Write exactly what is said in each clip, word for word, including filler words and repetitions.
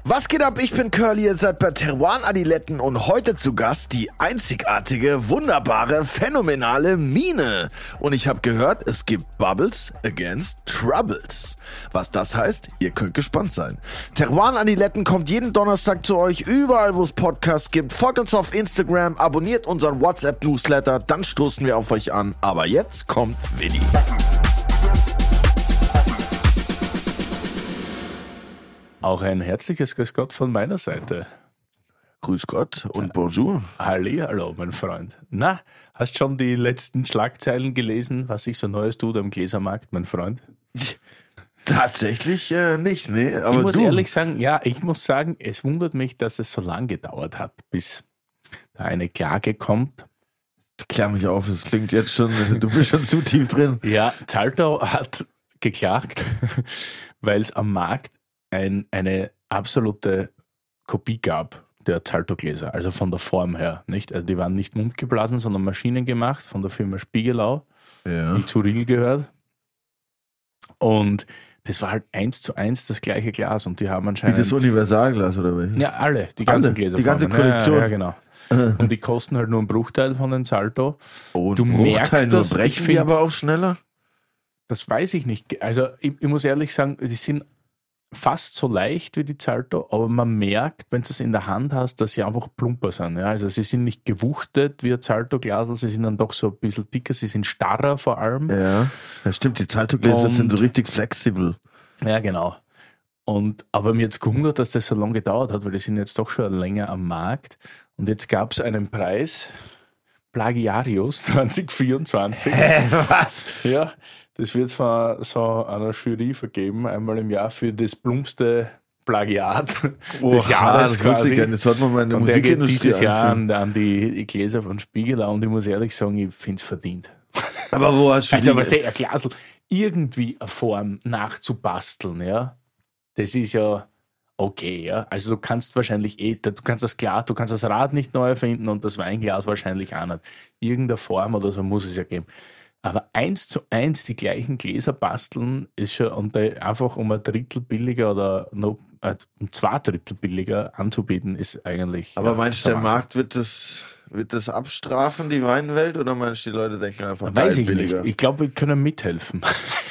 Was geht ab? Ich bin Curly, ihr seid bei Teruan Adiletten und heute zu Gast die einzigartige, wunderbare, phänomenale Mine. Und ich habe gehört, es gibt Bubbles against Troubles. Was das heißt, ihr könnt gespannt sein. Teruan Adiletten kommt jeden Donnerstag zu euch, überall wo es Podcasts gibt. Folgt uns auf Instagram, abonniert unseren WhatsApp-Newsletter, dann stoßen wir auf euch an. Aber jetzt kommt Willi. Auch ein herzliches Grüß Gott von meiner Seite. Grüß Gott und bonjour. Hallihallo, mein Freund. Na, hast schon die letzten Schlagzeilen gelesen, was sich so Neues tut am Gläsermarkt, mein Freund? Tatsächlich äh, nicht, nee. Aber ich muss du. ehrlich sagen, ja, ich muss sagen, es wundert mich, dass es so lange gedauert hat, bis da eine Klage kommt. Klär mich auf, es klingt jetzt schon, du bist schon zu tief drin. Ja, Zalto hat geklagt, weil es am Markt ein, eine absolute Kopie gab der Zalto-Gläser, also von der Form her. Nicht? Also die waren nicht mundgeblasen, sondern maschinengemacht von der Firma Spiegelau, Ja. die zu Riegel gehört. Und das war halt eins zu eins das gleiche Glas und die haben Wie anscheinend... das Universalglas oder welches? Ja, alle, die ganzen Alle, Gläser. die ganze Kollektion. Ja, ja, genau. Und die kosten halt nur einen Bruchteil von den Zalto. Oh, Du merkst das, brechen ich die find- aber auch schneller? Das weiß ich nicht. Also ich, ich muss ehrlich sagen, die sind fast so leicht wie die Zalto, aber man merkt, wenn du es in der Hand hast, dass sie einfach plumper sind. Ja? Also sie sind nicht gewuchtet wie ein Zalto-Glasel, sie sind dann doch so ein bisschen dicker, sie sind starrer vor allem. Ja, ja stimmt, die Zalto-Gläser Und- sind so richtig flexibel. Ja, genau. Und, aber mir jetzt gewundert, dass das so lange gedauert hat, weil die sind jetzt doch schon länger am Markt. Und jetzt gab es einen Preis, Plagiarius zwanzig vierundzwanzig. Hä, was? Ja, das wird von so einer Jury vergeben, einmal im Jahr für das plumpste Plagiat des Jahres das wusste ich gar quasi. nicht. Das sollte man mal in der Und der geht Musikindustrie dieses Jahr einführen. an, an die Gläser von Spiegelau und ich muss ehrlich sagen, ich finde es verdient. Aber wo hast du Also, die? was der Glasl irgendwie eine Form nachzubasteln, ja, das ist ja okay, ja. Also, du kannst wahrscheinlich eh, du kannst das Glas, du kannst das Rad nicht neu erfinden und das Weinglas wahrscheinlich auch nicht. Irgendeine Form oder so muss es ja geben. Aber eins zu eins die gleichen Gläser basteln ist schon, und bei- einfach um ein Drittel billiger oder noch äh, um zwei Drittel billiger anzubieten, ist eigentlich. Aber ja, meinst du, der Wahnsinn. Markt wird das, wird das abstrafen, die Weinwelt? Oder meinst du, die Leute denken einfach, Weiß geil, ich billiger? nicht. Ich glaube, wir können mithelfen.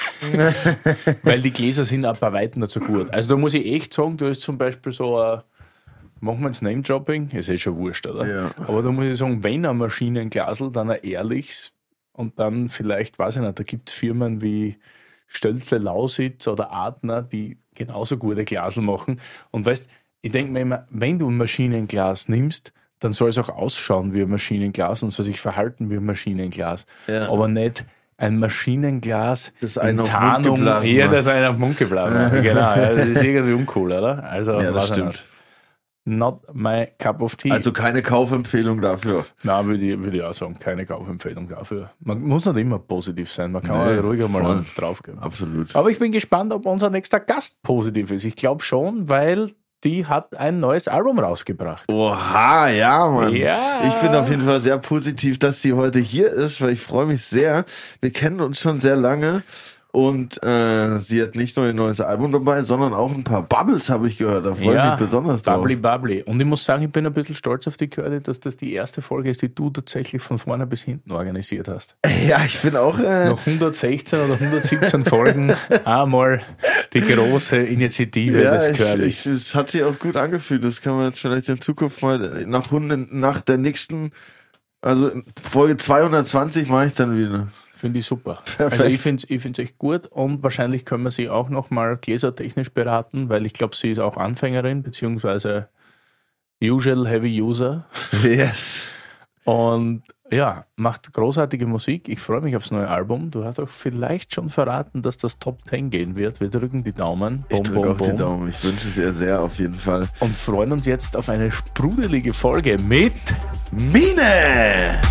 Weil die Gläser sind auch bei weitem nicht so gut. Also da muss ich echt sagen, du hast zum Beispiel so ein, machen wir jetzt Name-Dropping, ist eh schon wurscht, oder? Ja. Aber da muss ich sagen, wenn ein Maschinenglasel, dann ein ehrliches und dann vielleicht, weiß ich nicht, da gibt es Firmen wie Stölzle Lausitz oder Adner, die genauso gute Glasel machen. Und weißt, ich denke mir immer, wenn du ein Maschinenglas nimmst, dann soll es auch ausschauen wie ein Maschinenglas und soll sich verhalten wie ein Maschinenglas. Ja. Aber nicht ein Maschinenglas Das einen in auf den Mund Tarnung. geblasen Ja, macht. das einen auf den Mund geblasen macht. Genau, ja, das ist irgendwie uncool, oder? Also, Ja, das weiß ich stimmt. nicht. Not my cup of tea. Also keine Kaufempfehlung dafür. Nein, würde ich, würde ich auch sagen, keine Kaufempfehlung dafür. Man muss nicht immer positiv sein, man kann Nee, auch ruhiger mal voll. draufgehen. Absolut. Aber ich bin gespannt, ob unser nächster Gast positiv ist. Ich glaube schon, weil die hat ein neues Album rausgebracht. Oha, ja, Mann. Ja. Ich bin auf jeden Fall sehr positiv, dass sie heute hier ist, weil ich freue mich sehr. Wir kennen uns schon sehr lange und äh, sie hat nicht nur ein neues Album dabei, sondern auch ein paar Bubbles, habe ich gehört. Da freue ich mich besonders drauf. Bubbly, bubbly. Und ich muss sagen, ich bin ein bisschen stolz auf die Curly, dass das die erste Folge ist, die du tatsächlich von vorne bis hinten organisiert hast. Ja, ich bin auch... Äh, Nach hundertsechzehn oder hundertsiebzehn Folgen einmal die große Initiative ja, des ich, Curly. ich, es hat sich auch gut angefühlt. Das kann man jetzt vielleicht in Zukunft mal nach, hundert, nach der nächsten, also Folge zweihundertzwanzig mache ich dann wieder. Finde ich super. Perfekt. Also ich finde es ich find's echt gut und wahrscheinlich können wir sie auch nochmal gläsertechnisch beraten, weil ich glaube, sie ist auch Anfängerin, beziehungsweise Usual Heavy User. Yes. Und ja, macht großartige Musik. Ich freue mich aufs neue Album. Du hast auch vielleicht schon verraten, dass das Top zehn gehen wird. Wir drücken die Daumen. Ich Bom, drücke bom, auch die bom. Daumen. Ich wünsche es ihr sehr auf jeden Fall. Und freuen uns jetzt auf eine sprudelige Folge mit Mine!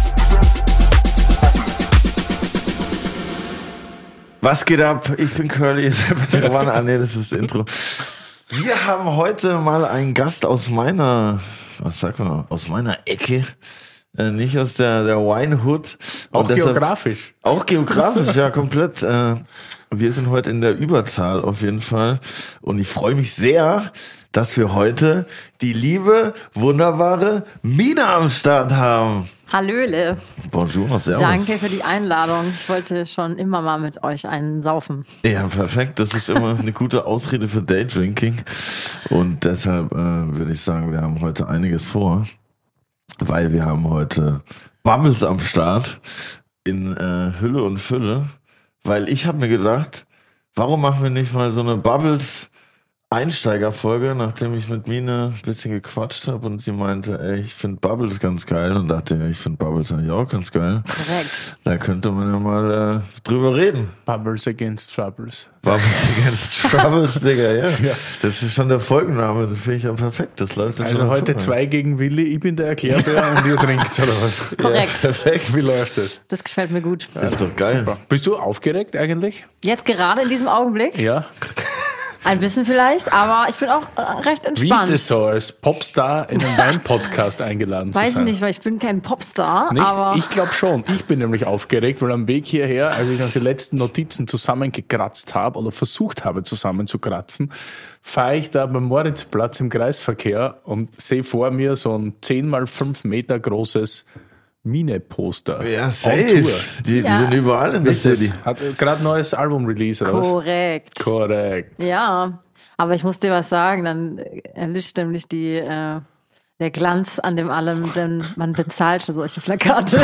Was geht ab? Ich bin Curly, ihr seid bei Teruan. Ah, nee, das ist das Intro. Wir haben heute mal einen Gast aus meiner, was sagt man, aus meiner Ecke. Äh, nicht aus der, der Wine Hood. auch Und deshalb- geografisch. Auch geografisch, ja, komplett. Äh, wir sind heute in der Überzahl auf jeden Fall. Und ich freue mich sehr, dass wir heute die liebe, wunderbare Mine am Start haben. Hallöle. Bonjour, servus. Danke für die Einladung. Ich wollte schon immer mal mit euch einen saufen. Ja, perfekt. Das ist immer eine gute Ausrede für Daydrinking. Und deshalb äh, würde ich sagen, wir haben heute einiges vor, weil wir haben heute Bubbles am Start in äh, Hülle und Fülle. Weil ich habe mir gedacht, warum machen wir nicht mal so eine Bubbles Einsteigerfolge, nachdem ich mit Mine ein bisschen gequatscht habe und sie meinte, ey, ich finde Bubbles ganz geil und dachte, ja, ich finde Bubbles eigentlich auch ganz geil. Korrekt. Da könnte man ja mal äh, drüber reden. Bubbles against Troubles. Bubbles against Troubles, Digga, ja. ja. Das ist schon der Folgenname, das finde ich ja perfekt. Das läuft also schon heute vorbei. Zwei gegen Willi, ich bin der Erklärbär und ihr trinkt, oder was? Korrekt. Ja, perfekt. Wie läuft das? Das gefällt mir gut. Das ist doch geil. Super. Bist du aufgeregt eigentlich? Jetzt gerade in diesem Augenblick? Ja. Ein bisschen vielleicht, aber ich bin auch äh, recht Wie entspannt. ist es so, als Popstar in einen Wein-Podcast eingeladen zu Weiß sein? nicht, weil ich bin kein Popstar, Nicht? aber Ich glaube schon. Ich bin nämlich aufgeregt, weil am Weg hierher, als ich noch die letzten Notizen zusammengekratzt habe oder versucht habe zusammenzukratzen, fahre ich da beim Moritzplatz im Kreisverkehr und sehe vor mir so ein zehn mal fünf Meter großes Mine-Poster. Ja, On safe. Tour. Die, die Ja. sind überall in der Wisst ihr, City. hat gerade ein neues Album-Release raus. korrekt. Korrekt. Ja, aber ich muss dir was sagen, dann erlischt nämlich die, äh, der Glanz an dem allem, denn man bezahlt für solche Plakate.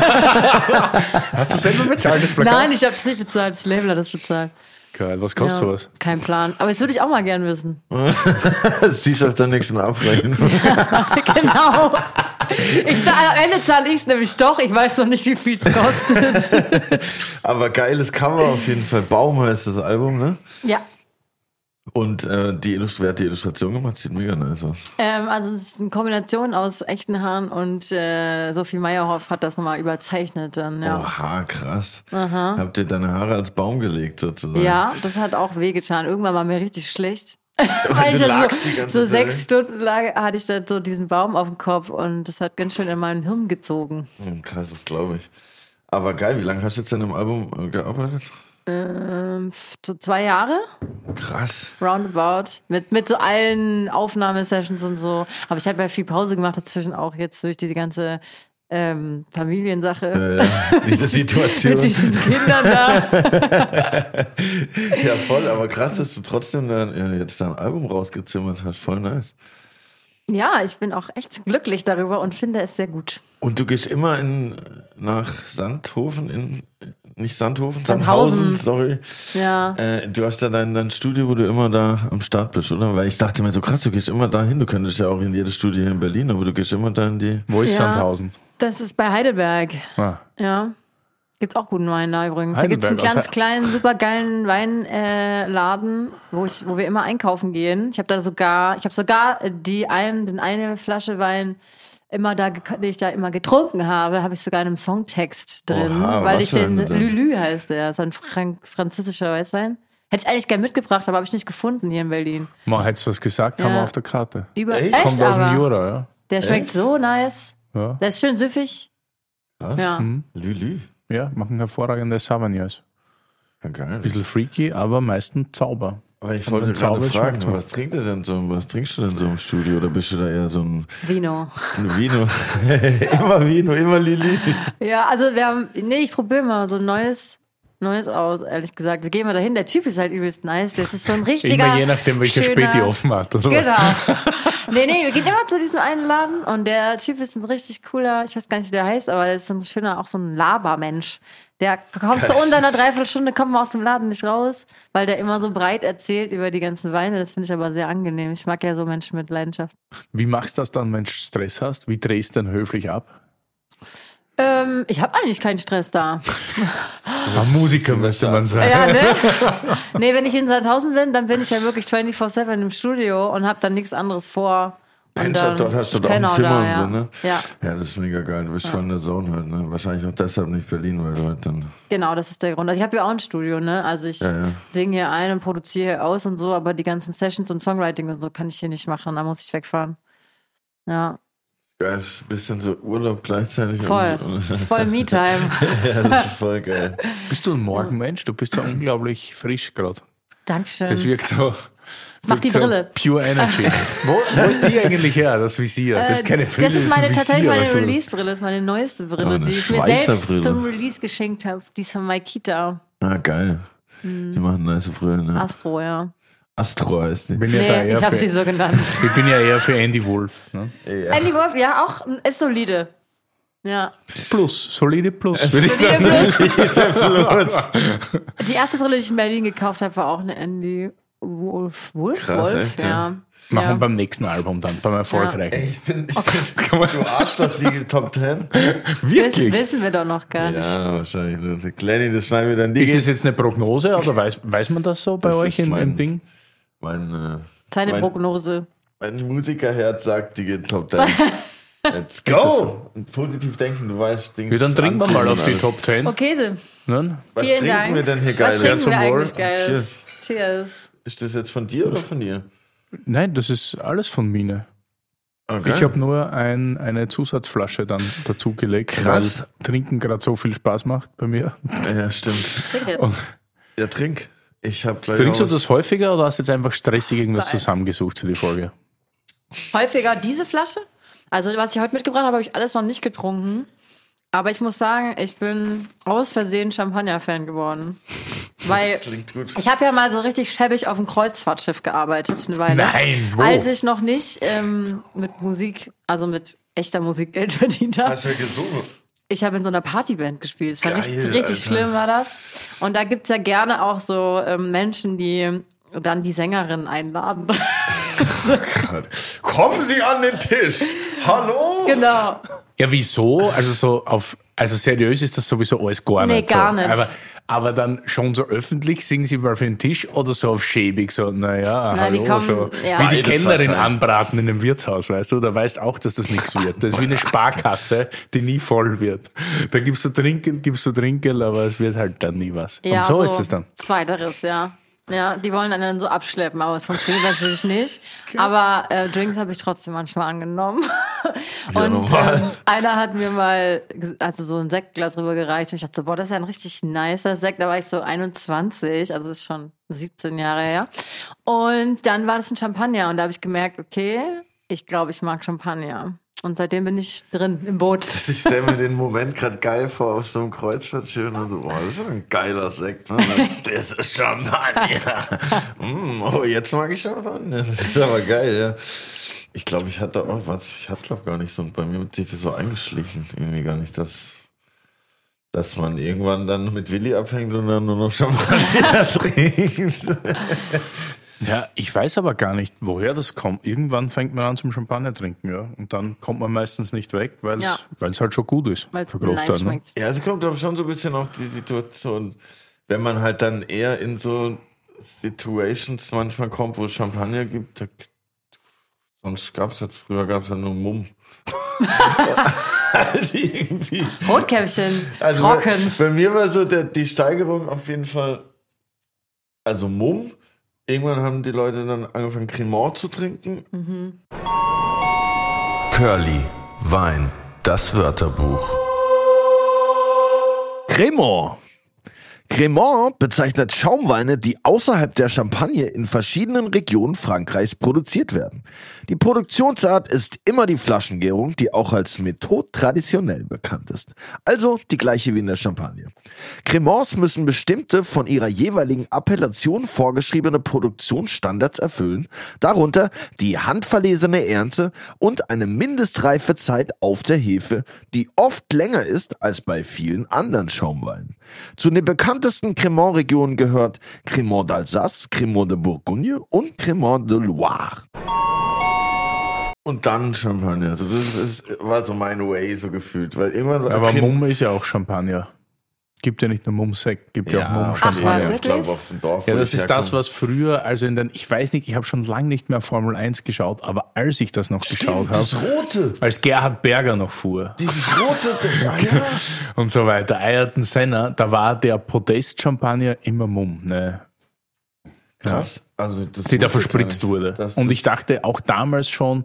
Hast du selber bezahlt, das Plakat? Nein, ich habe es nicht bezahlt, das Label hat das bezahlt. Geil, was kostet Ja, sowas? kein Plan. Aber das würde ich auch mal gern wissen. Das T-Shirt dann nächsten Mal abbrechen. Genau. Ich zahl, am Ende zahle ich es nämlich doch. Ich weiß noch nicht, wie viel es kostet. Aber geiles Cover auf jeden Fall. Baum heißt das Album, ne? Ja. Und äh, die, Illust- wer hat die Illustration gemacht? Sieht mega nice aus. Ähm, also es ist eine Kombination aus echten Haaren und äh, Sophie Meyerhoff hat das nochmal überzeichnet dann, ja. Oha, krass. Habt ihr deine Haare als Baum gelegt sozusagen? Ja, das hat auch wehgetan. Irgendwann war mir richtig schlecht. Weil Weil du ich dann lagst die so, ganze so Zeit. sechs Stunden lang hatte ich dann so diesen Baum auf dem Kopf und das hat ganz schön in meinen Hirn gezogen. Hm, krass, das glaube ich. Aber geil, wie lange hast du jetzt an dem Album äh, gearbeitet? Ähm, so zwei Jahre, Krass. roundabout, mit, mit so allen Aufnahmesessions und so. Aber ich habe ja viel Pause gemacht dazwischen auch jetzt durch diese ganze ähm, Familiensache. Äh, diese Situation. Mit diesen Kindern da. Ja, voll, aber krass, dass du trotzdem dann, äh, jetzt dein Album rausgezimmert hast. Voll nice. Ja, ich bin auch echt glücklich darüber und finde es sehr gut. Und du gehst immer in, nach Sandhofen, in, nicht Sandhofen, Sandhausen. sorry. Ja. Äh, du hast da dein, dein Studio, wo du immer da am Start bist, oder? Weil ich dachte mir so, krass, du gehst immer dahin. Du könntest ja auch in jedes Studio hier in Berlin, aber du gehst immer da in die... Wo ist Ja. Sandhausen? Das ist bei Heidelberg. Ah. Ja. Gibt's auch guten Wein da übrigens. Da gibt's einen Heidelberg, ganz aus- kleinen, super geilen Weinladen, äh, Laden, wo ich, wo wir immer einkaufen gehen. Ich habe da sogar, ich habe sogar die ein, den eine Flasche Wein immer da, gek- die ich da immer getrunken habe, habe ich sogar in einem Songtext drin, Oha, weil was ich für den eine denn? Lülü heißt der, ist ein Frank französischer Weißwein. Hätte ich eigentlich gern mitgebracht, aber habe ich nicht gefunden hier in Berlin. Man hättest du was gesagt, Ja. haben wir auf der Karte. Über Echt? echt, Kommt aus dem aber Jura, ja. der schmeckt Echt? so nice. Ja, Der ist schön süffig. Was? Ja. mhm. Lülü. ja machen hervorragende Sauvignos. Ja, geil. Bisschen freaky, aber meistens Zauber. Aber ich Und wollte den gerade Zauber fragen, schmeckt's mir. was trinkt ihr denn so, was trinkst du denn so im Studio? Oder bist du da eher so ein, Vino. ein Vino? Immer Vino, immer Lili. Ja, also wir haben, nee, ich probiere mal so ein neues, neues aus, ehrlich gesagt. Wir gehen mal dahin. Der Typ ist halt übelst nice. Das ist so ein richtiger. Immer je nachdem, welcher schöner- Späti offen hat. Oder? Genau. Nee, nee, wir gehen immer zu diesem einen Laden und der Typ ist ein richtig cooler, ich weiß gar nicht, wie der heißt, aber der ist so ein schöner, auch so ein Labermensch. Der kommst du unter einer Dreiviertelstunde, kommt man aus dem Laden nicht raus, weil der immer so breit erzählt über die ganzen Weine. Das finde ich aber sehr angenehm. Ich mag ja so Menschen mit Leidenschaft. Wie machst du das dann, wenn du Stress hast? Wie drehst du denn höflich ab? Ähm, ich habe eigentlich keinen Stress da. Ein Musiker möchte man sagen. Ja, ne? Nee, wenn ich in Sandhausen bin, dann bin ich ja wirklich vierundzwanzig sieben im Studio und habe dann nichts anderes vor. Und Pennst dann- dort hast du ich doch ein penne auch Zimmer da, und ja. so, ne? Ja, Ja, das ist mega geil. Du bist voll in der Zone halt, ne? Wahrscheinlich auch deshalb nicht Berlin, weil du halt dann... genau, das ist der Grund. Also ich habe ja auch ein Studio, ne? Also ich Ja, ja. singe hier ein und produziere hier aus und so, aber die ganzen Sessions und Songwriting und so kann ich hier nicht machen. Da muss ich wegfahren. Ja, Geil, das ist ein bisschen so Urlaub gleichzeitig. voll. Und, und, Das ist voll Me-Time. ja, das ist voll geil. Bist du ein Morgenmensch? Du bist ja unglaublich frisch gerade. Dankeschön. Das wirkt so. Das macht die so Brille. Pure Energy. wo, wo ist die eigentlich her, das Visier? Das ist keine Brille, Das ist meine, ein Visier, tatsächlich meine was du- Release-Brille. Das ist meine neueste Brille, Oh, eine die ich mir selbst Schweißerbrille. zum Release geschenkt habe. Die ist von Maikita. Ah, geil. Die machen nice Brillen, ne? Astro, ja. Astro heißt die. Ich bin ja, da Nee, eher ich habe für, sie so genannt. ich bin ja eher für Andy Wolf. Ne? Ja. Andy Wolf, ja, auch ist solide. Ja. Plus, solide Plus, würde ich Solide sagen. Plus. Die erste Brille, die ich in Berlin gekauft habe, war auch eine Andy Wolf. Wolf? Krass, Wolf? echt, ja. ja. Machen wir ja. beim nächsten Album dann, beim erfolgreichen. Ey, ich bin, ich bin du Arschloch, die Top Ten. Wissen, Wirklich? wissen wir doch noch gar nicht. Ja, wahrscheinlich. Glenny, das schneiden wir dann die. Ist es jetzt eine Prognose oder weiß, weiß man das so bei Das euch ist im, mein- im Ding? Mein, äh, Seine mein, Prognose. mein Musikerherz sagt, die geht Top Ten. Let's go! Und positiv denken, du weißt, Dings Ja, dann trinken wir mal auf die alles. Top Ten. Okay, so. Ne? Was Vielen trinken Dank. wir denn hier Was Geiles? trinken zum wir Wohl. eigentlich Geiles? Cheers. Cheers. Ist das jetzt von dir oder von dir? Nein, das ist alles von Mine. Okay. Ich habe nur ein, eine Zusatzflasche dann dazugelegt, Krass. weil Trinken gerade so viel Spaß macht bei mir. Ja, stimmt. Trink jetzt. Und Ja, trink. Ich habe gleich trinkst du noch was- das häufiger oder hast du jetzt einfach stressig irgendwas Nein. zusammengesucht für die Folge? Häufiger diese Flasche. Also, was ich heute mitgebracht habe, habe ich alles noch nicht getrunken. Aber ich muss sagen, ich bin aus Versehen Champagner-Fan geworden. Weil Das klingt gut. ich habe ja mal so richtig schäbig auf dem Kreuzfahrtschiff gearbeitet, eine Weile. Nein, wo? Als ich noch nicht ähm, mit Musik, also mit echter Musik Geld verdient habe. Hast du ja gesungen? Ich habe in so einer Partyband gespielt. Das war Geil, richtig, richtig Alter. schlimm, war das. Und da gibt's ja gerne auch so ähm, Menschen, die dann die Sängerin einladen. Kommen Sie an den Tisch. Hallo? Genau. Ja, wieso? Also so auf, also seriös ist das sowieso alles gar Nee, nicht. gar so. nicht. Aber, aber dann schon so öffentlich singen sie mal für den Tisch oder so auf schäbig, so, naja, Na, die hallo, kommen- so. ja. Wie die Beides Kellnerin wahrscheinlich. anbraten in einem Wirtshaus, weißt du? Da weißt auch, dass das nichts wird. Das ist wie eine Sparkasse, die nie voll wird. Da gibst du Trinkgeld, gibst du Trinkgeld, aber es wird halt dann nie was. Ja, Und so, ist es dann. Zweiteres, ja. Ja, die wollen einen dann so abschleppen, aber es funktioniert natürlich nicht. Aber äh, Drinks habe ich trotzdem manchmal angenommen. Ja, und normal. ähm, einer hat mir mal ges- also so ein Sektglas rübergereicht und ich dachte so, boah, das ist ja ein richtig nicer Sekt. Da war ich so einundzwanzig, also das ist schon siebzehn Jahre her. Und dann war das ein Champagner und da habe ich gemerkt, okay, ich glaube, ich mag Champagner. Und seitdem bin ich drin im Boot. Ich stelle mir den Moment gerade geil vor auf so einem Kreuzfahrtschiff und so, boah, das ist schon ein geiler Sekt. Ne? Das ist Champagner. mm, oh, jetzt mag ich Champagner. Das ist aber geil, ja. Ich glaube, ich hatte auch was, ich hatte glaube gar nicht so, bei mir hat sich das so eingeschlichen, irgendwie gar nicht, dass, dass man irgendwann dann mit Willi abhängt und dann nur noch Champagner trinkt. Ja, ich weiß aber gar nicht, woher das kommt. Irgendwann fängt man an zum Champagner trinken, ja. Und dann kommt man meistens nicht weg, weil es Ja. halt schon gut ist. Weil es für Großteil, nice ne? schmeckt. Ja, es kommt aber schon so ein bisschen auf die Situation, wenn man halt dann eher in so Situations manchmal kommt, wo es Champagner gibt, da, sonst gab es ja, früher gab es ja nur Mumm. halt irgendwie. Rotkäppchen, Also trocken. Bei, bei mir war so der, die Steigerung auf jeden Fall, also Mumm. Irgendwann haben die Leute dann angefangen, Cremant zu trinken. Curly, Wein, das Wörterbuch. Cremant. Cremant bezeichnet Schaumweine, die außerhalb der Champagne in verschiedenen Regionen Frankreichs produziert werden. Die Produktionsart ist immer die Flaschengärung, die auch als Methode traditionell bekannt ist. Also die gleiche wie in der Champagne. Cremants müssen bestimmte von ihrer jeweiligen Appellation vorgeschriebene Produktionsstandards erfüllen, darunter die handverlesene Ernte und eine Mindestreifezeit auf der Hefe, die oft länger ist als bei vielen anderen Schaumweinen. Zu den bekanntesten Cremant-Regionen gehört Cremant d'Alsace, Cremant de Bourgogne und Cremant de Loire. Und dann Champagner. Also das ist, war so mein Way so gefühlt, weil irgendwann war Aber Crem- Mumm ist ja auch Champagner. Gibt ja nicht nur Mumm-Sekt, gibt ja, auch Ach, was, Mumm-Champagner. ich glaube wirklich? auf dem Dorf. Ja, wo das ich ist das, herkomme. was früher, also in den, ich weiß nicht, ich habe schon lange nicht mehr Formel eins geschaut, aber als ich das noch geschaut habe, Das Rote. als Gerhard Berger noch fuhr Dieses Rote. Ja, ja. und so weiter, Ayrton Senna, da war der Podest-Champagner immer Mumm, ne? Krass. Also das Die da wusste ich gar verspritzt nicht. wurde. Das- Und das- ich dachte auch damals schon,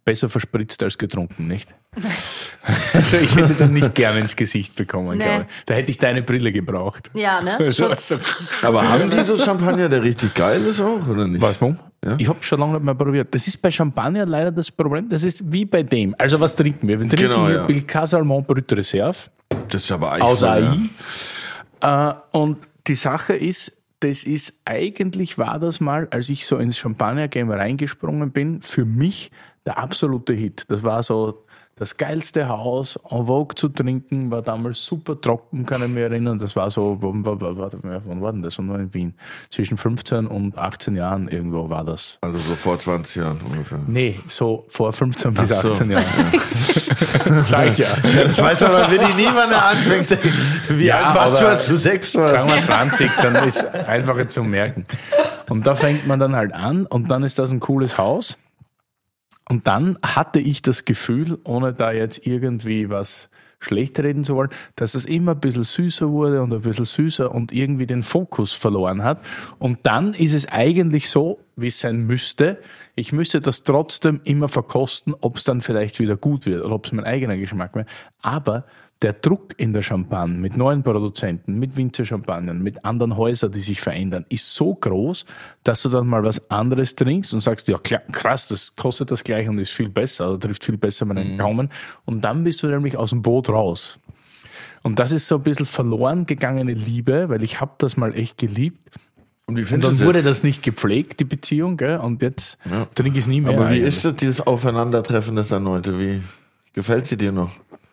besser verspritzt als getrunken, nicht? Also ich hätte den nicht gerne ins Gesicht bekommen, Nee. glaube ich. Da hätte ich deine Brille gebraucht. Ja, ne? Also, Schutz. also, Aber haben die so Champagner, der richtig geil ist auch, oder nicht? was, Mom? Ja. Ich habe schon lange nicht mehr probiert. Das ist bei Champagner leider das Problem. Das ist wie bei dem. Also was trinken wir? Wir trinken Genau, hier ja. Bilka Salmon Brut Reserve Das ist aber eigentlich aus voll, A I. Äh, und die Sache ist, das ist eigentlich war das mal, als ich so ins Champagner-Game reingesprungen bin, für mich der absolute Hit. Das war so das geilste Haus, en vogue zu trinken, war damals super trocken, kann ich mich erinnern. Das war so, wann war, war, wann war denn das? Und war in Wien. Zwischen fünfzehn und achtzehn Jahren irgendwo war das. Also so vor zwanzig Jahren ungefähr. Nee, so vor fünfzehn bis Ach so. achtzehn Jahren. Sag ich ja. Das weiß aber wirklich nie, wann er anfängt. Wie Ja, alt warst du, aber- als du sechs warst? Sagen wir zwanzig, dann ist einfacher zu merken. Und da fängt man dann halt an und dann ist das ein cooles Haus. Und dann hatte ich das Gefühl, ohne da jetzt irgendwie was schlecht reden zu wollen, dass es immer ein bisschen süßer wurde und ein bisschen süßer und irgendwie den Fokus verloren hat. Und dann ist es eigentlich so, wie es sein müsste. Ich müsste das trotzdem immer verkosten, ob es dann vielleicht wieder gut wird oder ob es mein eigener Geschmack wäre. Aber der Druck in der Champagne mit neuen Produzenten, mit Winzerchampagnern, mit anderen Häusern, die sich verändern, ist so groß, dass du dann mal was anderes trinkst und sagst, ja klar, krass, das kostet das gleich und ist viel besser, oder trifft viel besser meinen Gaumen. Und dann bist du nämlich aus dem Boot raus. Und das ist so ein bisschen verloren gegangene Liebe, weil ich habe das mal echt geliebt. Und wie Und findest dann du wurde das? das nicht gepflegt, die Beziehung, gell? Und jetzt trinke ich es nie mehr. Aber wie eigentlich. ist das, dieses Aufeinandertreffen des Erneute? Wie gefällt sie dir noch?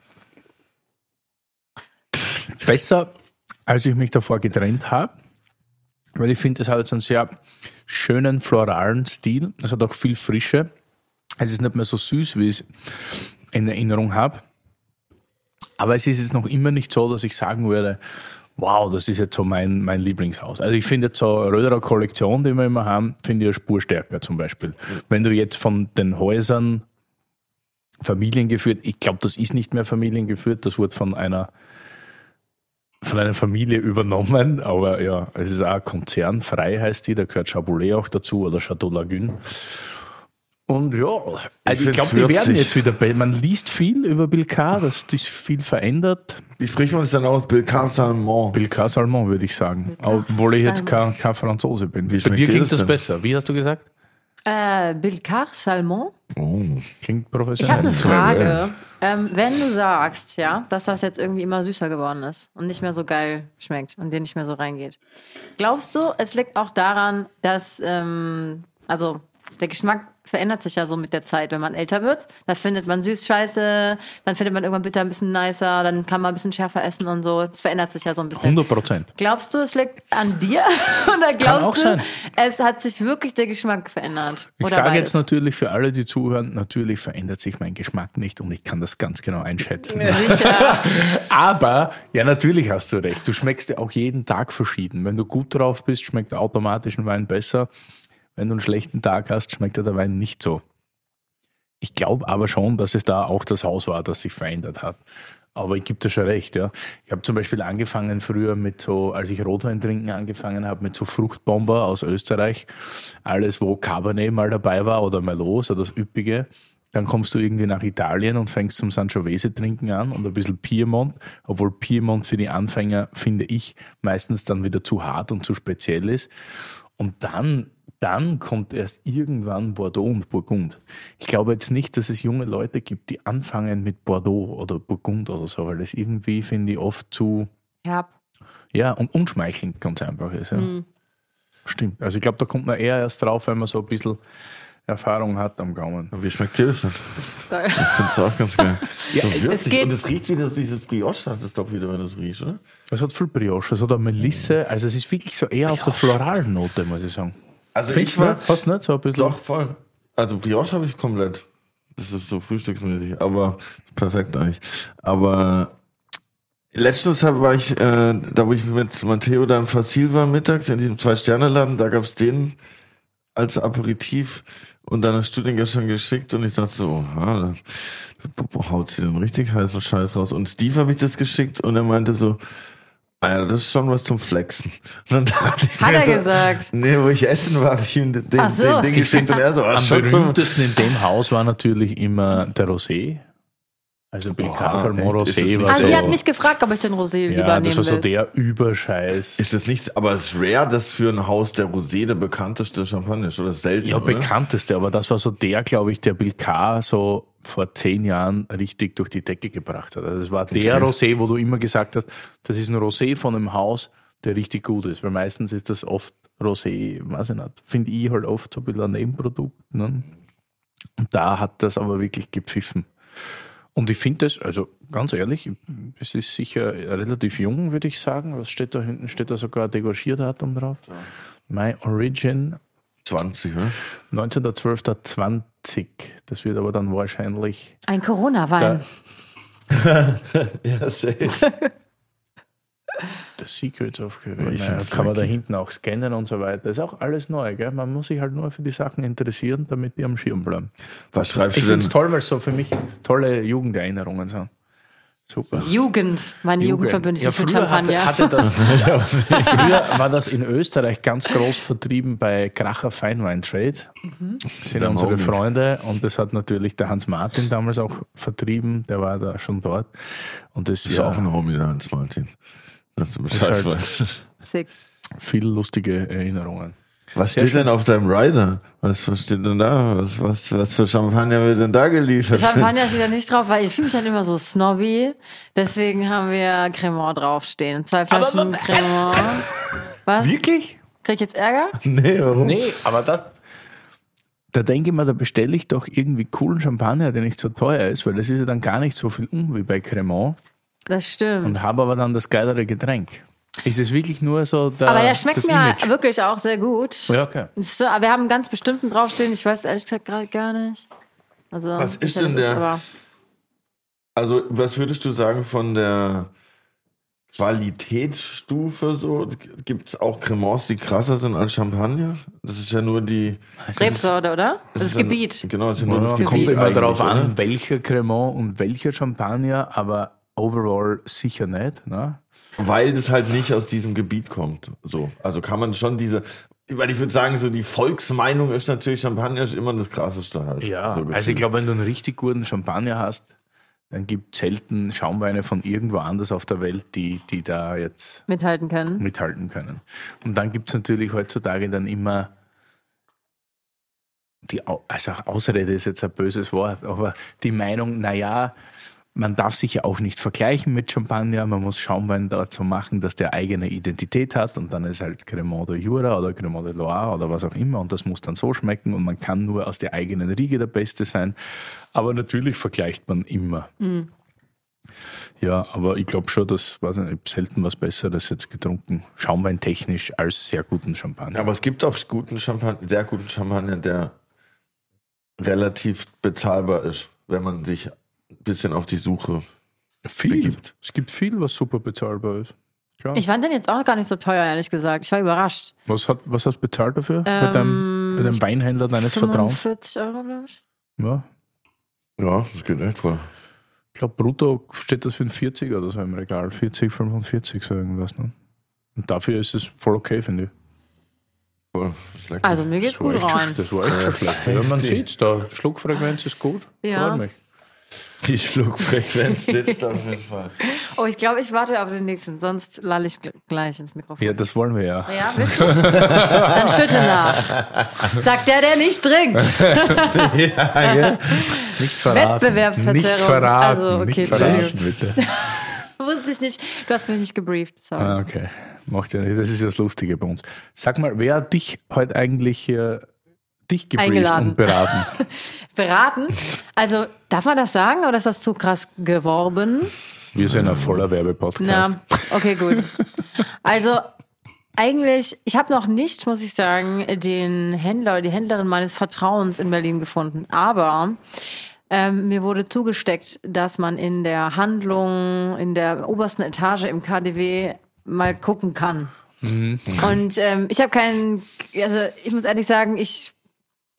Besser, als ich mich davor getrennt habe, weil ich finde, es hat jetzt einen sehr schönen floralen Stil. Es hat auch viel Frische. Es ist nicht mehr so süß, wie ich es in Erinnerung habe. Aber es ist jetzt noch immer nicht so, dass ich sagen würde, wow, das ist jetzt so mein, mein Lieblingshaus. Also ich finde jetzt so Röderer Kollektion, die wir immer haben, finde ich eine Spur stärker zum Beispiel. Wenn du jetzt von den Häusern familiengeführt, ich glaube, das ist nicht mehr familiengeführt, das wurde von einer von einer Familie übernommen, aber ja, es ist auch ein Konzern, Frei heißt die, da gehört Chaboulez auch dazu oder Chateau Lagune. Und ja, also ich, find's glaube, die werden würzig. jetzt wieder, be- man liest viel über Bilka, das ist viel verändert. Wie spricht man das dann aus? Bilka Salmon. Bilka Salmon, würde ich sagen, Bilka obwohl ich jetzt Salmon. kein, kein Franzose bin. Wie Bei schmeckt dir dir klingt das das denn? besser. Wie hast du gesagt? Äh, Bilkar Salmon. Oh. Klingt Ich professionell. habe eine Frage. Ähm, wenn du sagst, ja, dass das jetzt irgendwie immer süßer geworden ist und nicht mehr so geil schmeckt und dir nicht mehr so reingeht, glaubst du, es liegt auch daran, dass, ähm, also der Geschmack verändert sich ja so mit der Zeit, wenn man älter wird. Dann findet man süß scheiße, dann findet man irgendwann bitter ein bisschen nicer, dann kann man ein bisschen schärfer essen und so. Das verändert sich ja so ein bisschen. hundert Prozent. Glaubst du, es liegt an dir? Oder glaubst auch du, sein. es hat sich wirklich der Geschmack verändert? Ich Oder sage beides? jetzt natürlich für alle, die zuhören, natürlich verändert sich mein Geschmack nicht und ich kann das ganz genau einschätzen. Sicher. Aber, ja, natürlich hast du recht. Du schmeckst ja auch jeden Tag verschieden. Wenn du gut drauf bist, schmeckt automatisch ein Wein besser. Wenn du einen schlechten Tag hast, schmeckt dir der Wein nicht so. Ich glaube aber schon, dass es da auch das Haus war, das sich verändert hat. Aber ich gebe dir schon recht, ja. Ich habe zum Beispiel angefangen früher mit so, als ich Rotwein trinken angefangen habe, mit so Fruchtbomber aus Österreich. Alles, wo Cabernet mal dabei war oder Merlot, so das Üppige. Dann kommst du irgendwie nach Italien und fängst zum Sangiovese trinken an und ein bisschen Piemont, obwohl Piemont für die Anfänger, finde ich, meistens dann wieder zu hart und zu speziell ist. Und dann, dann kommt erst irgendwann Bordeaux und Burgund. Ich glaube jetzt nicht, dass es junge Leute gibt, die anfangen mit Bordeaux oder Burgund oder so, weil das irgendwie, finde ich, oft zu, Ja. ja, und unschmeichelnd ganz einfach ist. Ja. Mhm. Stimmt. Also ich glaube, da kommt man eher erst drauf, wenn man so ein bisschen Erfahrung hat am Gaumen. Wie schmeckt dir das denn? Geil. Ich finde es auch ganz geil. Ja, so es würzig. geht- Und es riecht wieder, dieses Brioche hat es doch wieder, wenn du es riechst, oder? Es hat viel Brioche, es hat eine Melisse, also es ist wirklich so eher auf der floralen Note, muss ich sagen. Also Findest ich du war... nicht? Hast du nicht so ein bisschen? Doch, voll. Also Brioche habe ich komplett. Das ist so frühstücksmäßig, aber perfekt eigentlich. Aber letztens hab, war ich, äh, da wo ich mit Matteo da im Facil war mittags in diesem Zwei-Sterne-Laden, da gab's den als Aperitif und dann hast du den gestern geschickt und ich dachte so, aha, da haut sie den richtig heißen Scheiß raus. Und Steve habe ich das geschickt und er meinte so, Ja, das ist schon was zum Flexen. Dann dachte ich Hat mir er so, gesagt. Nee, wo ich essen war, habe ich ihm den, den, Ach so. den Ding geschenkt und er so, oh, Am schon zum... berühmtesten in dem Haus war natürlich immer der Rosé. Also Bilka Salmon echt? Ist das Rosé nicht war Ah, so... sie hat mich gefragt, ob ich den Rosé ja, lieber das nehmen war so will. der Überscheiß. Ist das nicht, aber es ist rare, dass für ein Haus der Rosé der bekannteste Champagner ist, oder selten, Ja, oder? bekannteste, aber das war so der, glaube ich, der Bilka so vor zehn Jahren richtig durch die Decke gebracht hat. Also das war der Okay. Rosé, wo du immer gesagt hast, das ist ein Rosé von einem Haus, der richtig gut ist. Weil meistens ist das oft Rosé, weiß ich nicht, finde ich halt oft so ein bisschen ein Nebenprodukt. Ne? Und da hat das aber wirklich gepfiffen. Und ich finde das, also ganz ehrlich, es ist sicher relativ jung, würde ich sagen. Was steht da hinten? Steht da sogar ein Degorgierdatum drauf? Ja. My Origin zwanzig, ne? neunzehnter zwölfter zwanzig. Das wird aber dann wahrscheinlich Ein Corona-Wein. Ja, safe. The Secrets of Ich naja, find's kann man da lucky. hinten auch scannen und so weiter. Das ist auch alles neu, gell? Man muss sich halt nur für die Sachen interessieren, damit die am Schirm bleiben. Was schreibst Ich du finde denn? es toll, weil es so für mich tolle Jugenderinnerungen sind. Super. Jugend. Meine Jugend, verbinde ich Ja, mit früher Champagner. hatte, hatte das, ja, früher war das in Österreich ganz groß vertrieben bei Kracher Feinwein Trade. Mhm. Das sind Der unsere Homie. Freunde und das hat natürlich der Hans Martin damals auch vertrieben, der war da schon dort. Und das Das ist ja, auch ein Homie, der Hans Martin. Dass du Ist Bescheid halt- weißt. Sick. viel lustige Erinnerungen. Was Sehr steht denn auf deinem Rider? Was, was steht denn da? Was, was, was für Champagner wird denn da geliefert? Champagner steht da nicht drauf, weil ich fühle mich dann immer so snobby. Deswegen haben wir Cremant draufstehen. Zwei Flaschen Cremant. Was? Wirklich? Krieg ich jetzt Ärger? Nee, warum? Nee, aber das. Da denke ich mir, da bestelle ich doch irgendwie coolen Champagner, der nicht so teuer ist, weil das ist ja dann gar nicht so viel um wie bei Cremant Das stimmt. und habe aber dann das geilere Getränk. Ist es wirklich nur so der, Aber der schmeckt das mir Image? wirklich auch sehr gut. Ja, okay. Das ist so, aber wir haben einen ganz bestimmten draufstehen. Ich weiß ehrlich gesagt gerade gar nicht. Also, Was ist welcher denn das der- aber Also, was würdest du sagen von der Qualitätsstufe so? Gibt es auch Cremants, die krasser sind als Champagner? Das ist ja nur die... Rebsorte, oder? Das ist ja- Gebiet. Genau, das ist ja nur Ja, das kommt Gebiet immer darauf eigentlich, an, oder? welcher Cremant und welcher Champagner, aber overall sicher nicht. Ne? Weil das halt nicht aus diesem Gebiet kommt. So. Also kann man schon diese... Weil ich würde sagen, so die Volksmeinung ist natürlich, Champagner ist immer das Krasseste halt. Ja, so also ich gefühlt. glaube, wenn du einen richtig guten Champagner hast, dann gibt es selten Schaumweine von irgendwo anders auf der Welt, die, die da jetzt Mithalten können. mithalten können. Und dann gibt es natürlich heutzutage dann immer die, Au- also Ausrede ist jetzt ein böses Wort, aber die Meinung, naja, man darf sich ja auch nicht vergleichen mit Champagner, man muss Schaumwein dazu machen, dass der eigene Identität hat und dann ist halt Cremant de Jura oder Cremant de Loire oder was auch immer und das muss dann so schmecken und man kann nur aus der eigenen Riege der Beste sein, aber natürlich vergleicht man immer. Mhm. Ja, aber ich glaube schon, dass, weiß nicht, ich habe selten was Besseres jetzt getrunken, Schaumweintechnisch, als sehr guten Champagner. Aber es gibt auch guten Champagner, sehr guten Champagner, der relativ bezahlbar ist, wenn man sich ein bisschen auf die Suche Viel. begibt. Es gibt viel, was super bezahlbar ist. Klar. Ich fand den jetzt auch gar nicht so teuer, ehrlich gesagt. Ich war überrascht. Was, hat, was hast du bezahlt dafür? Ähm, mit, dem, mit dem Weinhändler deines Vertrauens? fünfundvierzig Euro, glaube ich. Ja. Ja, das geht echt voll. Ich glaube, brutto steht das für ein vierzig oder so im Regal. vierzig, fünfundvierzig, so irgendwas. Ne? Und dafür ist es voll okay, finde ich. voll. Das ist lecker. Also mir geht's Das war gut echt schon- rein. Das war echt schon schlecht. Ja, man sieht es da. Schluckfrequenz ist gut. Ja. Freut mich. Die Schluckfrequenz sitzt auf jeden Fall. Oh, ich glaube, ich warte auf den nächsten, sonst lalle ich gl- gleich ins Mikrofon. Ja, das wollen wir ja. Ja, willst du? Dann schütte nach. Sagt der, der nicht trinkt. Ja, gell? Nicht verraten. Wettbewerbsverzerrung. Nicht verraten. Also, okay, nicht verraten, Entschuldigung. bitte. Wusste ich nicht. Du hast mich nicht gebrieft. Sorry. Ah, okay. Macht ja nicht. Das ist ja das Lustige bei uns. Sag mal, wer hat dich heute eigentlich hier dich gebrieft Eingeladen. und beraten? Beraten? Also, darf man das sagen oder ist das zu krass geworben? Wir sind ein voller Werbepodcast. Na, okay, gut. Also, eigentlich, ich habe noch nicht, muss ich sagen, den Händler oder die Händlerin meines Vertrauens in Berlin gefunden. Aber ähm, mir wurde zugesteckt, dass man in der Handlung, in der obersten Etage im K D W mal gucken kann. Und ähm, ich habe keinen, also ich muss ehrlich sagen, ich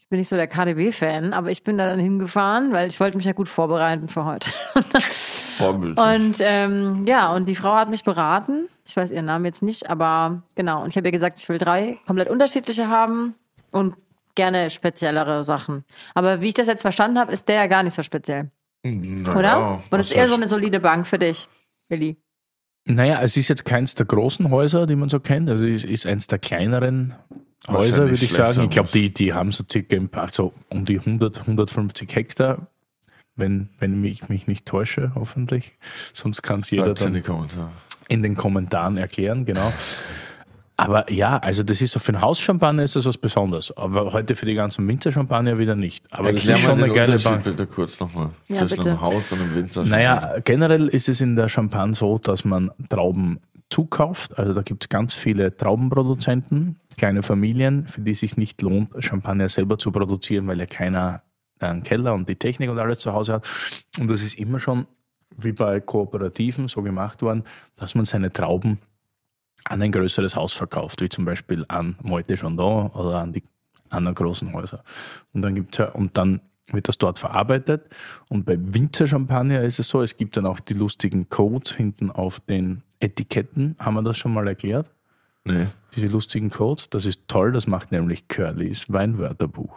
bin nicht so der K D W-Fan, aber ich bin da dann hingefahren, weil ich wollte mich ja gut vorbereiten für heute. Vorbildlich. Und ähm, ja, und die Frau hat mich beraten. Ich weiß ihren Namen jetzt nicht, aber genau. Und ich habe ihr gesagt, ich will drei komplett unterschiedliche haben und gerne speziellere Sachen. Aber wie ich das jetzt verstanden habe, ist der ja gar nicht so speziell. Na, Oder? ja, Und das ist eher so eine solide Bank für dich, Willi. Naja, es ist jetzt keins der großen Häuser, die man so kennt. Also es ist eins der kleineren Häuser, Wahrscheinlich würde ich schlechter sagen. Ich glaube, muss. die, die haben so circa im Park so um die hundert, hundertfünfzig Hektar, wenn, wenn ich mich nicht täusche, hoffentlich. Sonst kann es jeder Schreibt's in dann die Kommentare. in den Kommentaren erklären, genau. Aber ja, also das ist so für einen Hauschampagner ist das was Besonderes. Aber heute für die ganzen Winzerchampagner wieder nicht. Aber Erklär das ist mal schon den eine geile Unterschied Bank. bitte kurz nochmal. Ja, zwischen bitte. einem Haus und einem Winzer. Naja, generell ist es in der Champagne so, dass man Trauben zukauft. Also da gibt es ganz viele Traubenproduzenten, kleine Familien, für die es sich nicht lohnt, Champagner selber zu produzieren, weil ja keiner einen Keller und die Technik und alles zu Hause hat. Und das ist immer schon, wie bei Kooperativen, so gemacht worden, dass man seine Trauben an ein größeres Haus verkauft, wie zum Beispiel an Moët de Chandon oder an die anderen großen Häuser. Und dann gibt's ja, und dann wird das dort verarbeitet. Und bei Winzerchampagner ist es so, es gibt dann auch die lustigen Codes hinten auf den Etiketten. Haben wir das schon mal erklärt? Nee. Diese lustigen Codes, das ist toll, das macht nämlich Curlys Weinwörterbuch.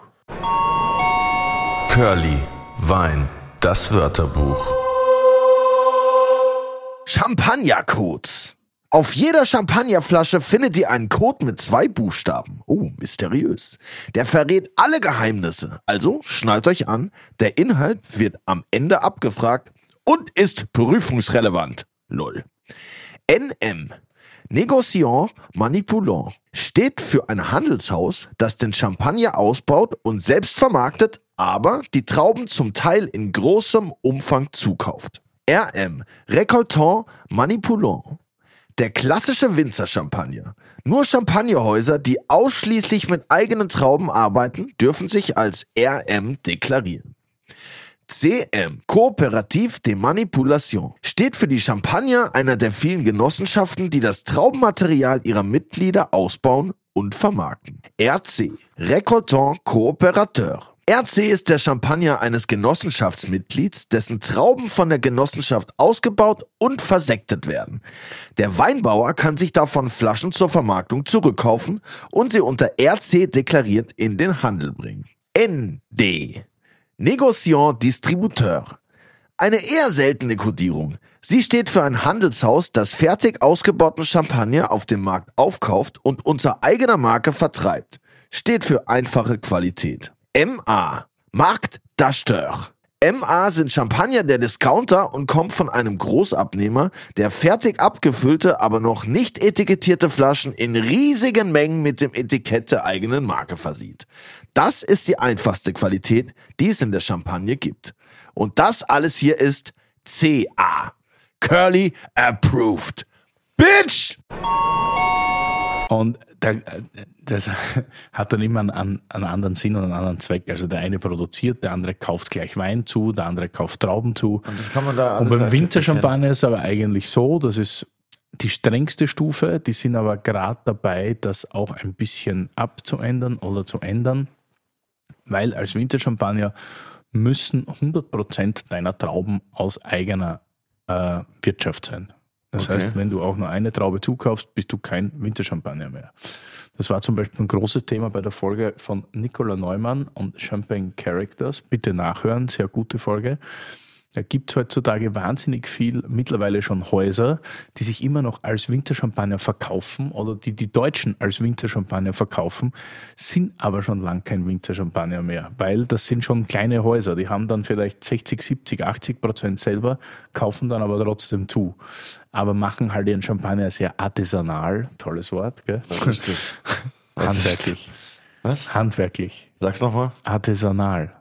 Curly, Wein, das Wörterbuch. Champagnercodes. Auf jeder Champagnerflasche findet ihr einen Code mit zwei Buchstaben. Oh, mysteriös. Der verrät alle Geheimnisse. Also schnallt euch an, der Inhalt wird am Ende abgefragt und ist prüfungsrelevant. Lol. N M. Négociant Manipulant steht für ein Handelshaus, das den Champagner ausbaut und selbst vermarktet, aber die Trauben zum Teil in großem Umfang zukauft. R M. Récoltant Manipulant. Der klassische Winzerchampagner. Nur Champagnerhäuser, die ausschließlich mit eigenen Trauben arbeiten, dürfen sich als R M deklarieren. C M, Coopérative de Manipulation, steht für die Champagner einer der vielen Genossenschaften, die das Traubenmaterial ihrer Mitglieder ausbauen und vermarkten. R C, Récoltant Coopérateur. R C ist der Champagner eines Genossenschaftsmitglieds, dessen Trauben von der Genossenschaft ausgebaut und versektet werden. Der Weinbauer kann sich davon Flaschen zur Vermarktung zurückkaufen und sie unter R C deklariert in den Handel bringen. N D. Négociant Distributeur. Eine eher seltene Kodierung. Sie steht für ein Handelshaus, das fertig ausgebauten Champagner auf dem Markt aufkauft und unter eigener Marke vertreibt. Steht für einfache Qualität. M A. Markt d'Acheteur. M A sind Champagner der Discounter und kommt von einem Großabnehmer, der fertig abgefüllte, aber noch nicht etikettierte Flaschen in riesigen Mengen mit dem Etikett der eigenen Marke versieht. Das ist die einfachste Qualität, die es in der Champagne gibt. Und das alles hier ist C A. Curly Approved. Bitch! Und der, das hat dann immer einen, einen anderen Sinn und einen anderen Zweck. Also der eine produziert, der andere kauft gleich Wein zu, der andere kauft Trauben zu. Und das kann man da Und alles beim Winzerchampagner ist es aber eigentlich so, das ist die strengste Stufe, die sind aber gerade dabei, das auch ein bisschen abzuändern oder zu ändern, weil als Winzerchampagner müssen hundert Prozent deiner Trauben aus eigener äh, Wirtschaft sein. Das Okay. heißt, wenn du auch nur eine Traube zukaufst, bist du kein Winzerchampagner mehr. Das war zum Beispiel ein großes Thema bei der Folge von Nicola Neumann und Champagne Characters. Bitte nachhören, sehr gute Folge. Da gibt es heutzutage wahnsinnig viel, mittlerweile schon Häuser, die sich immer noch als Winzerchampagner verkaufen oder die die Deutschen als Winzerchampagner verkaufen, sind aber schon lang kein Winzerchampagner mehr, weil das sind schon kleine Häuser, die haben dann vielleicht sechzig, siebzig, achtzig Prozent selber, kaufen dann aber trotzdem zu. Aber machen halt ihren Champagner sehr artisanal, tolles Wort, gell? Was ist das? Handwerklich. Was? Handwerklich. Sag's nochmal. Artisanal.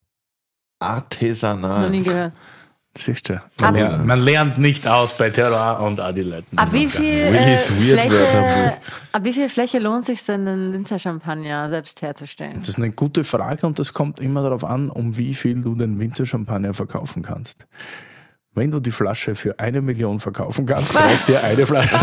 Artisanal. Noch nie gehört. Siehst du? Ab- Man, lernt, man lernt nicht aus bei Terroir und Adiletten. Ab wie viel, äh, Willis Weird Fläche, Wörterbuch. ab wie viel Fläche lohnt sich denn, einen Winzerchampagner selbst herzustellen? Das ist eine gute Frage und das kommt immer darauf an, um wie viel du den Winzerchampagner verkaufen kannst. wenn du die Flasche für eine Million verkaufen kannst, reicht dir eine Flasche.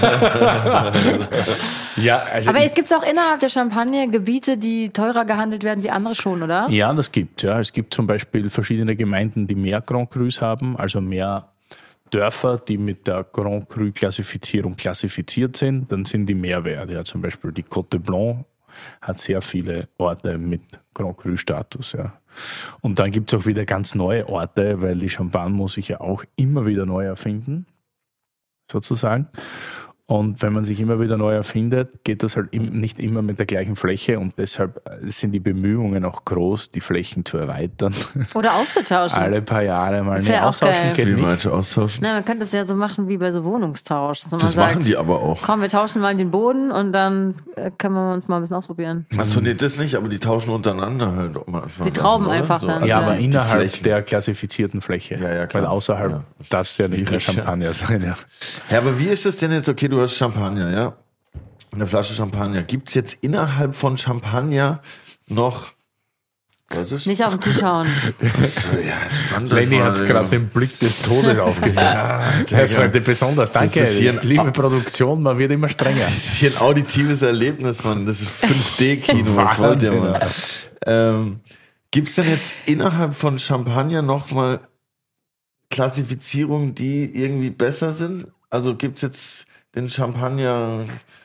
ja, also Aber ich, es gibt auch innerhalb der Champagne Gebiete, die teurer gehandelt werden wie andere schon, oder? ja, das gibt ja. Es gibt zum Beispiel verschiedene Gemeinden, die mehr Grand Crus haben, also mehr Dörfer, die mit der Grand Cru-Klassifizierung klassifiziert sind, dann sind die mehr wert. Ja, zum Beispiel die Côte de Blanc hat sehr viele Orte mit Grand Cru-Status. Ja. Und dann gibt es auch wieder ganz neue Orte, weil die Champagne muss sich ja auch immer wieder neu erfinden, sozusagen. Und wenn man sich immer wieder neu erfindet, geht das halt im, nicht immer mit der gleichen Fläche und deshalb sind die Bemühungen auch groß, die Flächen zu erweitern. Oder auszutauschen. Alle paar Jahre mal Das nee, wär auch austauschen geil. geht Wie nicht. meinst du austauschen? Na, man könnte es ja so machen wie bei so Wohnungstausch. dass man Das sagt, machen die aber auch. Komm, wir tauschen mal den Boden und dann äh, können wir uns mal ein bisschen ausprobieren. Achso, nee, das nicht, aber die tauschen untereinander halt auch mal. Die Trauben einfach dann. Ja, Ja. aber Die innerhalb Flächen. der klassifizierten Fläche. Ja, ja, klar. Weil außerhalb Ja. darf es ja nicht mehr Schwierig, ja. Champagner sein. Ja. Ja, aber wie ist es denn jetzt? Okay, du hast Champagner, ja? Eine Flasche Champagner. Gibt es jetzt innerhalb von Champagner noch. Was ist? Nicht auf den Tisch hauen. Achso, ja, spannend. Lenny das hat war- gerade den Blick des Todes aufgesetzt. das ist Digga. heute besonders. Danke, ist hier ein- liebe Produktion, man wird immer strenger. Das ist hier ein auditives Erlebnis, Mann. Das ist fünf D-Kino. Was wollt ihr, Wahnsinn, Mann? Alter. Ähm, Gibt es denn jetzt innerhalb von Champagner nochmal Klassifizierungen, die irgendwie besser sind? Also gibt es jetzt den Champagner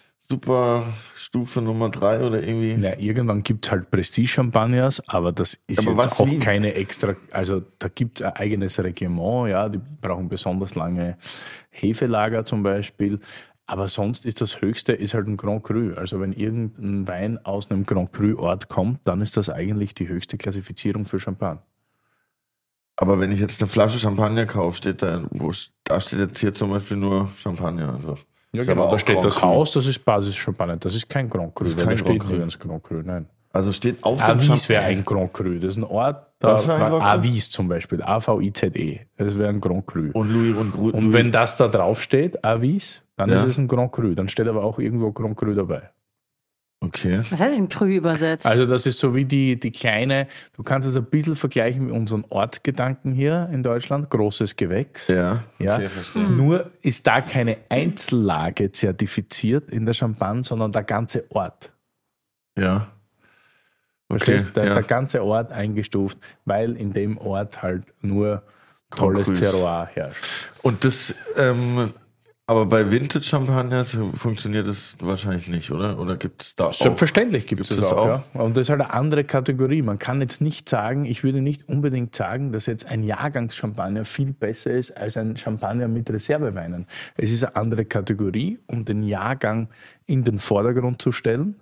Superstufe Nummer drei oder irgendwie? Ja, irgendwann gibt es halt Prestige-Champagners, aber das ist Aber jetzt was auch wie? keine extra, also da gibt es ein eigenes Reglement, ja, die brauchen besonders lange Hefelager zum Beispiel, aber sonst ist das Höchste ist halt ein Grand Cru. Also wenn irgendein Wein aus einem Grand Cru-Ort kommt, dann ist das eigentlich die höchste Klassifizierung für Champagner. Aber wenn ich jetzt eine Flasche Champagner kaufe, steht da, wo, da steht jetzt hier zum Beispiel nur Champagner. Also. Ja, Ist aber genau, auch da steht Grand das Cru. Haus, das ist Basis-Champagner, das ist kein Grand Cru, Das ist weil kein da Grand steht Cru. nirgends Grand Cru, nein. Also steht auf dem Avis wäre Champagner. ein Grand Cru, das ist ein Ort, Was für da, ein Grand Cru? Avis zum Beispiel, A V I Z E, das wäre ein Grand Cru. Und Louis und Gru Und wenn das da drauf steht, Avis, dann Ja. ist es ein Grand Cru. Dann steht aber auch irgendwo Grand Cru dabei. Okay. Was heißt denn Cru übersetzt? Also das ist so wie die, die kleine, du kannst es ein bisschen vergleichen mit unseren Ortsgedanken hier in Deutschland, großes Gewächs. Ja. Ja. Okay, verstehe. Nur ist da keine Einzellage zertifiziert in der Champagne, sondern der ganze Ort. Ja. Okay. Verstehst? Da ist ja. der ganze Ort eingestuft, weil in dem Ort halt nur tolles Crus. Terroir herrscht. Und das, ähm, aber bei Vintage Champagners funktioniert das wahrscheinlich nicht, oder? Oder gibt es da auch? Selbstverständlich gibt es Gibt's das das auch. auch? Ja. Und das ist halt eine andere Kategorie. Man kann jetzt nicht sagen, ich würde nicht unbedingt sagen, dass jetzt ein Jahrgangschampagner viel besser ist als ein Champagner mit Reserveweinen. Es ist eine andere Kategorie, um den Jahrgang in den Vordergrund zu stellen.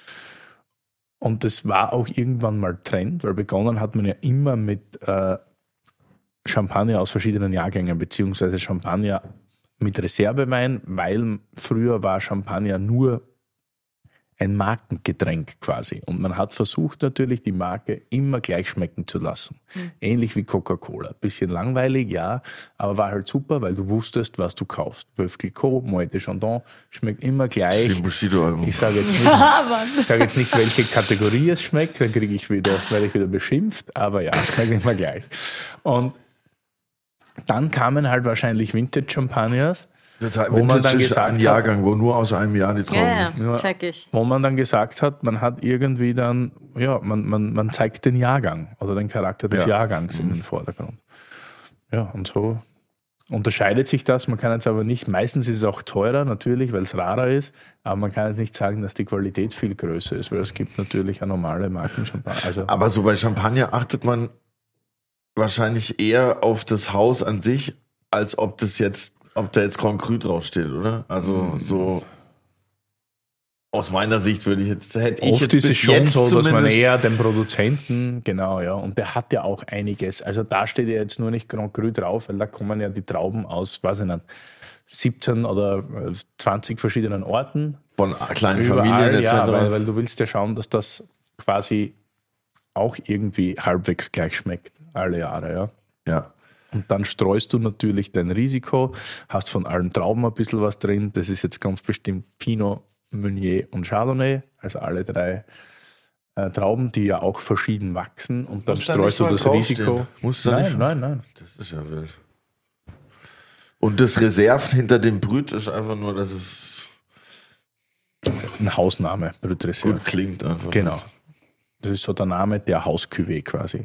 Und das war auch irgendwann mal Trend, weil begonnen hat man ja immer mit äh, Champagner aus verschiedenen Jahrgängen, beziehungsweise Champagner mit Reservewein, weil früher war Champagner nur ein Markengetränk quasi. Und man hat versucht natürlich, die Marke immer gleich schmecken zu lassen. Mhm. Ähnlich wie Coca-Cola. Bisschen langweilig, ja, aber war halt super, weil du wusstest, was du kaufst. Veuve Clicquot, Moët de Chandon, schmeckt immer gleich. Die Bushido-Album. Ich sage jetzt, nicht, sag jetzt nicht, welche Kategorie es schmeckt, dann kriege ich wieder, werde ich wieder beschimpft, aber ja, schmeckt immer gleich. Und dann kamen halt wahrscheinlich Vintage-Champagners, Das heißt, wo man Vintage dann ist gesagt ein hat- Jahrgang, wo nur aus einem Jahr die Trauben. ja, ja, Ja. check ich. wo man dann gesagt hat, man hat irgendwie dann, ja, man, man, man zeigt den Jahrgang oder den Charakter des Ja. Jahrgangs in den Vordergrund. Ja, und so unterscheidet sich das. Man kann jetzt aber nicht, meistens ist es auch teurer natürlich, weil es rarer ist, aber man kann jetzt nicht sagen, dass die Qualität viel größer ist, weil es gibt natürlich eine normale Markenchampagner. Also, Aber so bei Champagner achtet man wahrscheinlich eher auf das Haus an sich, als ob das jetzt, ob da jetzt Grand Cru draufsteht, oder? Also so aus meiner Sicht würde ich jetzt, hätte ich oft jetzt ist es bis schon jetzt so, dass man zumindest- eher den Produzenten, genau, ja, und der hat ja auch einiges. Also da steht ja jetzt nur nicht Grand Cru drauf, weil da kommen ja die Trauben aus, weiß ich nicht, siebzehn oder zwanzig verschiedenen Orten. von kleinen Überall, Familien et ja, cetera. weil, weil du willst ja schauen, dass das quasi auch irgendwie halbwegs gleich schmeckt, alle Jahre, ja. Ja. Und dann streust du natürlich dein Risiko, hast von allen Trauben ein bisschen was drin. Das ist jetzt ganz bestimmt Pinot, Meunier und Chardonnay, also alle drei äh, Trauben, die ja auch verschieden wachsen. Und dann Muss da streust nicht du mal das draufstehen. Risiko. Muss da nein, nicht- nein, nein. Das ist ja wild. Und das Reserve hinter dem Brüt ist einfach nur, dass es Ein Hausname, Brut Reserve. gut klingt. Einfach. Genau. Das ist so der Name der Hauscuvée quasi.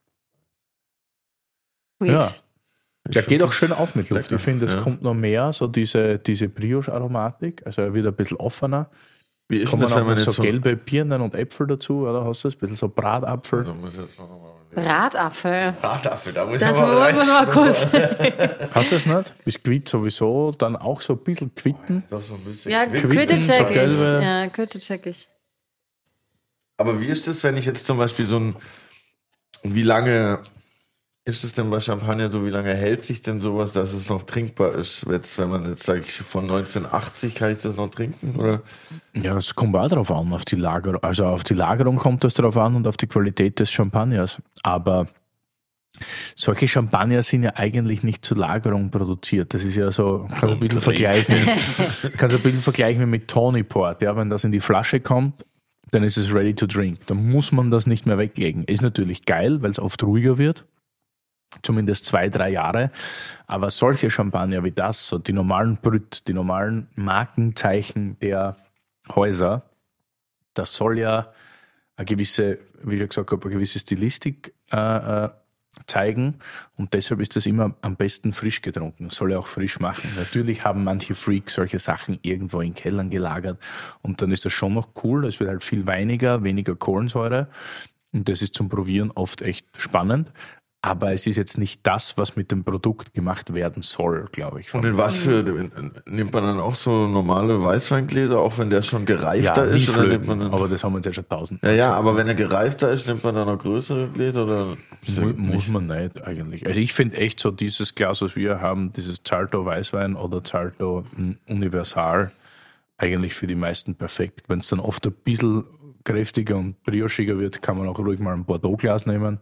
Sweet. Ja. Ich Der find geht auch das schön auf mit Luft. lecker. Ich finde, es Ja. kommt noch mehr, so diese, diese Brioche-Aromatik. Also er wird ein bisschen offener. Wie ist denn Kommen das, auch wenn man noch jetzt so so... gelbe Birnen und Äpfel dazu, oder hast du das? Ein bisschen so Bratapfel. Also muss ich jetzt noch mal- Bratapfel. Bratapfel, da muss Das ich mal wollen wir rein. noch mal kurz. Hast du das nicht? Biskuit sowieso, dann auch so ein bisschen Quitten. Doch so ein bisschen Ja, Quick. Quitte so check ich. gelbe- Ja, Quitte check ich. Aber wie ist das, wenn ich jetzt zum Beispiel so ein... Wie lange ist es denn bei Champagner so? Wie lange hält sich denn sowas, dass es noch trinkbar ist? Jetzt, wenn man jetzt sagt, von neunzehnhundertachtzig kann ich das noch trinken? Oder? Ja, es kommt auch drauf an, auf die Lagerung. Also auf die Lagerung kommt es drauf an und auf die Qualität des Champagners. Aber solche Champagner sind ja eigentlich nicht zur Lagerung produziert. Das ist ja so, kannst du ein bisschen vergleichen mit, kannst du ein bisschen vergleichen mit Tawny Port. Ja, wenn das in die Flasche kommt, dann ist es ready to drink. Dann muss man das nicht mehr weglegen. Ist natürlich geil, weil es oft ruhiger wird. Zumindest zwei, drei Jahre. Aber solche Champagner wie das, so die normalen Brüt, die normalen Markenzeichen der Häuser, das soll ja eine gewisse, wie ich gesagt habe, eine gewisse Stilistik äh, äh, zeigen. Und deshalb ist das immer am besten frisch getrunken. Das soll ja auch frisch machen. Natürlich haben manche Freaks solche Sachen irgendwo in Kellern gelagert. Und dann ist das schon noch cool. Es wird halt viel weiniger, weniger Kohlensäure. Und das ist zum Probieren oft echt spannend. Aber es ist jetzt nicht das, was mit dem Produkt gemacht werden soll, glaube ich. Und in was für... Nimmt man dann auch so normale Weißweingläser, auch wenn der schon gereifter ja, ist? Oder nimmt Flöten, man dann, aber das haben wir jetzt ja schon tausend. ja, ja, aber wenn er gereifter ist, nimmt man dann noch größere Gläser? Oder Mu- Muss man nicht eigentlich. Also ich finde echt so dieses Glas, was wir haben, dieses Zalto Weißwein oder Zalto Universal, eigentlich für die meisten perfekt. Wenn es dann oft ein bisschen kräftiger und briochiger wird, kann man auch ruhig mal ein Bordeaux-Glas nehmen.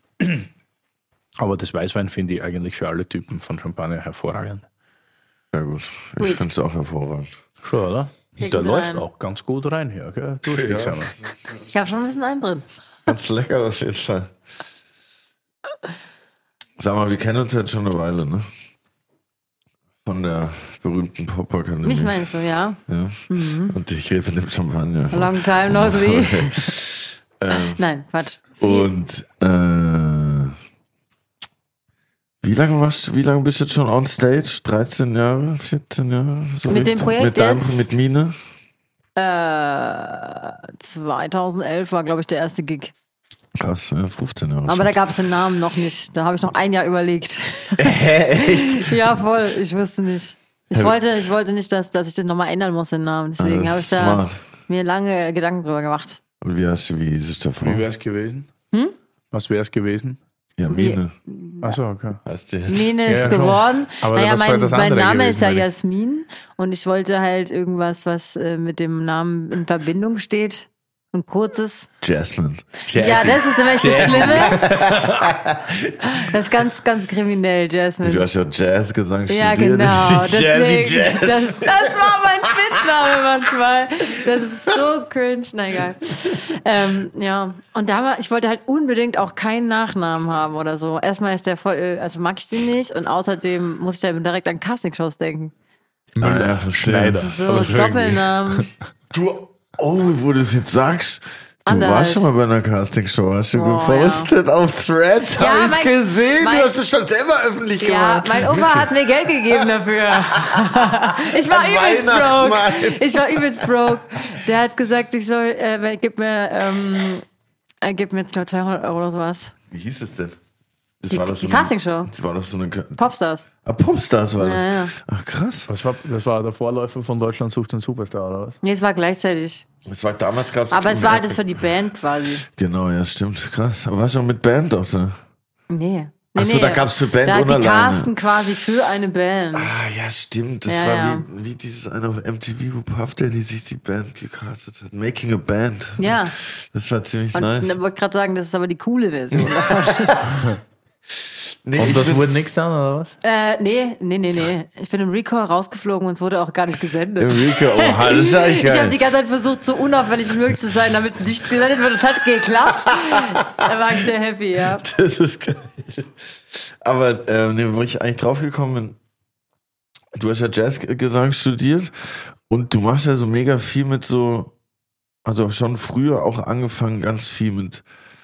Aber das Weißwein finde ich eigentlich für alle Typen von Champagner hervorragend. Ja gut, ich Sweet. finde es auch hervorragend. Schon, oder? Geht Der gut läuft rein. auch ganz gut rein hier. Gell? Durstig Ja. sind wir. Ich habe schon ein bisschen einen drin. Ganz lecker auf jeden Fall. Sag mal, wir kennen uns jetzt schon eine Weile, ne? Von der berühmten Pop-Akademie. Mich meinst du, ja? Ja. Und ich rede von dem Champagner. Long time no see. ähm, Nein, Quatsch. und äh, wie lange warst du, wie lange bist du jetzt schon on stage? dreizehn Jahre, vierzehn Jahre? So Mit dem richtig? Projekt mit deinem, jetzt? mit Mine? Äh, zweitausendelf war, glaube ich, der erste Gig. Krass, ja, fünfzehn Jahre. Aber da gab es den Namen noch nicht. Da habe ich noch ein Jahr überlegt. Echt? Ja, voll. Ich wusste nicht. Ich Ja. wollte, ich wollte nicht, dass, dass ich den nochmal ändern muss, den Namen. Deswegen Ah, habe das ich ist da smart. mir lange Gedanken drüber gemacht. Und wie hast du, wie ist es davor? Wie wäre es gewesen? Hm? Was wäre es gewesen? Ja, Mine. Achso, okay. Heißt die jetzt? Mine Ja, ist ja, schon. geworden. Aber naja, was soll mein, das mein andere Name gewesen, ist ja meine ich? Jasmin und ich wollte halt irgendwas, was äh, mit dem Namen in Verbindung steht. Ein kurzes. Jasmine. Ja, das ist nämlich das Schlimme. Das ist ganz, ganz kriminell, Jasmine. Du hast ja Jazzgesang Ja, studiert. genau. Das ist Jazzy Deswegen, Jazz. das, das war mein Spitzname manchmal. Das ist so cringe. Na egal. Ähm, ja, und da war, ich wollte halt unbedingt auch keinen Nachnamen haben oder so. Erstmal ist der voll, also mag ich sie nicht und außerdem muss ich da direkt an Castingshows denken. Ah, ja, verstehe. Schneider. So, Aber so irgendwie. Doppelnamen. Du, oh, wo du es jetzt sagst, du Anders. warst schon mal bei einer Castingshow, hast du Oh, gepostet auf Threads, Ja, hab ich's mein- gesehen, mein- du hast es schon selber öffentlich Ja, gemacht. mein Opa hat mir Geld gegeben dafür. Ich war An übelst Weihnachten, broke. Mann. Ich war übelst broke. Der hat gesagt, ich soll, äh, gib mir, ähm, er gibt mir jetzt glaube zweihundert Euro oder sowas. Wie hieß es denn? Das Die, war doch die so Castingshow. Eine, das war doch so eine... Popstars. Ah, Popstars war das. Ja, ja. Ach, krass. Das war, das war der Vorläufer von Deutschland sucht den Superstar, oder was? Nee, es war gleichzeitig. Das war, damals gab's... Aber es war halt das für die Band quasi. Genau, ja, stimmt. Krass. Aber warst du auch mit Band doch da? Nee. Ach so, nee, da gab's für Band Da hat und die alleine. casten quasi für eine Band. Ah, ja, stimmt. Das Ja, war ja. Wie, wie dieses eine auf M T V, wo Puff Daddy sich die Band gecastet hat. Making a Band. Ja. Das war ziemlich Und nice. ich wollte gerade sagen, das ist aber die coole Version davon. Nee, Und ich das bin- wurde nichts dann, oder was? äh, nee, nee, nee, nee. Ich bin im Recall rausgeflogen und es wurde auch gar nicht gesendet. Enrique, oha, das ist eigentlich Ich habe geil. die ganze Zeit versucht, so unauffällig wie möglich zu sein, damit es nicht gesendet wird. Es hat geklappt. Da war ich sehr happy, ja. Das ist geil. Aber ähm, nee, wo ich eigentlich drauf gekommen bin, du hast ja Jazzgesang studiert und du machst ja so mega viel mit so, also schon früher auch angefangen, ganz viel mit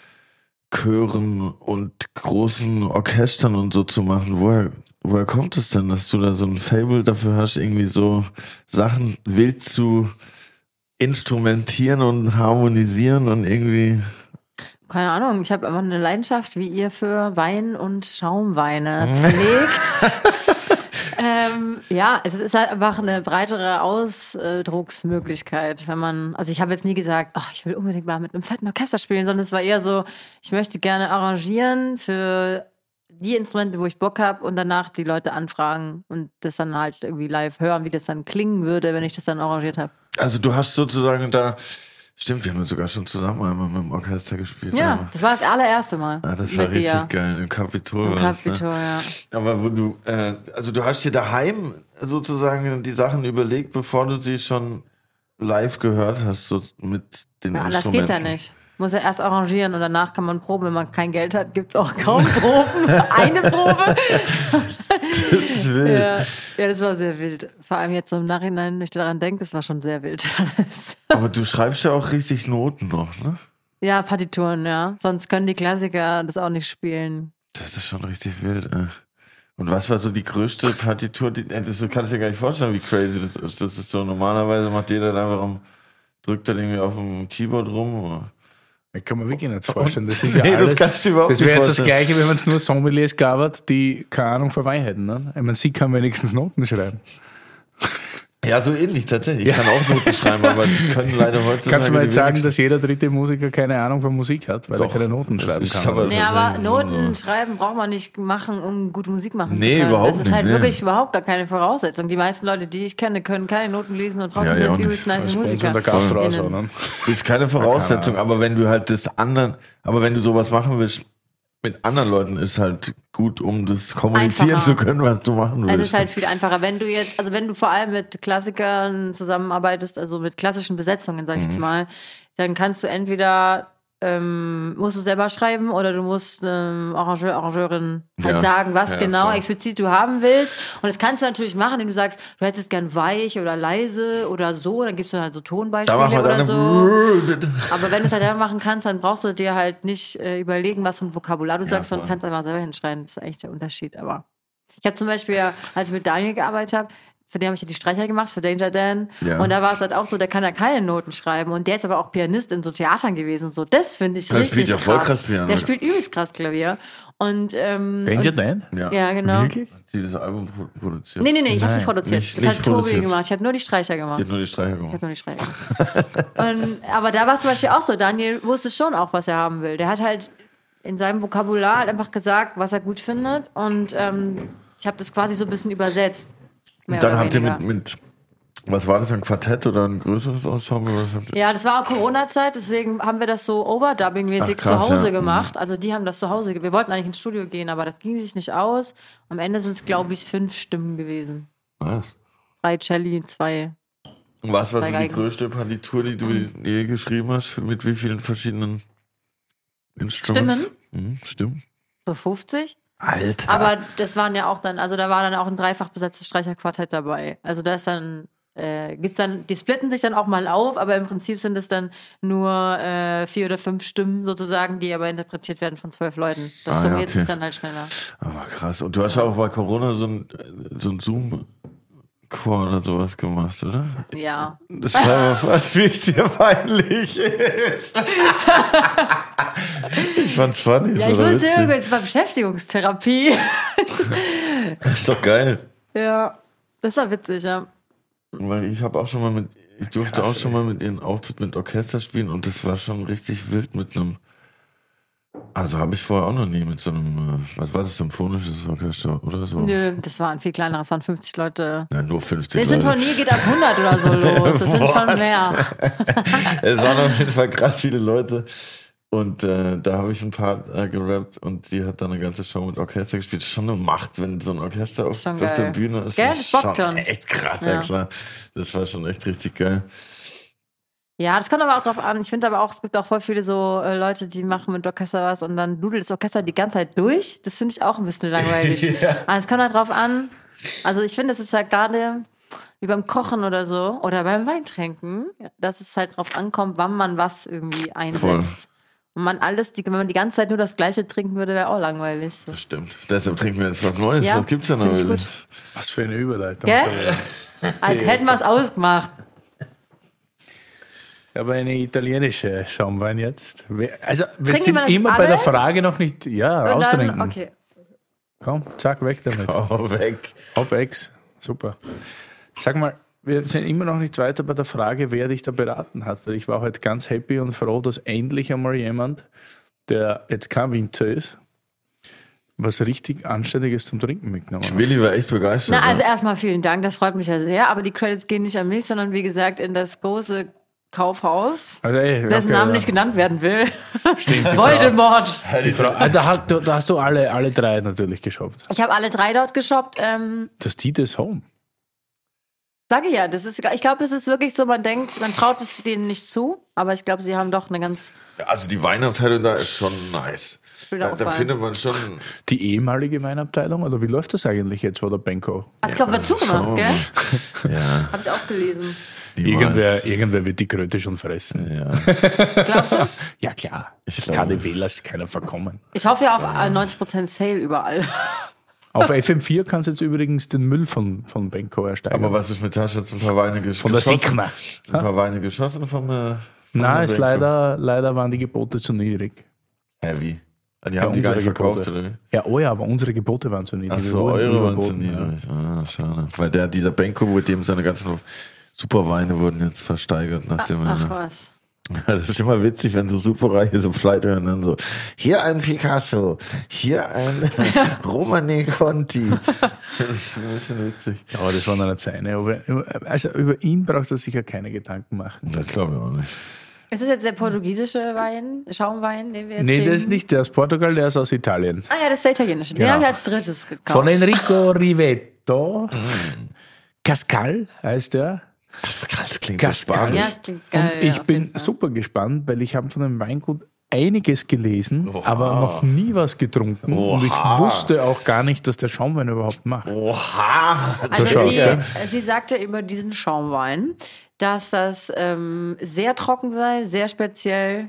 Chören und großen Orchestern und so zu machen. Woher, woher kommt es denn, dass du da so ein Faible dafür hast, irgendwie so Sachen wild zu instrumentieren und harmonisieren und irgendwie... Keine Ahnung, ich habe einfach eine Leidenschaft, wie ihr für Wein und Schaumweine pflegt. ähm, ja, es ist halt einfach eine breitere Ausdrucksmöglichkeit, wenn man, also ich habe jetzt nie gesagt, ach, ich will unbedingt mal mit einem fetten Orchester spielen, sondern es war eher so, ich möchte gerne arrangieren für die Instrumente, wo ich Bock habe und danach die Leute anfragen und das dann halt irgendwie live hören, wie das dann klingen würde, wenn ich das dann arrangiert habe. Also du hast sozusagen da... Stimmt, wir haben sogar schon zusammen einmal mit dem Orchester gespielt. Ja, aber. das war das allererste Mal. Ah, das war richtig dir. geil, im Kapitol. Im Kapitol, ne? Ja. Aber wo du, äh, also du hast dir daheim sozusagen die Sachen überlegt, bevor du sie schon live gehört hast, so mit den ja, Instrumenten. Das geht's ja nicht. Muss ja erst arrangieren und danach kann man proben. Wenn man kein Geld hat, gibt's auch kaum Proben. Eine Probe. Das ist wild. Ja, ja, das war sehr wild. Vor allem jetzt so im Nachhinein, wenn ich daran denke, das war schon sehr wild alles. Aber du schreibst ja auch richtig Noten noch, ne? Ja, Partituren, ja. Sonst können die Klassiker das auch nicht spielen. Das ist schon richtig wild, ey. Und was war so die größte Partitur? Die, das kann ich dir gar nicht vorstellen, wie crazy das ist. Das ist so, normalerweise macht jeder dann einfach am, drückt dann irgendwie auf dem Keyboard rum, oder? Ich kann mir wirklich nicht vorstellen. Das ist ja nee, alles, das kannst du überhaupt das nicht wäre jetzt vorstellen. das Gleiche, wenn man es nur Sommeliers gab, die keine Ahnung von Wein hätten. Ne? Ich meine, sie kann wenigstens Noten schreiben. Ja, so ähnlich tatsächlich. Ich ja. kann auch Noten schreiben, aber das können leider heutzutage. Kannst du mir jetzt sagen, dass jeder dritte Musiker keine Ahnung von Musik hat, weil Doch, er keine Noten schreiben kann? Aber nee, aber Noten so. schreiben braucht man nicht machen, um gute Musik machen nee, zu können. Überhaupt das ist nicht, halt nee. wirklich überhaupt gar keine Voraussetzung. Die meisten Leute, die ich kenne, können keine Noten lesen und trotzdem ja, sind ja, übelst nice Musiker. Der Gastro also, ne? Das ist keine Voraussetzung, aber wenn du halt das anderen, aber wenn du sowas machen willst, mit anderen Leuten ist halt gut, um das kommunizieren einfacher. zu können, was du machen willst. Also es ist halt viel einfacher, wenn du jetzt, also wenn du vor allem mit Klassikern zusammenarbeitest, also mit klassischen Besetzungen, sag ich Mhm. jetzt mal, dann kannst du entweder ähm, musst du selber schreiben oder du musst ähm, Arrangeur, Arrangeurin halt Ja. sagen, was Ja, genau voll. explizit du haben willst. Und das kannst du natürlich machen, indem du sagst, du hättest gern weich oder leise oder so, dann gibst du halt so Da machen Tonbeispiele wir oder dann so. eine Aber wenn du es halt selber machen kannst, dann brauchst du dir halt nicht äh, überlegen, was für ein Vokabular du Ja, sagst, sondern voll. kannst einfach selber hinschreiben. Das ist eigentlich der Unterschied. Aber ich habe zum Beispiel, ja, als ich mit Daniel gearbeitet habe, für den habe ich ja die Streicher gemacht, für Danger Dan. Ja. Und da war es halt auch so, der kann ja keine Noten schreiben. Und der ist aber auch Pianist in so Theatern gewesen. So, das finde ich Der richtig spielt ja krass. voll krass Piano. Der spielt übelst krass Klavier. Und, ähm, Danger und, Dan? Ja. ja, genau. Wirklich? Hat sie das Album pro- produziert? Nee, nee, nee, ich hab's Nein, nicht produziert. nicht- das nicht hat Tobi produziert. gemacht. Ich habe nur die Streicher gemacht. Die hat nur die Streicher Ich gemacht. habe nur die Streicher gemacht. Und, aber da war es zum Beispiel auch so, Daniel wusste schon auch, was er haben will. Der hat halt in seinem Vokabular halt einfach gesagt, was er gut findet. Und ähm, ich habe das quasi so ein bisschen übersetzt. Mehr Und dann oder habt ihr weniger. mit, mit, was war das, ein Quartett oder ein größeres Ensemble? Was habt ihr? Ja, das war auch Corona-Zeit, deswegen haben wir das so Overdubbing-mäßig Ach, krass, zu Hause ja. gemacht. Also die haben das zu Hause, ge- wir wollten eigentlich ins Studio gehen, aber das ging sich nicht aus. Am Ende sind es, glaube ich, fünf Stimmen gewesen. Nice. Drei Celli, zwei. Und was war Drei so die Geigen. größte Partitur, die du je geschrieben hast? Für, mit wie vielen verschiedenen Instruments? Stimmen? Mhm, Stimmen. So fünfzig. Alter. Aber das waren ja auch dann, also da war dann auch ein dreifach besetztes Streicherquartett dabei. Also da ist dann, äh, gibt's dann, die splitten sich dann auch mal auf, aber im Prinzip sind es dann nur äh, vier oder fünf Stimmen sozusagen, die aber interpretiert werden von zwölf Leuten. Das Ah, ja, summiert okay. sich dann halt schneller. Aber krass. Und du hast ja auch bei Corona so ein, so ein Zoom-Chor oder sowas gemacht, oder? Ja. Das war aber fast, wie es dir peinlich ist. Ich fand's funny. Ja, so ich oder wusste witzig. irgendwie, es war Beschäftigungstherapie. Das ist doch geil. Ja, das war witzig, ja. Weil ich habe auch schon mal mit, ich durfte Krass, auch schon mal mit ihren Auftritt mit Orchester spielen und das war schon richtig wild mit einem, also habe ich vorher auch noch nie mit so einem, äh, was war das, symphonisches Orchester oder so? Nö, das waren viel kleinerer, es waren fünfzig Leute. Ja, nur fünfzig Die Leute. Sinfonie geht ab hundert oder so los. Das sind What? schon mehr. Es waren auf jeden Fall krass viele Leute. Und äh, da habe ich ein paar äh, gerappt und sie hat dann eine ganze Show mit Orchester gespielt. Das ist schon eine Macht, wenn so ein Orchester auf, schon auf der geil. Bühne ist. Gell, Das das ist bockt schon dann. echt krass, ja. Ja. klar. Das war schon echt richtig geil. Ja, das kommt aber auch drauf an. Ich finde aber auch, es gibt auch voll viele so äh, Leute, die machen mit Orchester was und dann dudelt das Orchester die ganze Zeit durch. Das finde ich auch ein bisschen langweilig. Ja. Also es kommt halt drauf an, Also ich finde, es ist halt gerade wie beim Kochen oder so oder beim Weintrinken, dass es halt drauf ankommt, wann man was irgendwie einsetzt. Voll. Und man alles, die, wenn man die ganze Zeit nur das Gleiche trinken würde, wäre auch langweilig. So. Das stimmt. Deshalb trinken wir jetzt was Neues. Ja, Was gibt's denn find ich heute? gut. Was für eine Überleitung. Gell? Als hätten wir es ausgemacht. Aber eine italienische Schaumwein jetzt. Wir- Also wir Trinken sind wir das immer bei alle? der Frage noch nicht. Ja, Und dann- raustrinken. Okay. Komm, zack, weg damit. Oh, weg. Hop Ex. Super. Sag mal, wir sind immer noch nicht weiter bei der Frage, wer dich da beraten hat. Weil ich war heute ganz happy und froh, dass endlich einmal jemand, der jetzt kein Winzer ist, was richtig Anständiges zum Trinken mitgenommen hat. Willi war echt begeistert. Na, also ne? erstmal vielen Dank, das freut mich ja sehr. Aber die Credits gehen nicht an mich, sondern wie gesagt in das große Kaufhaus, Also, ey, dessen okay, Namen ja. nicht genannt werden will. Stimmt, die Voldemort. Frau. Die Frau. Ah, da, hat, da hast du alle, alle drei natürlich geshoppt. Ich habe alle drei dort geshoppt. Ähm, Das Titus Home. sage ja, das ist, ich glaube, es ist wirklich so, man denkt, man traut es denen nicht zu, aber ich glaube, sie haben doch eine ganz Also die Weinabteilung da ist schon nice. schöne Da, da Auswahl. findet man schon... Die ehemalige Weinabteilung, oder wie läuft das eigentlich jetzt, wo der Benko? Ach, ich glaube, wird zugemacht, gell? Ja, Habe ich auch gelesen. die Irgendwer, irgendwer wird die Kröte schon fressen. Ja. Glaubst du? Ja, klar. Ich Das glaube. kann die Wähler, ist keiner verkommen. Ich hoffe ja auf äh, neunzig Prozent Sale überall. Auf F M vier kannst du jetzt übrigens den Müll von, von Benko ersteigern. Aber was ist mit Tasche jetzt ein paar Weine gesch Von der geschossen? Sigma. Ein paar Weine geschossen vom... Äh, von Nein, der ist Benko? leider, leider waren die Gebote zu niedrig. Heavy. Die haben die gar nicht unsere verkauft, Gebote. oder wie? Ja, oh ja, aber unsere Gebote waren zu niedrig. Ach Wir so, wurden eure waren zu überboten, niedrig. Ah, schade. Weil der, dieser Benko, mit dem seine ganzen Superweine wurden jetzt versteigert. Nach dem, Ach was. Das ist immer witzig, wenn so Superreiche so Flight hören dann so, hier ein Picasso, hier ein Romane Conti. Das ist ein bisschen witzig. Ja, aber das waren dann seine. Aber, also über ihn brauchst du sicher keine Gedanken machen. Das glaube ich auch nicht. Ist das jetzt der portugiesische Wein, Schaumwein, den wir jetzt Nee, trinken? das ist nicht der aus Portugal, der ist aus Italien. Ah ja, das ist der italienische. Den Genau. habe ich als drittes gekauft. Von Enrico Rivetto. Cascal heißt der. Das, das klingt Cascal. so spanisch. Ja, das klingt geil. Und ich auf bin jeden Fall. super gespannt, weil ich habe von dem Weingut einiges gelesen, Oha. aber noch nie was getrunken. Und ich Oha. wusste auch gar nicht, dass der Schaumwein überhaupt macht. Oha! Also schaut, sie, ja. sie sagte über diesen Schaumwein, dass das ähm, sehr trocken sei, sehr speziell.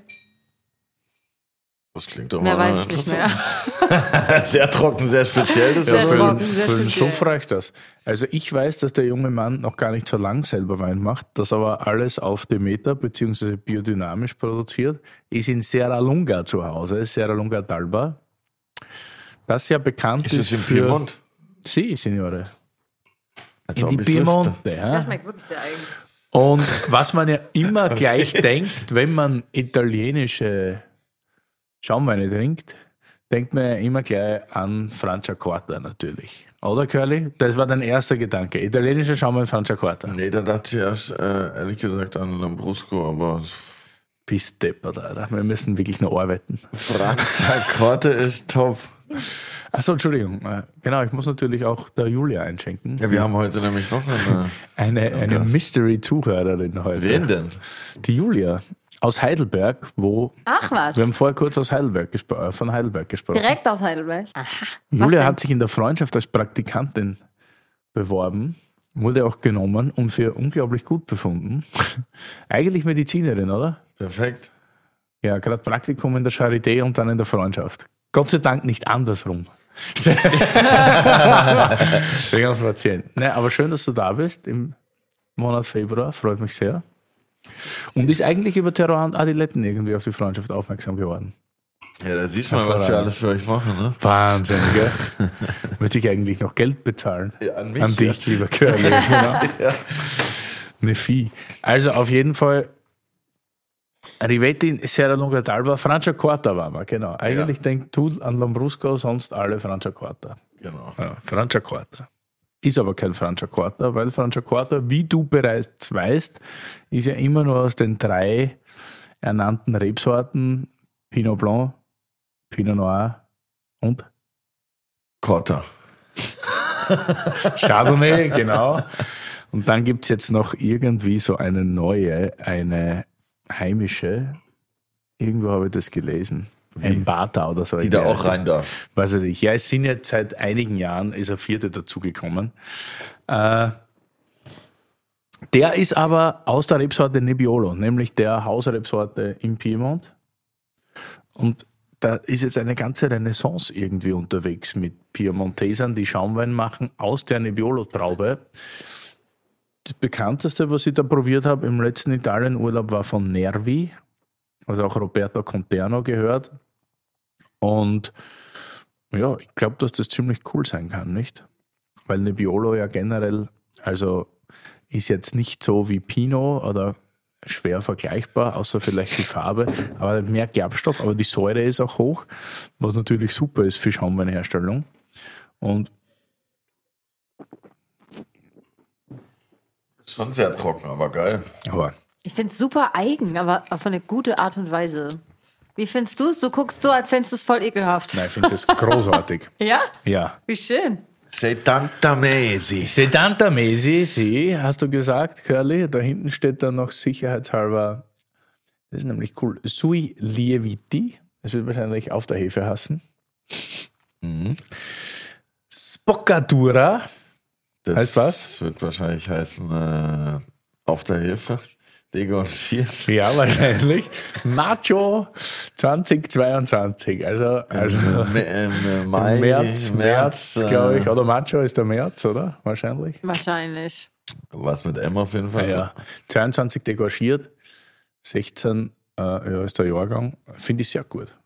Das klingt doch Mehr mal weiß ich nicht mehr. Sehr trocken, sehr speziell. Das Sehr ist für, ja trocken. einen- sehr für einen speziell. Schuff reicht das. Also ich weiß, dass der junge Mann noch gar nicht so lang selber Wein macht, das aber alles auf Demeter bzw. biodynamisch produziert, ist in Serra Lunga zu Hause, Serra Lunga d'Alba. Das ja bekannt Ist ist, das im für... Piemont? Si, Signore. Als In ob die ich's wüsste. Piemonte. Das Ja. schmeckt wirklich sehr eigen. Und was man ja immer gleich denkt, wenn man italienische Schaumweine trinkt, denkt man ja immer gleich an Franciacorta natürlich. Oder, Curly? Das war dein erster Gedanke. Italienischer Schaumwein Franciacorta. Nee, da dachte ich erst, äh, ehrlich gesagt, an Lambrusco, aber Bist deppert, Alter. Wir müssen wirklich noch arbeiten. Franciacorta ist top. Achso, Entschuldigung. Äh, Genau, ich muss natürlich auch der Julia einschenken. Ja, wir haben heute nämlich noch eine... Eine, eine Gast. Mystery-Zuhörerin heute. Wen denn? Die Julia aus Heidelberg, wo... Ach was. Wir haben vorher kurz aus Heidelberg gespro- äh, von Heidelberg gesprochen. Direkt aus Heidelberg. Aha. Was Julia denn? hat sich in der Freundschaft als Praktikantin beworben, wurde auch genommen und für unglaublich gut befunden. Eigentlich Medizinerin, oder? Perfekt. Ja, gerade Praktikum in der Charité und dann in der Freundschaft. Gott sei Dank nicht andersrum. Wir können uns mal erzählen. Nee, aber schön, dass du da bist im Monat Februar, freut mich sehr. Und ist eigentlich über Terror und Adiletten irgendwie auf die Freundschaft aufmerksam geworden. Ja, da siehst du mal, was wir alles für euch machen, ne? Wahnsinn, gell? Würde ich eigentlich noch Geld bezahlen? Ja, an mich, An dich, lieber Curly. Genau. Eine Vieh. Also auf jeden Fall Rivetti, Serra Lunga d'Alba, Franciacorta waren wir, genau. Eigentlich Ja. denkt du an Lambrusco, sonst alle Franciacorta. Genau. Ja, Franciacorta. Ist aber kein Franciacorta, weil Franciacorta, wie du bereits weißt, ist ja immer nur aus den drei ernannten Rebsorten Pinot Blanc, Pinot Noir und Corta. Chardonnay, genau. Und dann gibt es jetzt noch irgendwie so eine neue, eine heimische, irgendwo habe ich das gelesen, Mbata oder so. Die da auch rein darf. Weiß ich nicht. Ja, es sind jetzt seit einigen Jahren, ist eine vierte dazugekommen. Äh, der ist aber aus der Rebsorte Nebbiolo, nämlich der Hausrebsorte im Piemont. Und da ist jetzt eine ganze Renaissance irgendwie unterwegs mit Piemontesern, die Schaumwein machen aus der Nebbiolo-Traube. Das bekannteste, was ich da probiert habe im letzten Italienurlaub, war von Nervi, also auch Roberto Conterno gehört. Und ja, ich glaube, dass das ziemlich cool sein kann, nicht? Weil Nebbiolo ja generell, also ist jetzt nicht so wie Pinot oder schwer vergleichbar, außer vielleicht die Farbe, aber mehr Gerbstoff, aber die Säure ist auch hoch, was natürlich super ist für Schaumweinherstellung. Und Schon sehr trocken, aber geil. aber Ich finde es super eigen, aber auf eine gute Art und Weise. Wie findest du es? Du guckst so, als fändest du es voll ekelhaft. nein, ich finde das großartig. Ja? Ja. Wie schön. settanta mesi. settanta mesi, sì, hast du gesagt, Curly. Da hinten steht dann noch sicherheitshalber, das ist nämlich cool, Sui Lieviti. Das wird wahrscheinlich auf der Hefe hassen. Mhm. Spoccatura. Das Heißt was? wird wahrscheinlich heißen, äh, auf der Hilfe. Degorgiert. Ja, wahrscheinlich. Macho zweitausendzweiundzwanzig. Also, also Im, im Mai, März, März, äh, glaube ich. Oder Macho ist der März, oder? Wahrscheinlich. Wahrscheinlich. Was mit M auf jeden Fall. Ja, zweiundzwanzig degorgiert, sechzehn äh, ja, ist der Jahrgang. Finde ich sehr gut.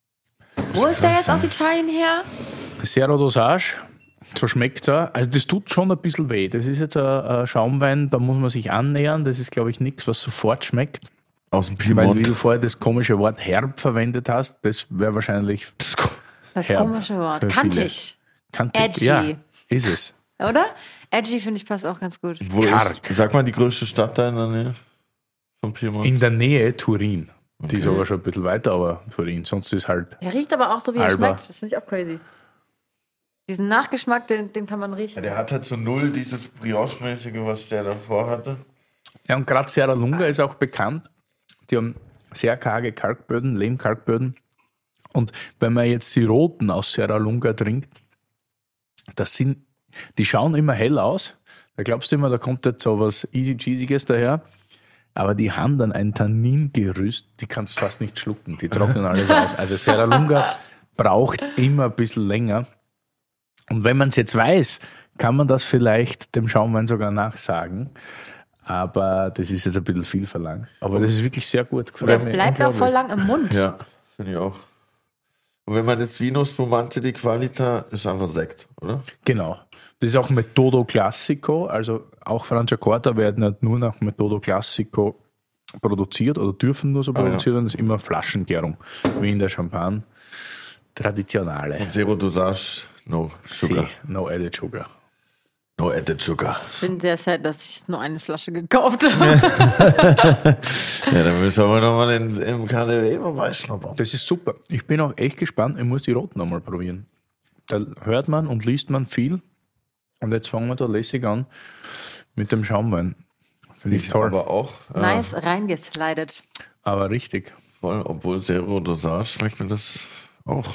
Wo ist der jetzt aus Italien her? Zero Dosage, so schmeckt er. Also das tut schon ein bisschen weh. Das ist jetzt ein, ein Schaumwein, da muss man sich annähern. Das ist, glaube ich, nichts, was sofort schmeckt. Aus dem Weil, wie Piemont. du vorher das komische Wort herb verwendet hast, das wäre wahrscheinlich Das herb komische Wort. für viele. Kantig. Kantig. Edgy. Ja, ist es. Oder? Edgy, finde ich, passt auch ganz gut. Wo Karg. ist, sag mal, die größte Stadt da in der Nähe vom Piemont? In der Nähe Turin. Die ist Okay. aber schon ein bisschen weiter, aber Turin. Sonst ist halt Der riecht aber auch so, wie er Alba. schmeckt. Das finde ich auch crazy. Diesen Nachgeschmack, den, den kann man Ja, riechen. der hat halt so null dieses Brioche-mäßige, was der davor hatte. Ja, und gerade Serra Lunga ist auch bekannt. Die haben sehr karge Kalkböden, Lehmkalkböden. Und wenn man jetzt die roten aus Serra Lunga trinkt, das sind, die schauen immer hell aus. Da glaubst du immer, da kommt jetzt so was easy-cheesiges daher. Aber die haben dann ein Tanningerüst, die kannst du fast nicht schlucken. Die trocknen alles aus. Also Serra Lunga braucht immer ein bisschen länger. Und wenn man es jetzt weiß, kann man das vielleicht dem Schaumwein sogar nachsagen. Aber das ist jetzt ein bisschen viel verlangt. Aber das ist wirklich sehr gut. Der Gefällt mir bleibt auch voll unglaublich. lang im Mund. Ja, finde ich auch. Und wenn man jetzt Vino Spumante di Qualità, ist einfach Sekt, oder? Genau. Das ist auch Metodo Classico. Also auch Franciacorta werden nicht nur nach Metodo Classico produziert oder dürfen nur so Ah, ja. produziert werden. Das ist immer Flaschengärung, wie in der Champagne. Traditionale. Und Zero Dosage, no sugar. See, no added sugar. No added sugar. Ich bin sehr sad, dass ich nur eine Flasche gekauft habe. Ja, dann müssen wir nochmal im K D W vorbeischnuppern. Das ist super. Ich bin auch echt gespannt. Ich muss die roten nochmal probieren. Da hört man und liest man viel. Und jetzt fangen wir da lässig an mit dem Schaumwein. Finde ich toll. Aber, Aber auch, äh, Nice reingeslidet. richtig. voll, obwohl Zero Dosage schmeckt mir das auch.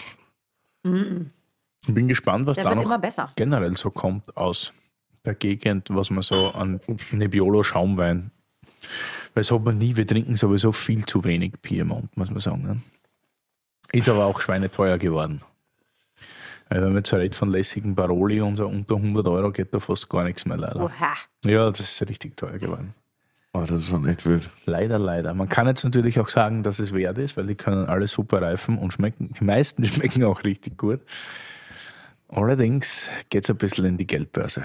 Ich bin gespannt, was Der da wird noch immer besser. generell so kommt aus der Gegend, was man so an Nebbiolo-Schaumwein. Weil das hat man nie, wir trinken sowieso viel zu wenig Piemont, muss man sagen. Ne? Ist aber auch schweineteuer geworden. Weil wenn man jetzt redet von lässigen Baroli und so unter hundert Euro geht da fast gar nichts mehr leider. Oha. Ja, das ist richtig teuer geworden. Oh, das ist schon echt wild. Leider, leider. Man kann jetzt natürlich auch sagen, dass es wert ist, weil die können alle super reifen und schmecken. Die meisten schmecken auch richtig gut. Allerdings geht es ein bisschen in die Geldbörse.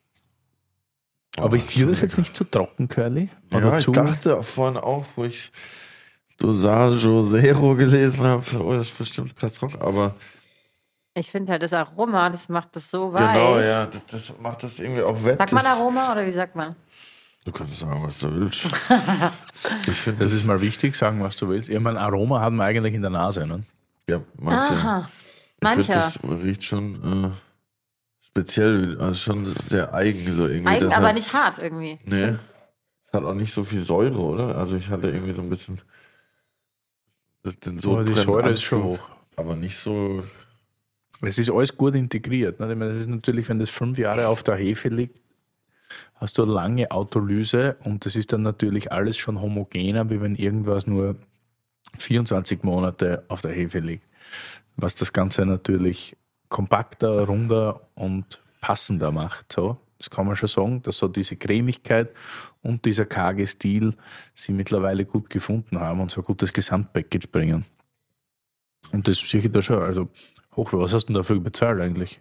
Aber Oh, ist dir das schon jetzt nicht zu trocken, Curly? Ja, Oder ich zu? dachte vorhin auch, wo ich Dosage Zero gelesen habe, oh, das ist bestimmt krass trocken, aber Ich finde halt das Aroma, das macht das so weich. genau, ja, das, das macht das irgendwie auch wett. Sagt man das, Aroma oder wie sagt man? Du kannst sagen, was du willst. Ich finde Das das, ist mal wichtig, sagen, was du willst. Ich meine, Aroma haben wir eigentlich in der Nase. Ne? ja, manche. Aha. Ich Manche. finde, das riecht schon äh, speziell, also schon sehr eigen so irgendwie. Eigen, das aber hat, nicht hart irgendwie. Nee. Es hat auch nicht so viel Säure, oder? Also ich hatte irgendwie so ein bisschen den Aber die Sodbrennen Säure ist schon Anflug, hoch. aber nicht so. Es ist alles gut integriert. Ne? Ich meine, das ist natürlich, wenn das fünf Jahre auf der Hefe liegt, hast du eine lange Autolyse und das ist dann natürlich alles schon homogener, wie wenn irgendwas nur vierundzwanzig Monate auf der Hefe liegt. Was das Ganze natürlich kompakter, runder und passender macht. So, das kann man schon sagen, dass so diese Cremigkeit und dieser karge Stil sie mittlerweile gut gefunden haben und so ein gutes Gesamtpackage bringen. Und das sehe ich da schon. Also, hoch, was hast du denn dafür bezahlt eigentlich?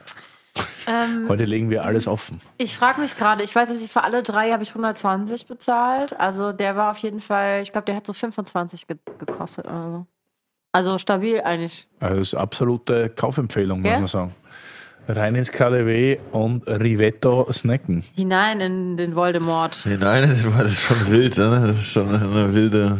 Ähm, Heute legen wir alles offen. ich frage mich gerade, ich weiß, dass ich für alle drei habe ich hundertzwanzig bezahlt. Also der war auf jeden Fall, ich glaube, der hat so fünfundzwanzig ge- gekostet oder so. Also stabil eigentlich. Also das ist absolute Kaufempfehlung, Gell? muss man sagen. Rein ins K D W und Rivetto snacken. Hinein in den Voldemort. Nee, nein, das war das ist schon wild, ne? Das ist schon eine wilde,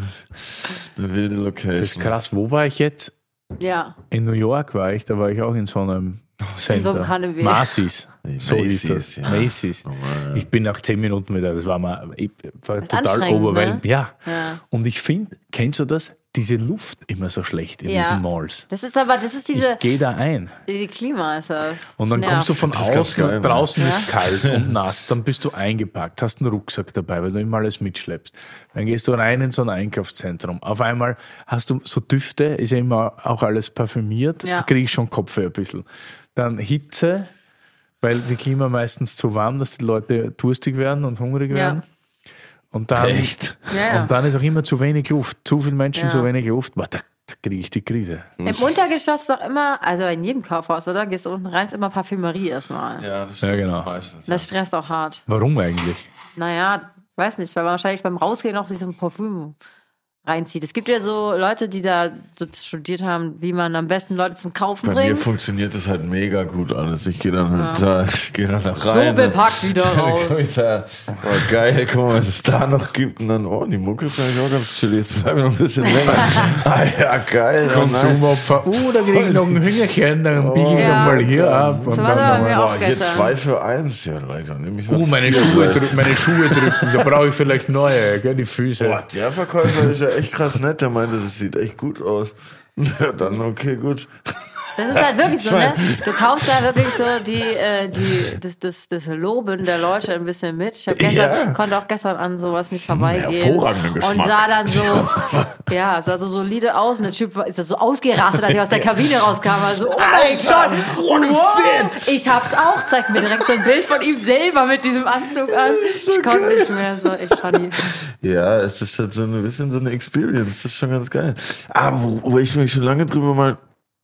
eine wilde Location. Das ist krass. Wo war ich jetzt? Ja. In New York war ich, da war ich auch in so einem Center. so einem K D W. Macy's. So Macy's, ist das. ja. Macy's. Normal, ja. Ich bin nach zehn Minuten wieder, das war mal ich war ist total anstrengend, overwhelmed. ne? Ja. Ja. Und ich finde, kennst du das? Diese Luft immer so schlecht in Ja. diesen Malls. Das ist aber, das ist diese, Ich gehe da ein. die Klima ist das. Und dann Das kommst du nervt. von Das ist ganz außen, geil, Mann. draußen Ja. ist kalt und nass, dann bist du eingepackt, hast einen Rucksack dabei, weil du immer alles mitschleppst. Dann gehst du rein in so ein Einkaufszentrum. Auf einmal hast du so Düfte, ist ja immer auch alles parfümiert, Ja. da kriege ich schon Kopfweh ein bisschen. Dann Hitze, weil die Klima meistens zu warm, dass die Leute durstig werden und hungrig Ja. werden. Und dann, Echt? Ja, ja. und dann ist auch immer zu wenig Luft. Zu viele Menschen, Ja. zu wenig Luft. Boah, da kriege ich die Krise. Im Untergeschoss ist doch immer, also in jedem Kaufhaus, oder? Gehst du unten rein, ist immer Parfümerie erstmal. Ja, das Ja, stimmt genau. meistens. Das stresst auch hart. Warum eigentlich? Naja, weiß nicht, weil man wahrscheinlich beim Rausgehen auch sich so ein Parfüm reinzieht. Es gibt ja so Leute, die da so studiert haben, wie man am besten Leute zum Kaufen Bei mir bringt. funktioniert das halt mega gut alles. Ich gehe dann halt da, ich gehe dann da rein. So bepackt wieder Dann raus. komm ich da, oh geil, guck mal, was es da noch gibt. Und dann, oh, die Mucke ist eigentlich auch ganz chillig. Jetzt bleiben wir noch ein bisschen länger. Ah ja, geil. oh nein. Konsumopfer. Uh, da kriege ich noch ein Hüngerchen, dann biege ich Ja. noch mal hier ab. Und So dann war das bei noch mir mal- auch Boah, hier gestern. zwei für eins. Ja, Leute, dann nehme ich Uh, noch meine vier, Schuhe, Leute. drücken, meine Schuhe drücken. Da brauche ich vielleicht neue, gell, die Füße. Boah, der Verkäufer ist ja echt krass nett. Der meinte, das sieht echt gut aus. Ja, dann okay, gut. Das ist halt wirklich so, ne? Du kaufst da wirklich so die, äh, die, das, das, das Loben der Leute ein bisschen mit. Ich hab gestern, Ja. konnte auch gestern an sowas nicht vorbeigehen. Hervorragender Geschmack. Und sah dann so, ja, sah so solide aus. Und der Typ war- ist da so ausgerastet, als ich aus der Kabine rauskam. Also, oh mein Alter, Gott, ohne wow. Fit. Ich hab's auch. Zeigt mir direkt so ein Bild von ihm selber mit diesem Anzug an. Ich konnte nicht mehr. Es war echt funny. Ja, es ist halt so ein bisschen so eine Experience. Das ist schon ganz geil. Aber wo, wo ich mich schon lange drüber mal,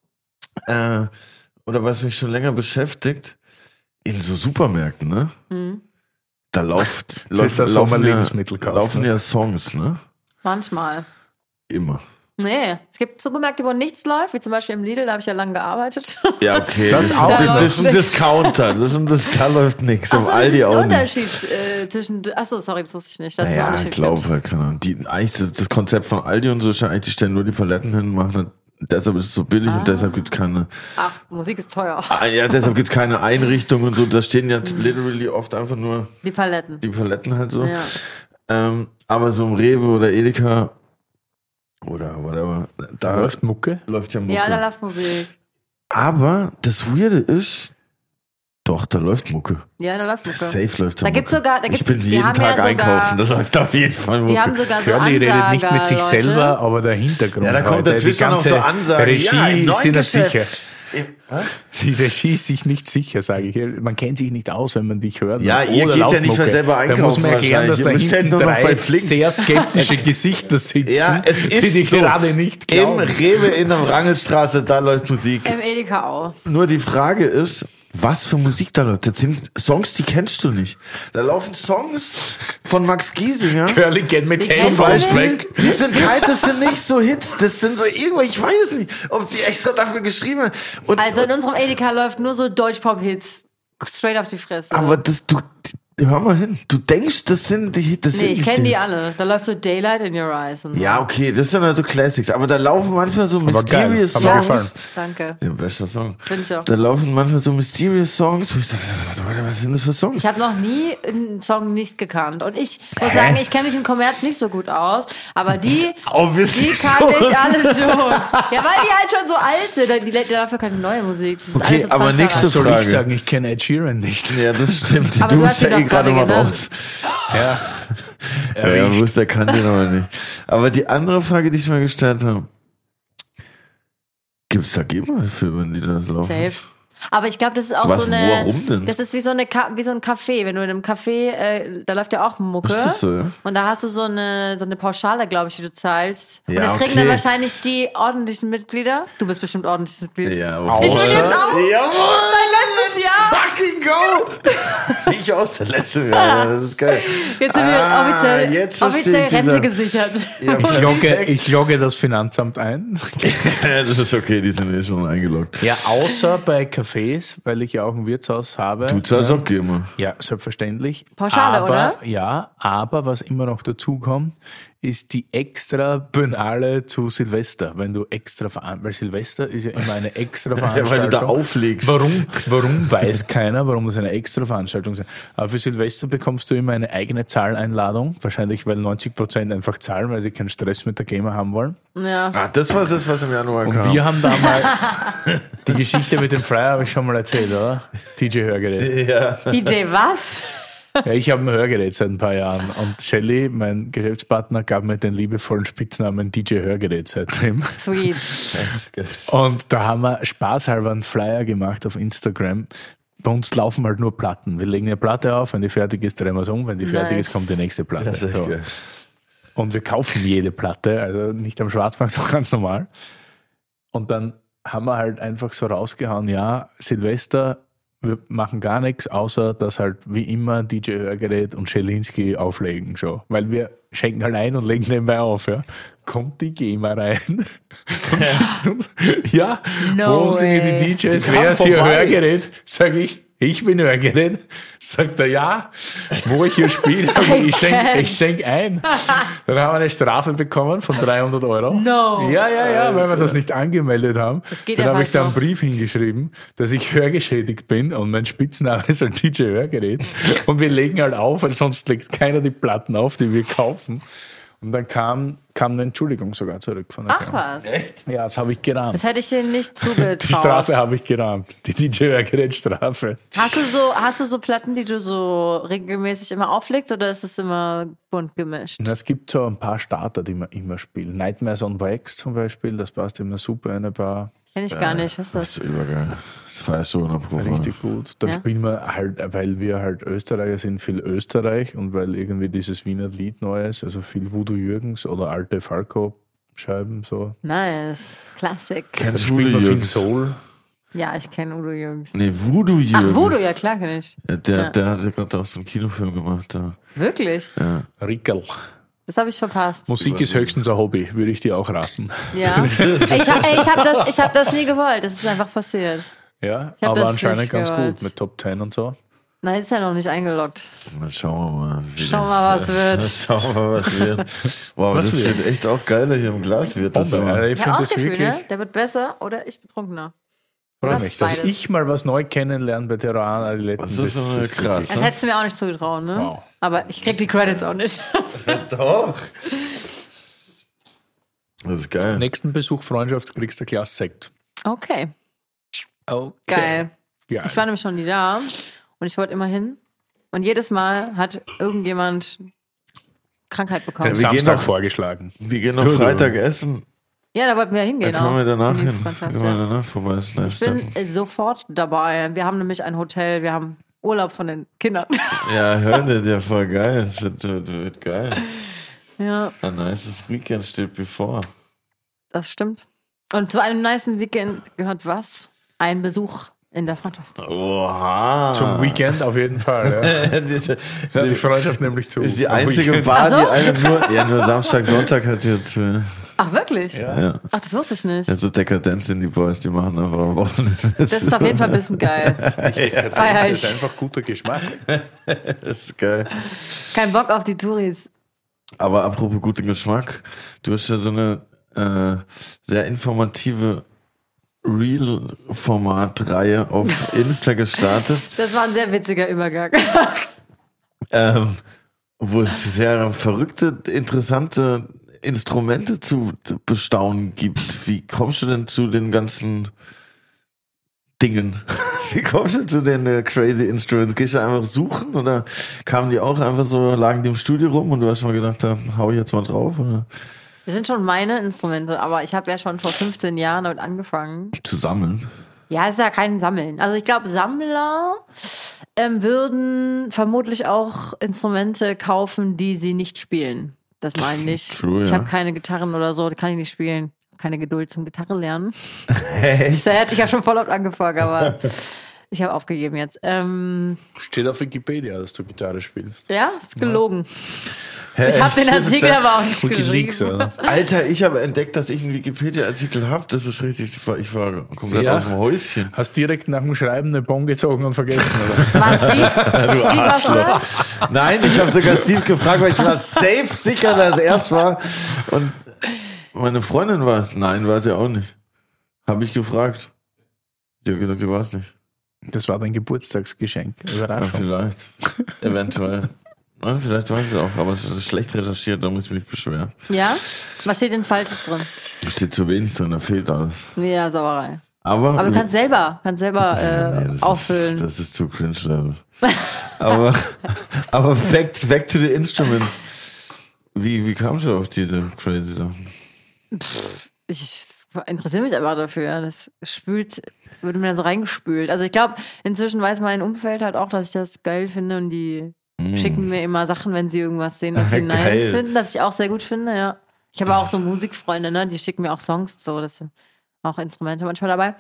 äh, oder was mich schon länger beschäftigt, in so Supermärkten, ne? Mhm. Da läuft, Das ist das, wo man laufen, ja, Lebensmittel kauft, laufen ne? ja Songs, ne? Manchmal. Immer. Nee, es gibt Supermärkte, wo nichts läuft, wie zum Beispiel im Lidl, da habe ich ja lange gearbeitet. Ja, okay. Das ist- auch das, noch. das ist ein Discounter. Das ist ein, das, da läuft nichts. Achso, Am das Aldi ist auch ein nicht. Unterschied äh, zwischen. Achso, sorry, das wusste ich nicht. Das ist auch Naja, nicht ich glaube geklemmt. halt, keine Ahnung. Die, eigentlich das, das Konzept von Aldi und so ist ja eigentlich, die stellen nur die Paletten hin und machen das. Deshalb ist es so billig Ah. und deshalb gibt es keine. Ach, Musik ist teuer. Ah, ja, deshalb gibt es keine Einrichtung und so. Da stehen ja literally oft einfach nur Die Paletten. die Paletten halt so. Ja. Ähm, aber so im Rewe oder Edeka oder whatever, da Da läuft Mucke. läuft ja Mucke. ja, da läuft Musik. Aber das Weirde ist, doch, da läuft Mucke. Ja, da läuft Mucke. Safe läuft da, Da gibt's Mucke. sogar- da ich gibt's- bin die jeden haben Tag ja sogar- einkaufen, da läuft auf jeden Fall Mucke. Die haben sogar so Curly redet nicht mit sich Ansager, selber, Leute. aber der Hintergrund. Ja, da kommt heute, dazwischen die noch ganze so Ansagen. Regie Ja, im neuen sind das Geschäft. sicher. Im- Die Regie ist sich nicht sicher, sage ich. Man kennt sich nicht aus, wenn man dich hört. Ja, ihr Oder geht ja nicht Laufmucke. mehr selber Da einkaufen muss man erklären, dass da wahrscheinlich. Ihr bestellt hinten nur noch drei bei Flink. sehr skeptische Gesichter sitzen, Ja, es ist die dich so. gerade nicht Im glauben. Rewe in der Rangelstraße, da läuft Musik. Im Edeka auch. Nur die Frage ist, was für Musik da läuft. Das sind Songs, die kennst du nicht. Da laufen Songs von Max Giesinger. Curly geht mit Die Hands kennst du alles nicht? weg. Die sind kein, das sind nicht so Hits. Das sind so irgendwo, ich weiß es nicht, ob die extra dafür geschrieben haben. Und, Also in unserem Edeka läuft nur so Deutschpop-Hits. Straight auf die Fresse. aber das, du, Hör mal hin. Du denkst, das sind die. Das Nee, sind ich nicht kenne die Hits. alle. Da läuft so Daylight in Your Eyes. Und so. Ja, okay, das sind also Classics. Aber da laufen manchmal so Aber geil, mysterious hat mir gefallen. Songs. Danke. Ja, bester Song. Finde ich auch. Da laufen manchmal so mysterious Songs. Wo ich sage, warte, warte, was sind das für Songs? Ich habe noch nie einen Song nicht gekannt. Und ich muss sagen, ich kenne mich im Kommerz nicht so gut aus. Aber die, Obviously die kannte schon. ich alle schon. Ja, weil die halt schon so alt sind. Die lädt dafür keine neue Musik. Das ist Okay, alles so aber zwanzig nächste Jahre Soll Frage. ich sagen, ich kenne Ed Sheeran nicht. Ja, das stimmt. Aber du du bist hast ja ihn eh doch gerade gerade mal genannt. raus. Ja. Ja, ja, wusste, er kann den aber nicht. Aber die andere Frage, die ich mal gestellt habe, gibt es da GEMA-Filme, die das laufen? Safe. Aber ich glaube, das ist auch Was, so eine. warum denn? Das ist wie so, eine, Ka- wie so ein Café. Wenn du in einem Café, äh, da läuft ja auch Mucke. Ist das so, ja? Und da hast du so eine, so eine Pauschale, glaube ich, die du zahlst. Und Ja, das kriegen okay. dann wahrscheinlich die ordentlichen Mitglieder. Du bist bestimmt ordentliches Mitglied. Ja, Außer- ich bin jetzt auch. Jawohl! Letztes Jahr. Fucking go! Ich aus der letzten Jahr, ja, das ist geil. Jetzt sind Ah, wir offiziell, jetzt verstehe offiziell ich Rente dieser- gesichert. Ja, Ich logge, ich logge das Finanzamt ein. das ist okay, die sind eh schon eingeloggt. Ja, außer bei Cafés, weil ich ja auch ein Wirtshaus habe. Du zahlst auch GEMA. Ja, selbstverständlich. Pauschale, aber, oder? Ja, aber was immer noch dazu kommt, ist die extra Bönale zu Silvester. Wenn du extra veran- weil Silvester ist ja immer eine extra Veranstaltung. Ja, weil du da auflegst. Warum, warum weiß keiner, warum das eine extra Veranstaltung ist. Aber für Silvester bekommst du immer eine eigene Zahleinladung. Wahrscheinlich, weil neunzig Prozent einfach zahlen, weil sie keinen Stress mit der GEMA haben wollen. Ja. Ah, das war das, was im Januar Und kam. wir haben da mal die Geschichte mit dem Flyer habe ich schon mal erzählt, oder? D J Hörgerät. ja. Idee, was? Ja, ich habe ein Hörgerät seit ein paar Jahren und Shelly, mein Geschäftspartner, gab mir den liebevollen Spitznamen D J Hörgerät seitdem. Sweet. Und da haben wir spaßhalber einen Flyer gemacht auf Instagram. Bei uns laufen halt nur Platten. Wir legen eine Platte auf, wenn die fertig ist, drehen wir es um, wenn die fertig Nice. ist, kommt die nächste Platte. Das ist echt So. geil. Und wir kaufen jede Platte, also nicht am Schwarzmarkt, sondern ganz normal. Und dann haben wir halt einfach so rausgehauen, ja, Silvester, wir machen gar nichts, außer dass halt wie immer D J Hörgerät und Schelinski auflegen, so. Weil wir schenken halt ein und legen nebenbei auf, ja. Kommt die GEMA rein und schickt uns, ja, No wo sind way. die D Js, Die wer kamen ist hier vorbei. Hörgerät? Sag ich, ich bin Hörgerät. Sagt er, ja, wo ich hier spiele, ich schenke ich schenk ein. Dann haben wir eine Strafe bekommen von dreihundert Euro. No. Ja, ja, ja, weil wir das nicht angemeldet haben. Das geht Dann ja habe ich da einen falsch Brief hingeschrieben, dass ich hörgeschädigt bin und mein Spitzname ist halt D J Hörgerät. Und wir legen halt auf, weil sonst legt keiner die Platten auf, die wir kaufen. Und dann kam, kam eine Entschuldigung sogar zurück von der Ach GEMA. was. Ja, das habe ich gerahmt. Das hätte ich dir nicht zugetraut. Die Strafe habe ich gerahmt. Die D J Hörgerät-Strafe. Hast du so, hast du so Platten, die du so regelmäßig immer auflegst oder ist es immer bunt gemischt? Es gibt so ein paar Starter, die man immer spielt. Nightmares on Wax zum Beispiel, das passt immer super in ein paar. Kenn ich gar nicht. Was ist Das das? ist übergeil. Das war so in der Probe. Richtig gut. Dann Ja. spielen wir halt, weil wir halt Österreicher sind, viel Österreich und weil irgendwie dieses Wiener Lied neu ist, also viel Voodoo Jürgens oder alte Falco-Scheiben so. Nice. Classic. Dann Kennst spielen wir Udo viel Jürgens? Soul. Ja, ich kenne Udo Jürgens. Nee, Voodoo Jürgens. Ach, Voodoo, ja klar kenn ich. Ja, Der, Ja. der hat ja gerade auch so einen Kinofilm gemacht. Da. Wirklich? Rickel. Das habe ich verpasst. Musik ist höchstens ein Hobby, würde ich dir auch raten. Ja. Ich habe ich hab das, ich hab das nie gewollt. Das ist einfach passiert. Ja, Ich hab aber das anscheinend nicht ganz gewollt. gut mit Top Ten und so. Nein, ist ja noch nicht eingeloggt. Dann schauen wir mal. wie Schauen wir der- mal, was wird. Schauen wir mal, was wird. Wow, Was das wird? wird echt auch geiler hier im Glas. Wird das Bombe. immer. Also ich Ja, finde auch das Gefühl, wirklich. ne? Der wird besser oder ich betrunkener. Freue Das mich, dass beides. ich mal was neu kennenlerne bei Terran Adiletten. Das ist aber krass. Das hättest du mir auch nicht zugetraut, ne? Wow. Aber ich krieg die Credits auch nicht. Doch. Das ist geil. Nächsten Besuch Freundschaft kriegst du Glas Sekt. Okay, Okay. geil. Geil. Ich war nämlich schon nie da und ich wollte immer hin. Und jedes Mal hat irgendjemand Krankheit bekommen. Den wir gehen Samstag doch- vorgeschlagen. Wir gehen noch Du, du. Freitag essen. Ja, da wollten wir hingehen. Dann kommen wir auch. danach In die hin. Freundschaft, Gehen wir ja. danach vorbei. Das ist Ich bin äh, sofort dabei. Wir haben nämlich ein Hotel, wir haben Urlaub von den Kindern. Ja, hör dir, der voll geil. Das wird, wird, wird geil. Ja, Ein nices Weekend steht bevor. das stimmt. Und zu einem nicen Weekend gehört was? Ein Besuch in der Freundschaft. Oha. Zum Weekend auf jeden Fall. Ja. Diese- Ja, die Freundschaft nämlich zu. ist die am einzige Weekend. Bar, Ach so. die eine nur, ja, nur Samstag, Sonntag hat die zu. Ach, wirklich? Ja. Ja. Ach, das wusste ich nicht. Ja, so dekadent sind die Boys, die machen einfach am Wochenende. Das ist auf jeden Fall ein bisschen geil. Feier Das ist ich. einfach guter Geschmack. Das ist geil. Kein Bock auf die Touris. Aber apropos guter Geschmack, du hast ja so eine äh, sehr informative Real-Format-Reihe auf Insta gestartet, Das war ein sehr witziger Übergang. ähm, wo es sehr verrückte, interessante Instrumente zu bestaunen gibt. Wie kommst du denn zu den ganzen Dingen? Wie kommst du zu den äh, crazy Instruments? Gehst du einfach suchen oder kamen die auch einfach so, lagen die im Studio rum und du hast mal gedacht, da hau ich jetzt mal drauf? Oder? Das sind schon meine Instrumente, aber ich habe ja schon vor fünfzehn Jahren damit angefangen. Zu sammeln? Ja, ist ja kein Sammeln. Also ich glaube, Sammler ähm, würden vermutlich auch Instrumente kaufen, die sie nicht spielen. Das meine ich. True, ich ja. habe keine Gitarren oder so, die kann ich nicht spielen. Keine Geduld zum Gitarre lernen. Echt? Da hätte ich ja schon voll oft angefangen, aber ich habe aufgegeben jetzt. Ähm, Steht auf Wikipedia, dass du Gitarre spielst. ja, ist gelogen. Hä, Ich habe den echt? Artikel aber auch nicht Wikileaks, geschrieben. oder? Alter, ich habe entdeckt, dass ich einen Wikipedia-Artikel habe. Das ist richtig. Ich war, ich war komplett Ja. aus dem Häuschen. Hast direkt nach dem Schreiben eine Bon gezogen und vergessen, oder? Was, Steve? Steve, was war? Nein, ich habe sogar Steve gefragt, weil ich war safe sicher, dass er erst war. Und meine Freundin war es. Nein, war sie auch nicht. Habe ich gefragt. Die hat gesagt, sie war es nicht. Das war dein Geburtstagsgeschenk. Ja, Überraschung. vielleicht. Eventuell. Ja, vielleicht weiß ich es auch, aber es ist schlecht recherchiert, da muss ich mich beschweren. Ja? Was steht denn Falsches drin? Da steht zu wenig drin, da fehlt alles. Ja, Sauerei. Aber, Aber du kannst selber, kannst selber äh, Nee, das auffüllen. Ist, das ist zu cringe-level. aber aber back, back to the instruments. Wie, wie kamst du auf diese crazy Sachen? Ich interessiere mich einfach dafür. Das spült, würde mir so reingespült. Also ich glaube, inzwischen weiß mein Umfeld halt auch, dass ich das geil finde und die Mm. schicken mir immer Sachen, wenn sie irgendwas sehen, was sie nice Geil. finden, das ich auch sehr gut finde, ja. Ich habe auch so Musikfreunde, ne, die schicken mir auch Songs so, das sind auch Instrumente manchmal dabei.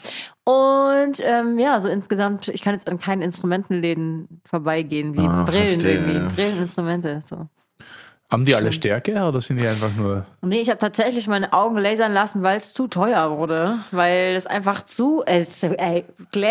Und ähm, ja, so insgesamt, ich kann jetzt an keinen Instrumentenläden vorbeigehen, wie Ah, Brillen verstehe, irgendwie, ja. Brilleninstrumente, so. Haben die alle Stärke oder sind die einfach nur. Nee, ich habe tatsächlich meine Augen lasern lassen, weil es zu teuer wurde. Weil es einfach zu. Es, ey,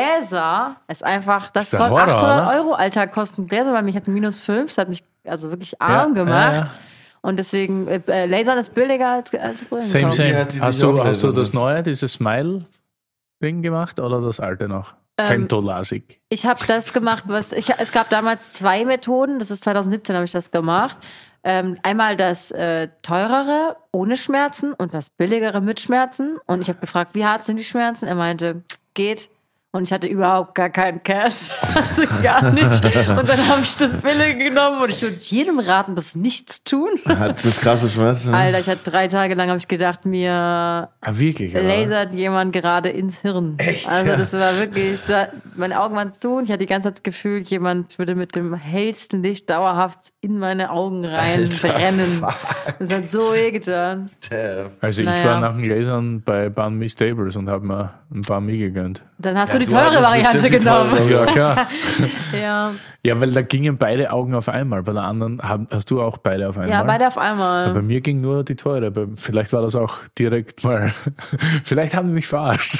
Gläser ist einfach. Das Ist der kostet Horror, achthundert oder? Euro, Alter, kosten Gläser, weil mich hat ein minus fünf. Das hat mich also wirklich arm Ja, gemacht. ja, ja. Und deswegen, äh, Lasern ist billiger als, als Brillen. Same, kaufen. Wie same. hat die Hast sich du, auch hast du lasern das lassen? neue, dieses Smile-Ding gemacht oder das alte noch? Ähm, Femtolasik. Ich habe das gemacht, was ich. Es gab damals zwei Methoden. Das ist zwanzig siebzehn habe ich das gemacht. Ähm, einmal das äh, teurere ohne Schmerzen und das billigere mit Schmerzen. Und ich habe gefragt, wie hart sind die Schmerzen? Er meinte, geht. Und ich hatte überhaupt gar keinen Cash. Also gar nicht. Und dann habe ich das Billige genommen und ich würde jedem raten, das nicht zu tun. Hat das krasse Schmerzen? Alter, ich hatte drei Tage lang, habe ich gedacht, mir Ah, wirklich? Oder? lasert jemand gerade ins Hirn. Echt? Also das war wirklich, meine Augen waren zu und ich hatte die ganze Zeit das Gefühl, jemand würde mit dem hellsten Licht dauerhaft in meine Augen reinbrennen. Das hat so weh getan. Damn. Also ich Naja. war nach dem Lasern bei Banh Mi Stables und habe mir ein paar Mi gegönnt. Dann hast du die du teure hattest Variante bestimmt die genommen. teure. Ja, klar. Ja. Ja, weil da gingen beide Augen auf einmal. Bei der anderen haben, hast du auch beide auf einmal. ja, beide auf Ja, bei einmal. mir ging nur die teure. Bei- Vielleicht war das auch direkt mal. Vielleicht haben die mich verarscht.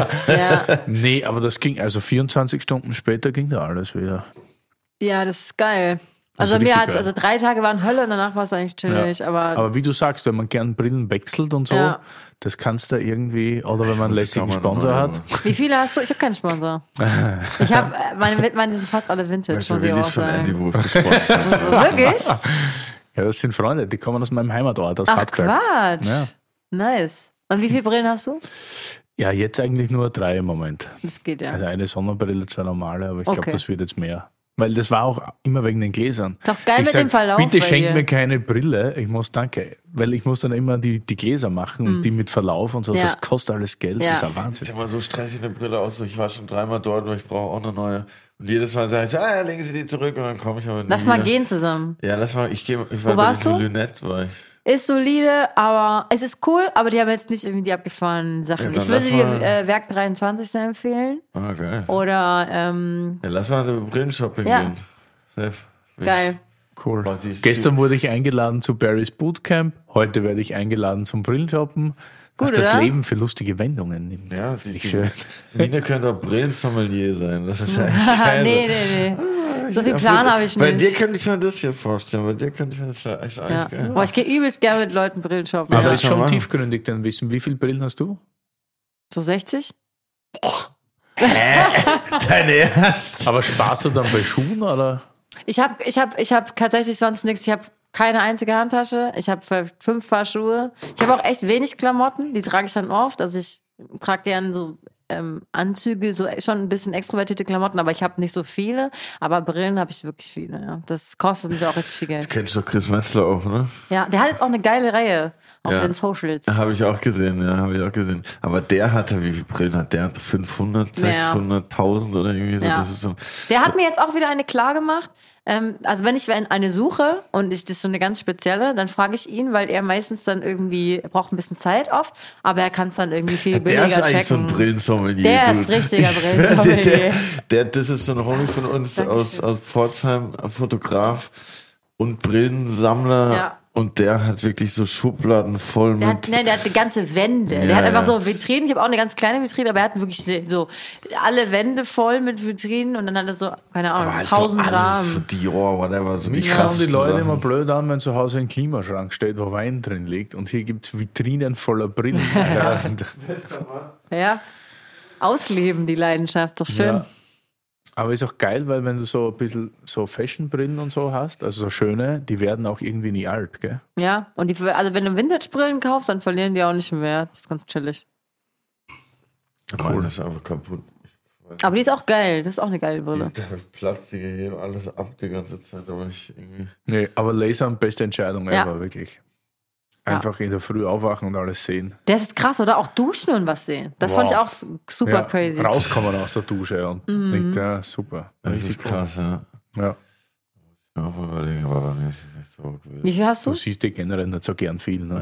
Ja. Nee, aber das ging. Also vierundzwanzig Stunden später ging da alles wieder. ja, das ist geil. Das ist Also mir richtig hat's, geil. also drei Tage waren Hölle und danach war es eigentlich chillig. Aber, Aber wie du sagst, wenn man gern Brillen wechselt und so, Ja. das kannst du irgendwie, oder wenn man einen muss lästigen jetzt auch mal Sponsor eine hat. neue wie viele hast du? Ich habe keinen Sponsor. Ich habe meine, meine sind fast alle Vintage, Weißt du, muss ich Willi auch ist von Andy sagen. Wolf gesponsert. Also, wirklich? Ja, das sind Freunde, die kommen aus meinem Heimatort, aus Ach Hartberg. Quatsch. Ja. Nice. Und wie viele Brillen hast du? Ja, jetzt eigentlich nur drei im Moment. Das geht ja. Also eine Sonnenbrille, zwei normale, aber ich glaube, Okay. das wird jetzt mehr. Weil das war auch immer wegen den Gläsern. Ist doch geil ich mit sag, dem Verlauf bitte bei schenk dir. mir keine Brille, ich muss, danke. Weil ich muss dann immer die, die Gläser machen und die mit Verlauf und so, Mm. Ja. das kostet alles Geld, Ja. das ist ja Das Wahnsinn. ist immer so stressig, eine Brille aus. Ich war schon dreimal dort und ich brauche auch eine neue. Und jedes Mal sage ich, ah, ja, legen Sie die zurück und dann komme ich aber nie Lass mal wieder. gehen zusammen. Ja, lass mal, ich gehe, ich war Wo bei warst diesem du? Lünette, war ich. Ist solide, aber es ist cool, aber die haben jetzt nicht irgendwie die abgefahrenen Sachen. Ja, dann ich würde lass dir mal- äh, Werk dreiundzwanzig sehr empfehlen. Ah, geil. Oder, ähm, Ja, lass mal eine Brillenshopping Ja. gehen. Safe. geil. Cool. Was ist Gestern wurde ich eingeladen zu Barry's Bootcamp. Heute werde ich eingeladen zum Brillenshoppen. Was Gut, das oder? Leben für lustige Wendungen nimmt. Ja, die, Nicht die, schön. Mine könnte auch Brillensommelier sein. Das ist ja geil. nee, nee, nee. So viel Plan habe ich Bei nicht. dir könnte ich mir das hier vorstellen. Bei dir könnte ich mir das ja echt eigentlich ja. geil. Boah, ich gehe übelst gerne mit Leuten Brillen shoppen. Aber Ja. ist schon machen. tiefgründig dein Wissen. Wie viele Brillen hast du? So sechzig? Dein Ernst? Aber sparst du dann bei Schuhen oder? Ich habe ich hab, ich hab tatsächlich sonst nichts. Ich habe keine einzige Handtasche. Ich habe fünf Paar Schuhe. Ich habe auch echt wenig Klamotten. Die trage ich dann oft. Also ich trage gerne so ähm, Anzüge, so schon ein bisschen extrovertierte Klamotten, aber ich habe nicht so viele. Aber Brillen habe ich wirklich viele. Ja. Das kostet mich auch richtig viel Geld. Kennst du doch Chris Metzler auch, ne? Ja, der hat jetzt auch eine geile Reihe auf Ja. den Socials. Habe ich auch gesehen, ja, habe ich auch gesehen. Aber der hatte, wie viele Brillen hat der? fünfhundert, Ja. sechshundert, tausend oder irgendwie so. Ja. Das ist so. Der hat mir jetzt auch wieder eine klar gemacht. Ähm, also wenn ich eine suche und ich, das ist so eine ganz spezielle, dann frage ich ihn, weil er meistens dann irgendwie, er braucht ein bisschen Zeit oft, aber er kann es dann irgendwie viel Der billiger ist eigentlich so ein checken. Brillensommelier. Der du. ist richtiger Ich schwör dir, Brillensommelier. Der, der, das ist so ein Homie von uns Dankeschön. aus, aus Pforzheim, ein Fotograf und Brillensammler. Ja. Und der hat wirklich so Schubladen voll Der mit. hat, nein, der hat eine ganze Wände. Ja, der hat einfach ja. so Vitrinen. Ich habe auch eine ganz kleine Vitrine, aber er hat wirklich so alle Wände voll mit Vitrinen und dann hat er so, keine Ahnung, aber halt tausend so alles für Rahmen. Dior, whatever. So die Mich schauen die krassesten Leute Sachen. immer blöd an, wenn zu Hause ein Klimaschrank steht, wo Wein drin liegt. Und hier gibt es Vitrinen voller Brillen. Ja. Ja. Ausleben, die Leidenschaft. Doch schön. Ja. Aber ist auch geil, weil wenn du so ein bisschen so Fashion-Brillen und so hast, also so schöne, die werden auch irgendwie nie alt, gell? Ja, und die, also wenn du Vintage-Brillen kaufst, dann verlieren die auch nicht mehr. Das ist ganz chillig. Meine ist einfach kaputt. Aber die ist auch geil. Das ist auch eine geile Brille. Der platzt die hier alles ab die ganze Zeit, aber ich irgendwie. Nee, aber Laser beste Entscheidung Ja. ever, wirklich. Einfach in der Früh aufwachen und alles sehen. Das ist krass, oder? Auch duschen und was sehen. Das fand ich Wow. auch super Ja, crazy. Rauskommen aus der Dusche und Mhm. nicht, ja, super. Das Richtig ist krass, ja. cool. Ja. Ich auch mal überlegen, aber bei mir ist es nicht so Wie gewesen. viel hast Du du? siehst dir generell nicht so gern viel. Ne?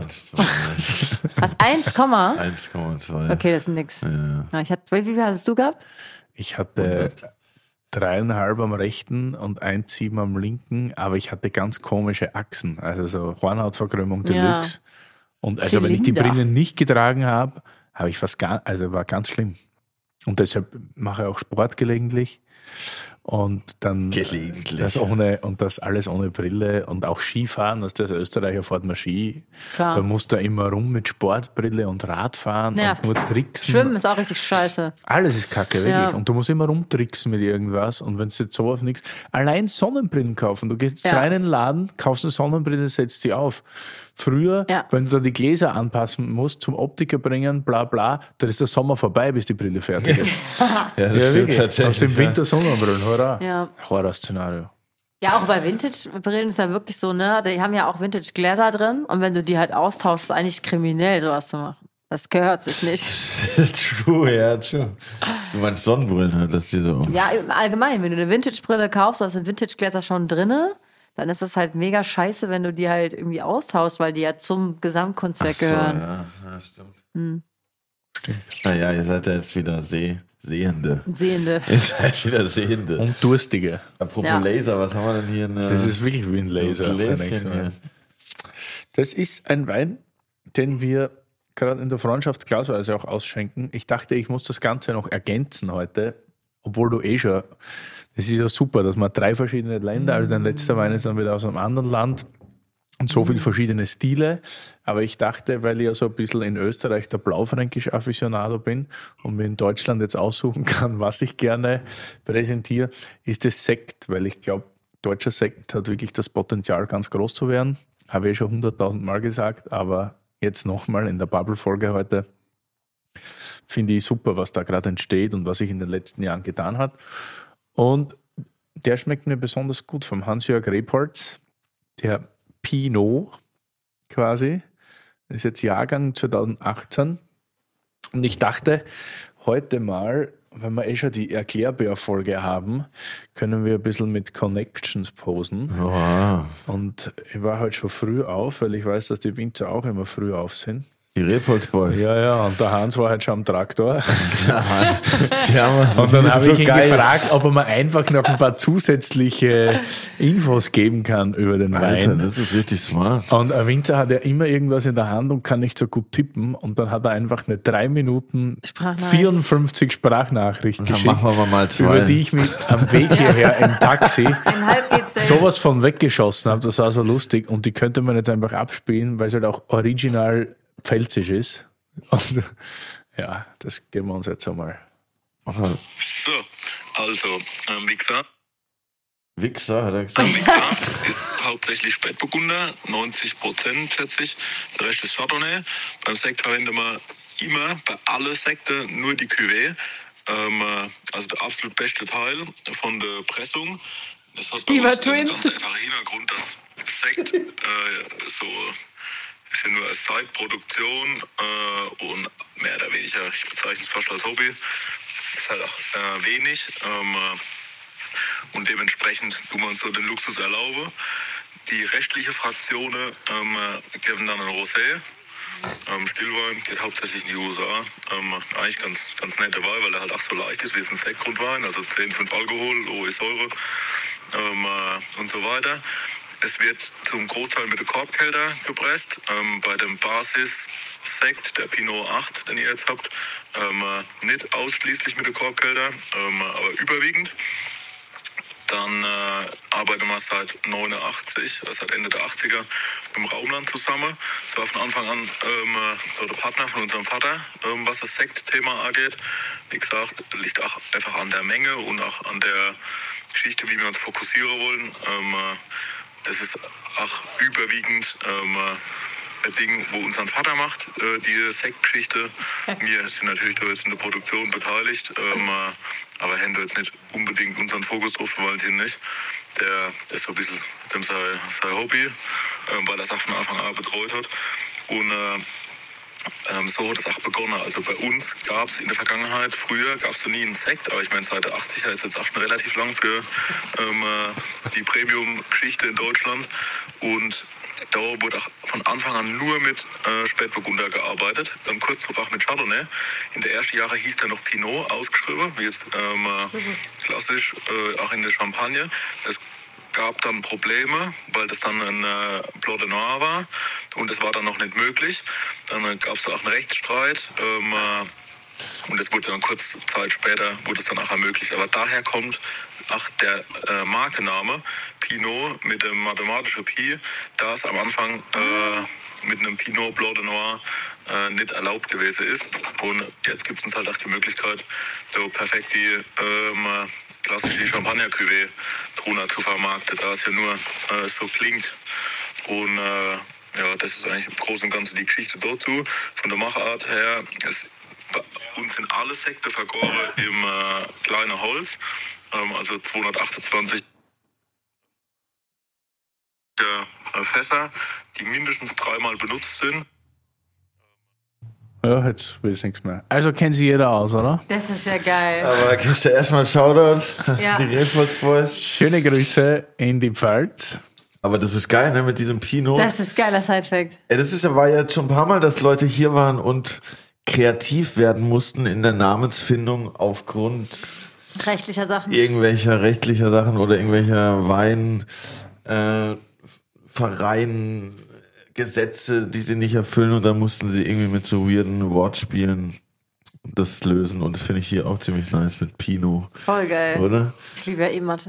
Hast eins, Komma? eins Komma zwei. Okay, das ist nix. Ja. Ja, ich hatte, wie viel hast du gehabt? Ich hatte dreieinhalb am rechten und eins Komma sieben am linken, aber ich hatte ganz komische Achsen, also so Hornhautverkrümmung Deluxe. Und also wenn ich die Zylinder. Brille nicht getragen habe, habe ich fast gar, also war ganz schlimm. Und deshalb mache ich auch Sport gelegentlich. Und dann Gelegentlich. das ohne und das alles ohne Brille und auch Skifahren, dass das Österreicher fährt man Ski. Klar. Da muss da immer rum mit Sportbrille und Radfahren Nervt. und nur tricksen. Schwimmen ist auch richtig scheiße. Alles ist kacke, wirklich. Ja. Und du musst immer rumtricksen mit irgendwas. Und wenn es jetzt so auf nichts. Allein Sonnenbrillen kaufen. Du gehst Ja. rein in den Laden, kaufst eine Sonnenbrille, setzt sie auf. Früher, Ja. wenn du da die Gläser anpassen musst, zum Optiker bringen, bla bla, dann ist der Sommer vorbei, bis die Brille fertig ist. Ja, das Ja, stimmt wirklich. tatsächlich. Aus dem Winter Sonnenbrillen, hurra. Ja. Horrorszenario. Ja, auch bei Vintage-Brillen ist ja wirklich so, ne? Die haben ja auch Vintage-Gläser drin und wenn du die halt austauschst, ist es eigentlich kriminell, sowas zu machen. Das gehört sich nicht. True, ja, true. Du meinst Sonnenbrillen halt, dass die so. Ja, im Allgemeinen, wenn du eine Vintage-Brille kaufst, da sind Vintage-Gläser schon drinne, dann ist das halt mega scheiße, wenn du die halt irgendwie austauschst, weil die ja zum Gesamtkunstwerk Ach so, gehören. ja, ja, stimmt. Hm. Stimmt. Naja, ihr seid ja jetzt wieder Seh Sehende. Sehende. Ihr seid wieder Sehende. Und Durstige. Apropos Ja. Laser, was haben wir denn hier? Eine, Das ist wirklich wie ein Laser. ein Gläschen hier. Das ist ein Wein, den wir gerade in der Freundschaft glasweise auch ausschenken. Ich dachte, ich muss das Ganze noch ergänzen heute, obwohl du eh schon, das ist ja super, dass man drei verschiedene Länder, also dein letzter Wein ist dann wieder aus einem anderen Land und so viele verschiedene Stile. Aber ich dachte, weil ich ja so ein bisschen in Österreich der blaufränkisch Aficionado bin und mir in Deutschland jetzt aussuchen kann, was ich gerne präsentiere, ist es Sekt, weil ich glaube, deutscher Sekt hat wirklich das Potenzial, ganz groß zu werden. Habe ich schon hunderttausend Mal gesagt, aber jetzt nochmal in der Bubble-Folge heute finde ich super, was da gerade entsteht und was sich in den letzten Jahren getan hat. Und der schmeckt mir besonders gut vom Hans-Jörg Rebholz, der Pinot quasi. Das ist jetzt Jahrgang zwanzig achtzehn. Und ich dachte, heute mal, wenn wir eh schon die Erklärbär-Folge haben, können wir ein bisschen mit Connections posen. Wow. Und ich war halt schon früh auf, weil ich weiß, dass die Winzer auch immer früh auf sind. Die Repolds Boys. Ja, ja, und der Hans war halt schon am Traktor. Ja, die haben Und dann habe so ich ihn geil. gefragt, ob er mir einfach noch ein paar zusätzliche Infos geben kann über den Alter, Wein. das ist richtig smart. Und ein Winzer hat ja immer irgendwas in der Hand und kann nicht so gut tippen. Und dann hat er einfach eine drei Minuten Sprachnachricht. vierundfünfzig Sprachnachrichten Dann geschickt, machen wir mal zwei. über die ich mich am Weg hierher im Taxi Ein Halbgezähl. sowas von weggeschossen habe. Das war so lustig. Und die könnte man jetzt einfach abspielen, weil es halt auch original pfälzisch ist. Und ja, das geben wir uns jetzt einmal. So, also, ähm, wie gesagt, Wichser, hat er gesagt. Wichser ist hauptsächlich Spätburgunder, neunzig Prozent schätze ich. Der Rest ist Chardonnay. Beim Sekt verwenden wir immer bei allen Sekten nur die Cuvée. Ähm, also der absolut beste Teil von der Pressung. Das hat bei Stieber uns den Twins. ganz einfachen Hintergrund, dass Sekt äh, so ist ja nur eine Side-Produktion äh, und mehr oder weniger, ich bezeichne es fast als Hobby, ist halt auch äh, wenig. Ähm, äh, und dementsprechend tun wir uns so den Luxus erlauben. Die restliche Fraktionen ähm, äh, geben dann ein Rosé. Ähm, Stillwein geht hauptsächlich in die U S A. Ähm, eigentlich ganz, ganz nette Wein, weil er halt auch so leicht ist wie es ein Sektgrundwein, also zehn Komma fünf Alkohol, hohe Säure ähm, äh, und so weiter. Es wird zum Großteil mit der Korbkelter gepresst. Ähm, bei dem Basis-Sekt, der Pinot acht, den ihr jetzt habt, ähm, äh, nicht ausschließlich mit der Korbkelter, ähm, aber überwiegend. Dann äh, arbeiten wir seit neunundachtzig, also seit Ende der achtziger, im Raumland zusammen. Das war von Anfang an ähm, so der Partner von unserem Vater, ähm, was das Sektthema angeht. Wie gesagt, liegt auch einfach an der Menge und auch an der Geschichte, wie wir uns fokussieren wollen. Ähm, äh, das ist auch überwiegend ähm, ein Ding, wo unser Vater macht, äh, die Sektgeschichte. Wir sind natürlich da jetzt in der Produktion beteiligt, ähm, äh, aber haben da jetzt nicht unbedingt unseren Fokus drauf, Valentin nicht. Der, der ist so ein bisschen dem sein, sein Hobby, ähm, weil er es auch von Anfang an betreut hat. Und äh, ähm, so hat es auch begonnen. Also bei uns gab es in der Vergangenheit, früher gab es so nie einen Sekt, aber ich meine, seit der achtziger ist jetzt auch schon relativ lang für ähm, äh, die Premium-Geschichte in Deutschland. Und da wurde auch von Anfang an nur mit äh, Spätburgunder gearbeitet, dann kurz darauf auch mit Chardonnay. In der ersten Jahre hieß der noch Pinot ausgeschrieben, wie jetzt ähm, äh, klassisch äh, auch in der Champagne. Es gab dann Probleme, weil das dann ein äh, Blanc de Noir war und das war dann noch nicht möglich. Dann äh, gab es auch einen Rechtsstreit ähm, äh, und das wurde dann kurz Zeit später wurde es dann auch ermöglicht. Aber daher kommt auch der äh, Markenname Pinot mit dem mathematischen Pi, da es am Anfang äh, mit einem Pinot Blanc de Noir äh, nicht erlaubt gewesen ist. Und jetzt gibt es uns halt auch die Möglichkeit, da perfekt die ähm, klassische Champagner-Cuvée drunter zu vermarkten, da es ja nur äh, so klingt. Und äh, ja, das ist eigentlich im Großen und Ganzen die Geschichte dazu. Von der Machart her, es, bei uns sind alle Sekte vergoren im äh, kleinen Holz, ähm, also zweihundertachtundzwanzig äh, Fässer, die mindestens dreimal benutzt sind. Ja, jetzt will ich nichts mehr. Also kennt sie jeder aus, oder? Das ist ja geil. Aber kriegst du erstmal Shoutout Ja. die Repolds Boys. Schöne Grüße in die Pfalz. Aber das ist geil, ne, mit diesem Pinot. Das ist geiler Sidefact. Ja, das ist, war ja schon ein paar Mal, dass Leute hier waren und kreativ werden mussten in der Namensfindung aufgrund Rechtlicher Sachen. irgendwelcher rechtlicher Sachen oder irgendwelcher Wein, äh, Vereinen, Gesetze, die sie nicht erfüllen, und dann mussten sie irgendwie mit so weirden Wortspielen das lösen, und das finde ich hier auch ziemlich nice mit Pinot, Voll geil. oder? Ich liebe ja eh Mathe.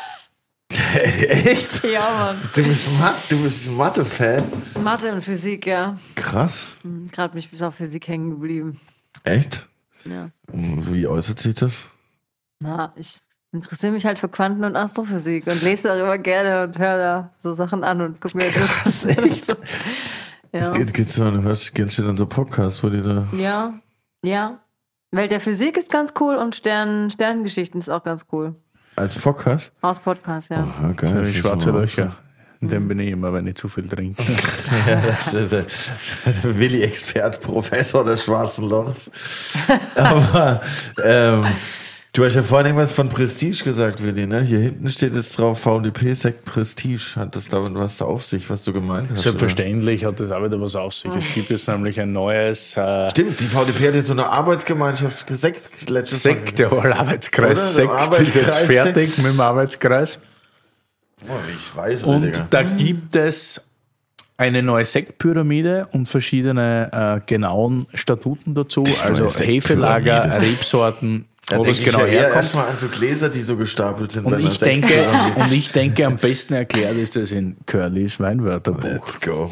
Echt? Ja, Mann. Du bist, Mat- du bist Mathe-Fan? Mathe und Physik, ja. Krass. Gerade bin ich bis auf Physik hängen geblieben. Echt? Ja. Wie äußert sich das? Na, ich interessiere mich halt für Quanten- und Astrophysik und lese darüber gerne und höre da so Sachen an und gucke mir Krass, das echt? so. Ja. Geht, geht's dann, hörst, kennst du dann so Podcasts, wo die da... ja, ja. Welt der Physik ist ganz cool und Stern, Sternengeschichten ist auch ganz cool. Als Podcast? Aus Podcast, ja. Ah, geil. So das wie ist schwarze aber auch Löcher. In dem bin ich immer, wenn ich zu viel trinke. Ja, das ist der, der Willi-Expert, Professor des schwarzen Lochs. Aber ähm, Du hast ja vorhin irgendwas von Prestige gesagt, Willi, ne? Hier hinten steht jetzt drauf, V D P-Sekt Prestige. Hat das da was da auf sich, was du gemeint hast? Selbstverständlich oder? Hat das auch wieder was auf sich. Es gibt jetzt nämlich ein neues... Äh, Stimmt, die V D P hat jetzt so eine Arbeitsgemeinschaft Sekt letztes Sekt, der Arbeitskreis Sekt Arbeitskreis ist jetzt fertig Sekt. Mit dem Arbeitskreis. Oh, ich weiß, und Digga. Da gibt es eine neue Sektpyramide und verschiedene äh, genauen Statuten dazu. Also Hefelager, Rebsorten, da wo das genau ja herkommt. Erstmal an so Gläser, die so gestapelt sind. Und ich, denke, und ich denke, am besten erklärt ist das in Curlys Weinwörterbuch. Let's go.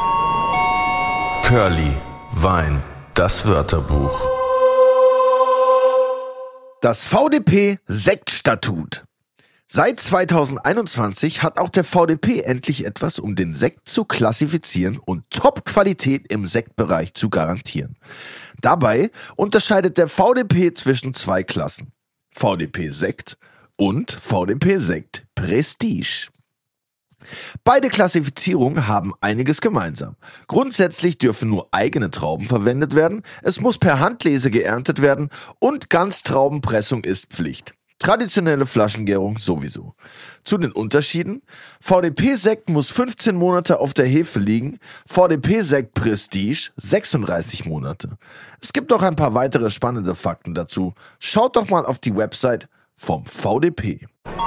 Curly, Wein, das Wörterbuch. Das V D P-Sektstatut. Seit zweitausendeinundzwanzig hat auch der V D P endlich etwas, um den Sekt zu klassifizieren und Top-Qualität im Sektbereich zu garantieren. Dabei unterscheidet der V D P zwischen zwei Klassen: V D P-Sekt und V D P-Sekt Prestige. Beide Klassifizierungen haben einiges gemeinsam. Grundsätzlich dürfen nur eigene Trauben verwendet werden, es muss per Handlese geerntet werden und Ganztraubenpressung ist Pflicht. Traditionelle Flaschengärung sowieso. Zu den Unterschieden: V D P-Sekt muss fünfzehn Monate auf der Hefe liegen, V D P-Sekt Prestige sechsunddreißig Monate. Es gibt noch ein paar weitere spannende Fakten dazu. Schaut doch mal auf die Website vom V D P.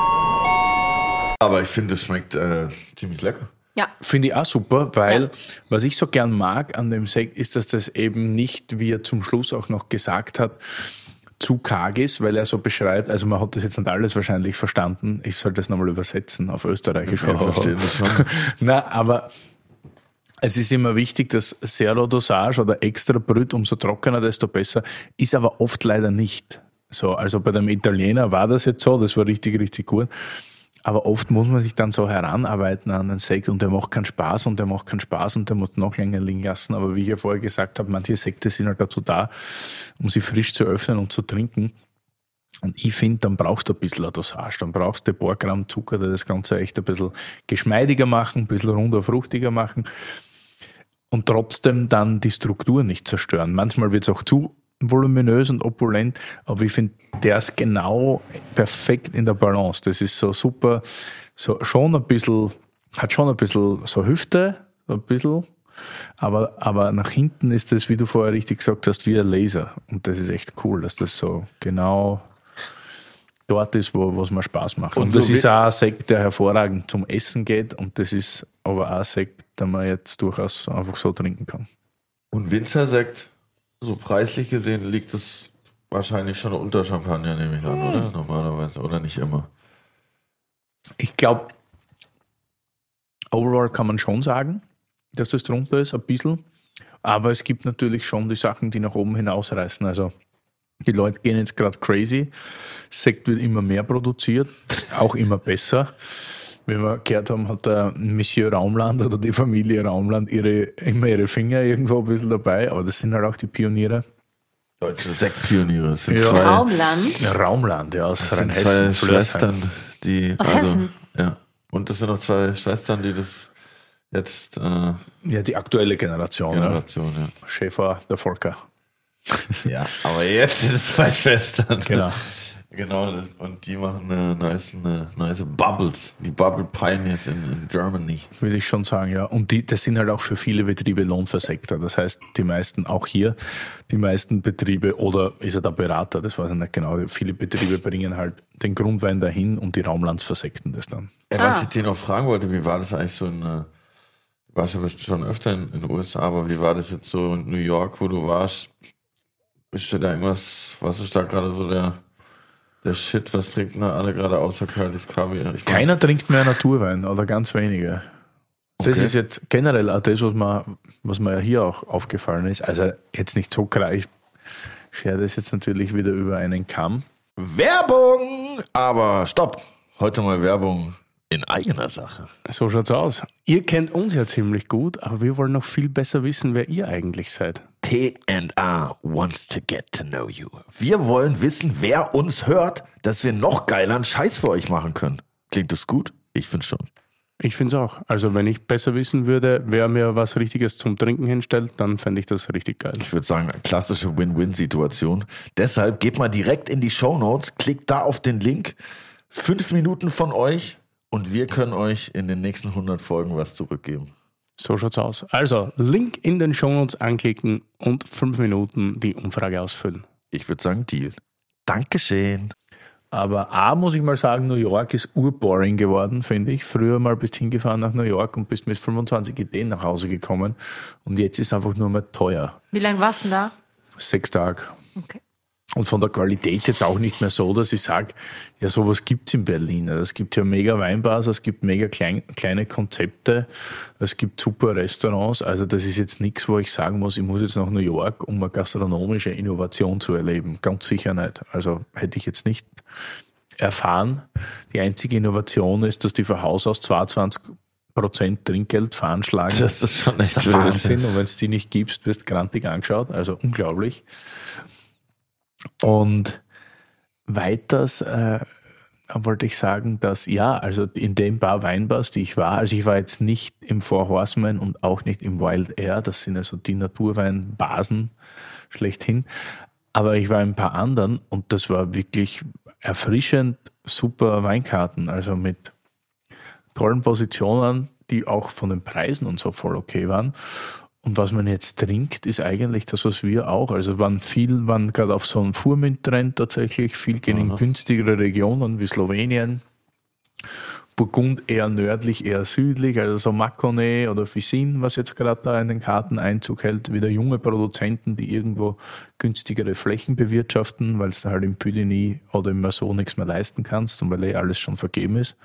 Aber ich finde, es schmeckt äh, ziemlich lecker. Ja. Finde ich auch super, weil Ja. was ich so gern mag an dem Sekt ist, dass das eben nicht, wie er zum Schluss auch noch gesagt hat, zu karg ist, weil er so beschreibt, also man hat das jetzt nicht alles wahrscheinlich verstanden, ich soll das nochmal übersetzen auf Österreichisch. Ich verstehe das schon. Na, aber es ist immer wichtig, dass Zero Dosage oder extra Brüt, umso trockener, desto besser, ist aber oft leider nicht so. Also bei dem Italiener war das jetzt so, das war richtig, richtig gut. Aber oft muss man sich dann so heranarbeiten an den Sekt und der macht keinen Spaß und der macht keinen Spaß und der muss noch länger liegen lassen. Aber wie ich ja vorher gesagt habe, manche Sekte sind halt dazu da, um sie frisch zu öffnen und zu trinken. Und ich finde, dann brauchst du ein bisschen eine Dosage. Dann brauchst du ein paar Gramm Zucker, die das Ganze echt ein bisschen geschmeidiger machen, ein bisschen runder, fruchtiger machen und trotzdem dann die Struktur nicht zerstören. Manchmal wird es auch zu voluminös und opulent, aber ich finde, der ist genau perfekt in der Balance. Das ist so super, so schon ein bisschen, hat schon ein bisschen so Hüfte, ein bisschen, aber, aber nach hinten ist das, wie du vorher richtig gesagt hast, wie ein Laser. Und das ist echt cool, dass das so genau dort ist, wo was mir Spaß macht. Und, und das so ist auch ein Sekt, der hervorragend zum Essen geht und das ist aber auch ein Sekt, den man jetzt durchaus einfach so trinken kann. Und Winzersekt, so preislich gesehen, liegt es wahrscheinlich schon unter Champagner, nehme ich an, hm. oder? Normalerweise, oder nicht immer? Ich glaube, overall kann man schon sagen, dass das drunter ist, ein bisschen. Aber es gibt natürlich schon die Sachen, die nach oben hinausreißen. Also die Leute gehen jetzt gerade crazy. Sekt wird immer mehr produziert, auch immer besser. Wie wir gehört haben, hat der Monsieur Raumland oder die Familie Raumland ihre, immer ihre Finger irgendwo ein bisschen dabei. Aber das sind halt auch die Pioniere. Deutsche Sektpioniere. Das sind Ja. zwei, Raumland. Ja, Raumland, ja, aus das sind zwei Rheinhessen. Schwestern, die. Aus also, Hessen. Ja. Und das sind noch zwei Schwestern, die das jetzt. Äh, Ja, die aktuelle Generation. Generation, ja. Ja. Schäfer, der Volker. Ja, aber jetzt sind es zwei Schwestern. Genau. Genau, und die machen eine nice, eine nice Bubbles, die Bubble Pioneers in, in Germany. Würde ich schon sagen, ja. Und die, das sind halt auch für viele Betriebe Lohnversektor. Das heißt, die meisten, auch hier, die meisten Betriebe, oder ist er der Berater, das weiß ich nicht genau, viele Betriebe bringen halt den Grundwein dahin und die Raumlands versekten das dann. Ja, Ah. was ich dir noch fragen wollte, wie war das eigentlich so in, äh, du warst ja schon öfter in, in den U S A, aber wie war das jetzt so in New York, wo du warst? Ist da irgendwas, was ist da gerade so der... Der Shit, was trinken da alle gerade außer Curly's Kaviar? Ich mein, Keiner trinkt mehr Naturwein oder ganz wenige. Das Okay. ist jetzt generell auch das, was mir, was mir ja hier auch aufgefallen ist. Also jetzt nicht so krass. Ich schere das jetzt natürlich wieder über einen Kamm. Werbung! Aber stopp! Heute mal Werbung in eigener Sache. So schaut's aus. Ihr kennt uns ja ziemlich gut, aber wir wollen noch viel besser wissen, wer ihr eigentlich seid. T and A wants to get to know you. Wir wollen wissen, wer uns hört, dass wir noch geileren Scheiß für euch machen können. Klingt das gut? Ich finde schon. Ich finde es auch. Also wenn ich besser wissen würde, wer mir was Richtiges zum Trinken hinstellt, dann fände ich das richtig geil. Ich würde sagen, klassische Win-Win-Situation. Deshalb geht mal direkt in die Shownotes, klickt da auf den Link. Fünf Minuten von euch und wir können euch in den nächsten hundert Folgen was zurückgeben. So schaut's aus. Also Link in den Shownotes anklicken und fünf Minuten die Umfrage ausfüllen. Ich würde sagen, Deal. Dankeschön. Aber A, muss ich mal sagen, New York ist urboring geworden, finde ich. Früher mal bist du hingefahren nach New York und bist mit fünfundzwanzig Ideen nach Hause gekommen. Und jetzt ist es einfach nur mehr teuer. Wie lange warst du denn da? Sechs Tage. Okay. Und von der Qualität jetzt auch nicht mehr so, dass ich sage, ja, sowas gibt es in Berlin. Es gibt ja mega Weinbars, es gibt mega klein, kleine Konzepte, es gibt super Restaurants. Also das ist jetzt nichts, wo ich sagen muss, ich muss jetzt nach New York, um eine gastronomische Innovation zu erleben. Ganz sicher nicht. Also hätte ich jetzt nicht erfahren. Die einzige Innovation ist, dass die von Haus aus zweiundzwanzig Prozent Trinkgeld veranschlagen. Das ist schon echt das ist Wahnsinn. Und wenn es die nicht gibst, wirst du grantig angeschaut. Also unglaublich. Und weiters äh, wollte ich sagen, dass ja, also in den paar Weinbars, die ich war, also ich war jetzt nicht im Four Horsemen und auch nicht im Wild Air, das sind also die Naturweinbasen schlechthin, aber ich war in ein paar anderen und das war wirklich erfrischend super Weinkarten, also mit tollen Positionen, die auch von den Preisen und so voll okay waren. Und was man jetzt trinkt, ist eigentlich das, was wir auch. Also waren viel, waren gerade auf so einem Fuhrmint-Trend tatsächlich. Viel gehen in günstigere Regionen wie Slowenien. Burgund eher nördlich, eher südlich, also so Mâconnais oder Fissin, was jetzt gerade da in den Karten Einzug hält. Wieder junge Produzenten, die irgendwo günstigere Flächen bewirtschaften, weil es da halt im Puy-de-Dôme oder im Meursault nichts mehr leisten kannst und weil eh alles schon vergeben ist.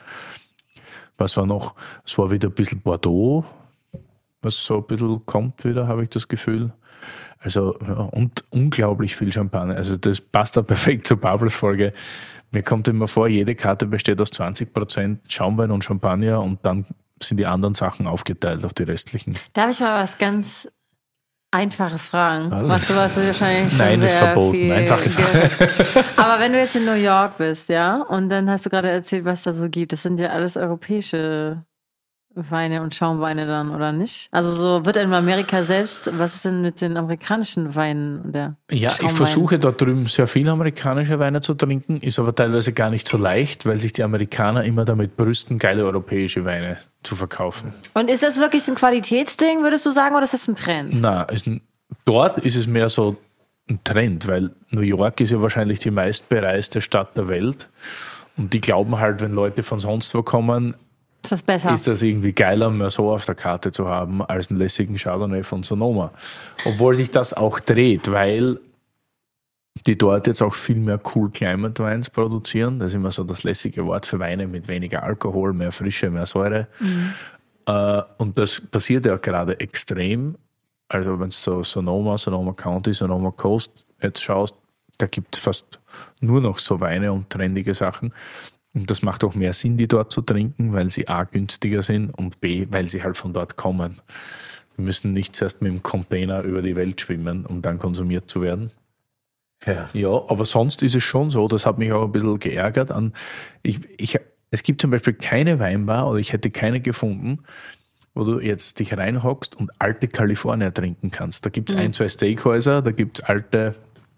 Was war noch? Es war wieder ein bisschen Bordeaux, was so ein bisschen kommt wieder, habe ich das Gefühl. Also, ja, und unglaublich viel Champagner. Also, das passt da perfekt zur Bubbles-Folge. Mir kommt immer vor, jede Karte besteht aus zwanzig Prozent Schaumwein und Champagner und dann sind die anderen Sachen aufgeteilt auf die restlichen. Darf ich mal was ganz Einfaches fragen? Was du was wahrscheinlich schon Nein, sehr ist verboten. viel Einfache Frage. Aber wenn du jetzt in New York bist, ja, und dann hast du gerade erzählt, was da so gibt, das sind ja alles europäische Weine und Schaumweine dann, oder nicht? Also so wird in Amerika selbst, was ist denn mit den amerikanischen Weinen? Und der Ja, ich versuche dort drüben sehr viel amerikanische Weine zu trinken, ist aber teilweise gar nicht so leicht, weil sich die Amerikaner immer damit brüsten, geile europäische Weine zu verkaufen. Und ist das wirklich ein Qualitätsding, würdest du sagen, oder ist das ein Trend? Na, ist ein, dort ist es mehr so ein Trend, weil New York ist ja wahrscheinlich die meistbereiste Stadt der Welt und die glauben halt, wenn Leute von sonst wo kommen, ist das besser? Ist das irgendwie geiler, mehr so auf der Karte zu haben, als einen lässigen Chardonnay von Sonoma. Obwohl sich das auch dreht, weil die dort jetzt auch viel mehr Cool Climate Wines produzieren. Das ist immer so das lässige Wort für Weine mit weniger Alkohol, mehr Frische, mehr Säure. Mhm. Äh, und das passiert ja gerade extrem. Also wenn du so Sonoma, Sonoma County, Sonoma Coast jetzt schaust, da gibt es fast nur noch so Weine und trendige Sachen. Und das macht auch mehr Sinn, die dort zu trinken, weil sie A, günstiger sind und B, weil sie halt von dort kommen. Wir müssen nicht zuerst mit dem Container über die Welt schwimmen, um dann konsumiert zu werden. Ja, ja, aber sonst ist es schon so, das hat mich auch ein bisschen geärgert. An, ich, ich, es gibt zum Beispiel keine Weinbar, oder ich hätte keine gefunden, wo du jetzt dich reinhockst und alte California trinken kannst. Da gibt es mhm. ein, zwei Steakhäuser, da gibt es alte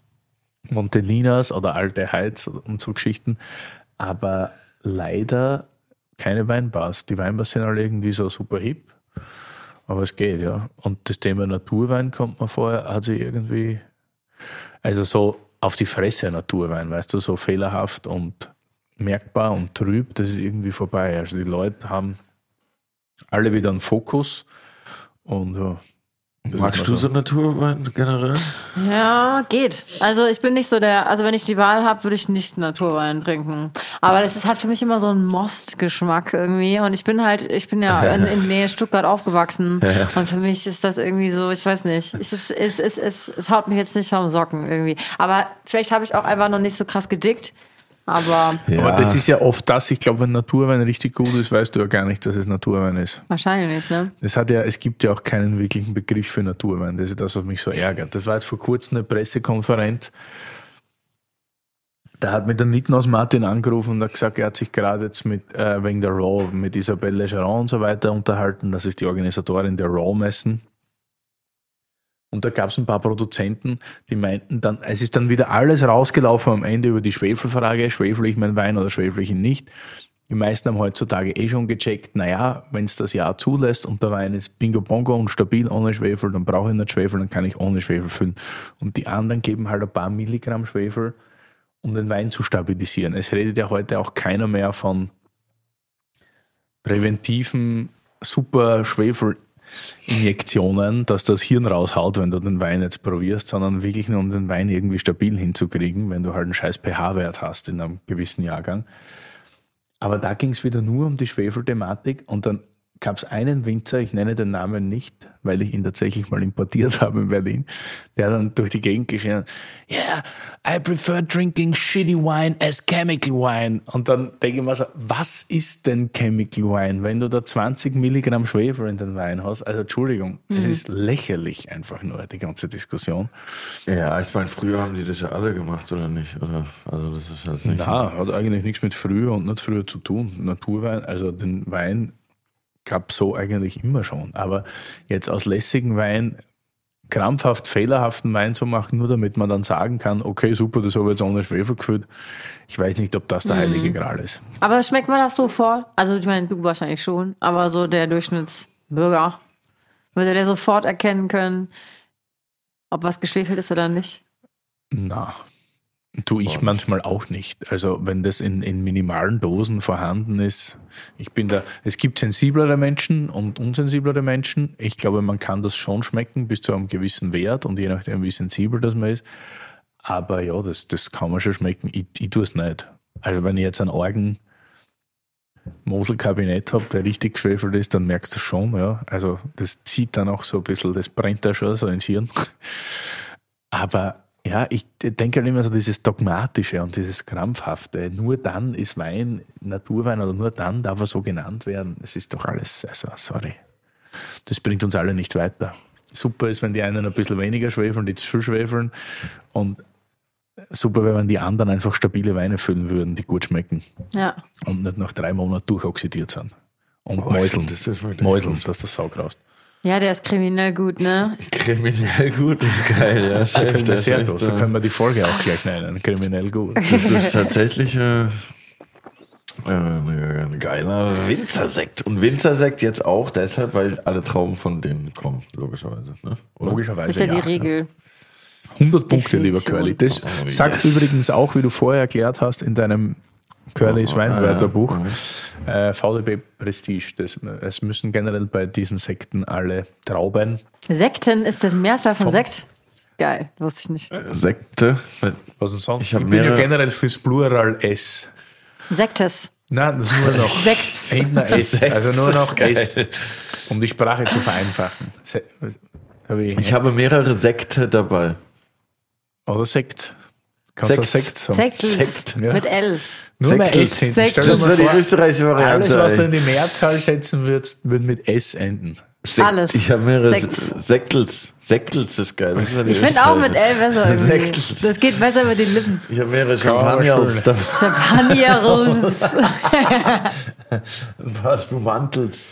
Montelinas oder alte Heids und so Geschichten. Aber leider keine Weinbars. Die Weinbars sind alle irgendwie so super hip. Aber es geht, ja. Und das Thema Naturwein kommt mir vor, hat sich irgendwie, also so auf die Fresse Naturwein, weißt du, so fehlerhaft und merkbar und trüb, das ist irgendwie vorbei. Also die Leute haben alle wieder einen Fokus und ja. Magst du so Naturwein generell? Ja, geht. Also ich bin nicht so der, also wenn ich die Wahl habe, würde ich nicht Naturwein trinken. Aber das ist, hat für mich immer so einen Most-Geschmack irgendwie. Und ich bin halt, ich bin ja in, in Nähe Stuttgart aufgewachsen. Und für mich ist das irgendwie so, ich weiß nicht, es, es, es, es, es, es haut mich jetzt nicht vom Socken irgendwie. Aber vielleicht habe ich auch einfach noch nicht so krass gedickt. Aber, ja. aber das ist ja oft das, ich glaube, wenn Naturwein richtig gut ist, weißt du ja gar nicht, dass es Naturwein ist. Wahrscheinlich, ne? Es hat ja, es gibt ja auch keinen wirklichen Begriff für Naturwein. Das ist das, was mich so ärgert. Das war jetzt vor kurzem eine Pressekonferenz. Da hat mir der Niklas Martin angerufen und hat gesagt, er hat sich gerade jetzt mit, äh, wegen der Raw mit Isabelle Legeron und so weiter unterhalten. Das ist die Organisatorin der Raw-Messen. Und da gab es ein paar Produzenten, die meinten dann, es ist dann wieder alles rausgelaufen am Ende über die Schwefelfrage, schwefel ich meinen Wein oder schwefel ich ihn nicht. Die meisten haben heutzutage eh schon gecheckt, naja, wenn es das Jahr zulässt und der Wein ist bingo bongo und stabil ohne Schwefel, dann brauche ich nicht Schwefel, dann kann ich ohne Schwefel füllen. Und die anderen geben halt ein paar Milligramm Schwefel, um den Wein zu stabilisieren. Es redet ja heute auch keiner mehr von präventiven super Schwefelinjektionen, dass das Hirn raushaut, wenn du den Wein jetzt probierst, sondern wirklich nur um den Wein irgendwie stabil hinzukriegen, wenn du halt einen scheiß pH-Wert hast in einem gewissen Jahrgang. Aber da ging es wieder nur um die Schwefelthematik und dann gab es einen Winzer, ich nenne den Namen nicht, weil ich ihn tatsächlich mal importiert habe in Berlin, der dann durch die Gegend geschrien hat, yeah, I prefer drinking shitty wine as chemical wine. Und dann denke ich mir so, was ist denn chemical wine, wenn du da zwanzig Milligramm Schwefel in den Wein hast? Also Entschuldigung, mhm. es ist lächerlich einfach nur, die ganze Diskussion. Ja, ich meine, früher haben die das ja alle gemacht, oder nicht? Oder, also das ist halt nicht. Na, hat eigentlich nichts mit früher und nicht früher zu tun. Naturwein, also den Wein gab so eigentlich immer schon. Aber jetzt aus lässigen Wein krampfhaft fehlerhaften Wein zu machen, nur damit man dann sagen kann, okay, super, das habe ich jetzt ohne Schwefel gefüllt. Ich weiß nicht, ob das der heilige mhm. Gral ist. Aber schmeckt man das so vor? Also ich meine, du wahrscheinlich schon, aber so der Durchschnittsbürger, würde der sofort erkennen können, ob was geschwefelt ist oder nicht? Na, tue ich manchmal auch nicht. Also wenn das in, in minimalen Dosen vorhanden ist, ich bin da, es gibt sensiblere Menschen und unsensiblere Menschen. Ich glaube, man kann das schon schmecken bis zu einem gewissen Wert und je nachdem, wie sensibel das man ist. Aber ja, das, das kann man schon schmecken. Ich, ich tue es nicht. Also wenn ich jetzt einen argen Mosel-Kabinett habe, der richtig geschwefelt ist, dann merkst du schon, ja. Also das zieht dann auch so ein bisschen, das brennt da schon so ins Hirn. Aber ja, ich denke halt immer so dieses Dogmatische und dieses Krampfhafte. Nur dann ist Wein Naturwein oder nur dann darf er so genannt werden. Es ist doch alles, also sorry. Das bringt uns alle nicht weiter. Super ist, wenn die einen ein bisschen weniger schwefeln, die zu viel schwefeln. Und super, wenn man die anderen einfach stabile Weine füllen würden, die gut schmecken. Ja. Und nicht nach drei Monaten durchoxidiert sind. Und Oh, Mäuseln, das ist wirklich Mäuseln, gut. dass das Sau raust. Ja, der ist kriminell gut, ne? Kriminell gut ist geil. Ja, Ich finde das sehr echt, gut. So äh, können wir die Folge auch gleich nennen. Kriminell gut. Das ist tatsächlich äh, äh, ein geiler Winzersekt. Und Winzersekt jetzt auch deshalb, weil alle Trauben von denen kommen, logischerweise. Ne? Oder? Logischerweise. Ist ja die ja. Regel. hundert Punkte, lieber Definition. Curly. Das Oh, sagt yes. übrigens auch, wie du vorher erklärt hast, in deinem Curlys Oh, Weinwörterbuch, ah, äh, V D B Prestige. Das, es müssen generell bei diesen Sekten alle Trauben. Sekten ist das Mehrzahl von Vom- Sekt? Geil, wusste ich nicht. Sekte. Was denn sonst? Ich hab Ich bin ja mehrere- generell fürs Plural S. Sektes. Nein, das ist nur noch Sekts. hinten ein S. Sekt Also nur ist noch geil. S, um die Sprache zu vereinfachen. Se hab ich, Ich habe mehrere Sekte dabei. Oder Sekt. Kannst du Sekt. Sekt sagen? Sektels. Sekt, ja. Mit L. Nur mehr Sektels. S hinten. Sektels. Stell dir Das mal wäre die vor, österreichische Variante. alles, was du ey. in die Mehrzahl setzen würdest, würde mit S enden. Sekt- Alles. Ich habe mehrere Sekts. Se- Sektels. Sektels ist geil. Das wäre die Ich finde auch mit österreichische. L besser irgendwie. Sektels. Das geht besser über die Lippen. Ich habe mehrere Kann man Champagners schön. dabei. Champagnerus. Ein paar Spumantels.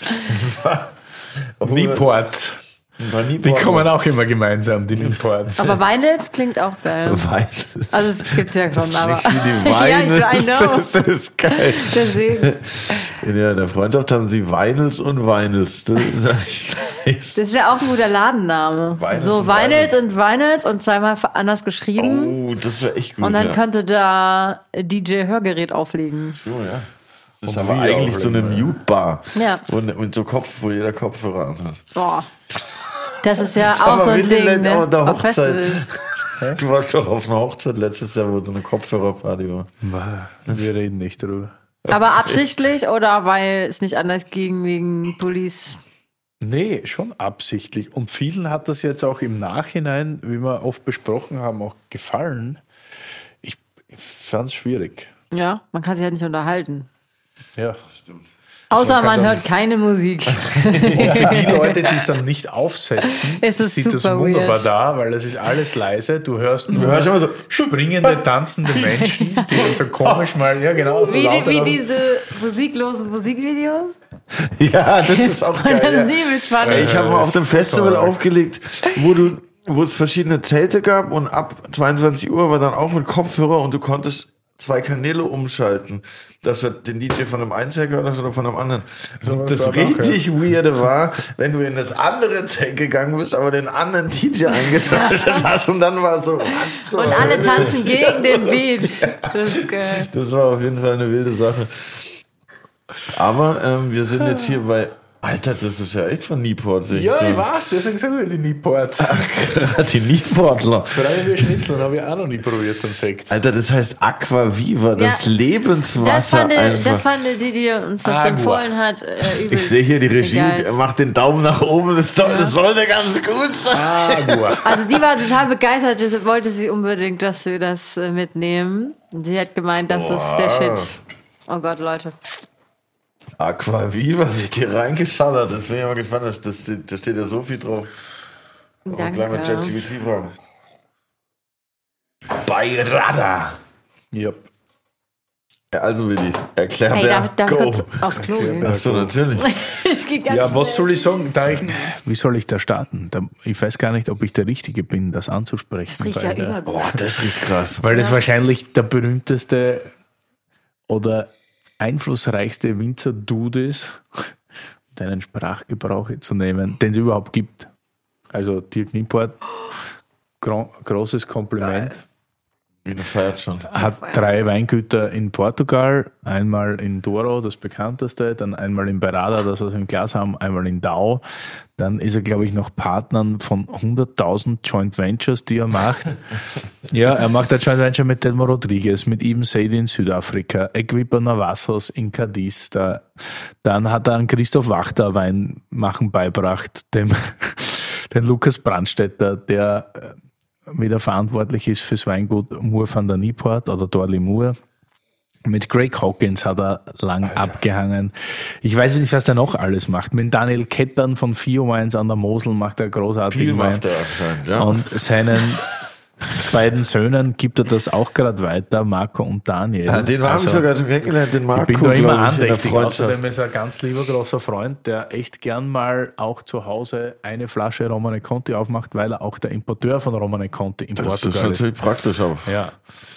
Nieport. Ein paar Die Nieport. kommen auch immer gemeinsam, die Nieport. Aber Weinels klingt auch geil. Weidels. Also es gibt's ja schon, aber. Nicht wie die Ja, Weidels. ich know. Das ist geil. Deswegen. In der, der Freundschaft haben sie Weidels und Weinels. Das ist eigentlich nice. Das wäre auch ein guter Ladenname. Weinels so und Weinels Weinels. und Weinels und zweimal anders geschrieben. Oh, das wäre echt gut. und dann ja. könnte da D J-Hörgerät auflegen. So, ja. Das ist Und aber wir eigentlich auch so eine immer, ja. Mute-Bar. Ja. Und mit so Kopf, wo jeder Kopfhörer anhat. Boah. Das ist ja auch Aber so ein Willi Ding, lädt auf ne? der Auf Hochzeit. Festivals. Du warst doch auf einer Hochzeit letztes Jahr, wo so eine Kopfhörerparty war. Wir reden nicht drüber. Aber absichtlich oder weil es nicht anders ging wegen Police? Nee, schon absichtlich. Und vielen hat das jetzt auch im Nachhinein, wie wir oft besprochen haben, auch gefallen. Ich, ich fand es schwierig. Ja, man kann sich halt nicht unterhalten. Ja. Stimmt. Außer man dann- hört keine Musik. Und für die Leute, die es dann nicht aufsetzen, Es ist sieht das super wunderbar weird. da, weil es ist alles leise. Du hörst nur Du hörst immer so, springende, tanzende Menschen, die dann so komisch mal, ja genau, so Wie, lauter wie dann- diese musiklosen Musikvideos. ja, das ist auch Und geil. das Ja. ist übelst spannend. Ey, ich habe Ja, mal das auf dem ist Festival toll. aufgelegt, wo du, wo es verschiedene Zelte gab und ab zweiundzwanzig Uhr war dann auch mit Kopfhörer und du konntest zwei Kanäle umschalten, dass du den D J von einem einen Zelt gehört hast oder von einem anderen. So Und was das war auch, richtig Weirde war, wenn du in das andere Zelt gegangen bist, aber den anderen D J eingeschaltet hast und dann war es so, was zur Und alle Hölle? tanzen gegen den Beat. Das ist geil. Das war auf jeden Fall eine wilde Sache. Aber ähm, wir sind jetzt hier bei, Alter, das ist ja echt von Nieport. sehe Ja, ich gerade. weiß, deswegen sind wir die Nieport. Die Nieportler. Freie wir Schnitzel habe ich auch noch nie probiert, den Sekt. Alter, das heißt Aquaviva, das Ja. Lebenswasser Das fand, einfach. das fand die, die uns das Agua. empfohlen hat. Äh, übelst Ich sehe hier die Regie, egal. macht den Daumen nach oben, das, soll, das sollte ganz gut sein. Agua. Also die war total begeistert, deshalb wollte sie unbedingt, dass wir das äh, mitnehmen. Und sie hat gemeint, das ist der Shit. Oh Gott, Leute. Aquaviva wird hier reingeschallert, das bin ich mal gespannt, das, das, da steht ja so viel drauf. Und gleich mal Danke. ChatGPT fragen. Bei Radar. Yep. Ja, also Willi, erklär Ey, mir. darf, darf ich Go. kurz aufs Klo gehen? Achso, natürlich. Ich geh ganz Ja, was schnell. soll ich sagen? Da ich, wie soll ich da starten? Da, ich weiß gar nicht, ob ich der Richtige bin, das anzusprechen. Das riecht ja weil der- über. Boah, das riecht krass. Weil das wahrscheinlich der berühmteste oder einflussreichste Winzer-Dude ist, deinen Sprachgebrauch zu nehmen, den es überhaupt gibt. Also Dirk Nieport, gro großes Kompliment. Wiener feiert schon. Hat drei Weingüter in Portugal, einmal in Douro, das bekannteste, dann einmal in Beirada, das was wir im Glas haben, einmal in Dau. Dann ist er, glaube ich, noch Partner von hunderttausend Joint Ventures, die er macht. Ja, er macht ein Joint Venture mit Telmo Rodriguez, mit Ibn Said in Südafrika, Equipa Navassos in Cadiz. Da, dann hat er an Christoph Wachter Wein machen beibracht, dem den Lukas Brandstätter, der wieder verantwortlich ist fürs Weingut Moore van der Nieport oder Dorley Moore. Mit Greg Hawkins hat er lang Alter. abgehangen. Ich weiß nicht, was der noch alles macht. Mit Daniel Kettern von Fio Wines an der Mosel macht er großartigen Viel Wein. macht er anscheinend, ja. Und seinen beiden Söhnen gibt er das auch gerade weiter, Marco und Daniel. Ja, den habe Also, ich sogar schon kennengelernt, den Marco, ich bin da immer glaub ich, in der andächtig. Freundschaft. Außerdem ist er ein ganz lieber großer Freund, der echt gern mal auch zu Hause eine Flasche Romane Conti aufmacht, weil er auch der Importeur von Romane Conti in Das ist Portugal ist. natürlich praktisch, aber. Ja.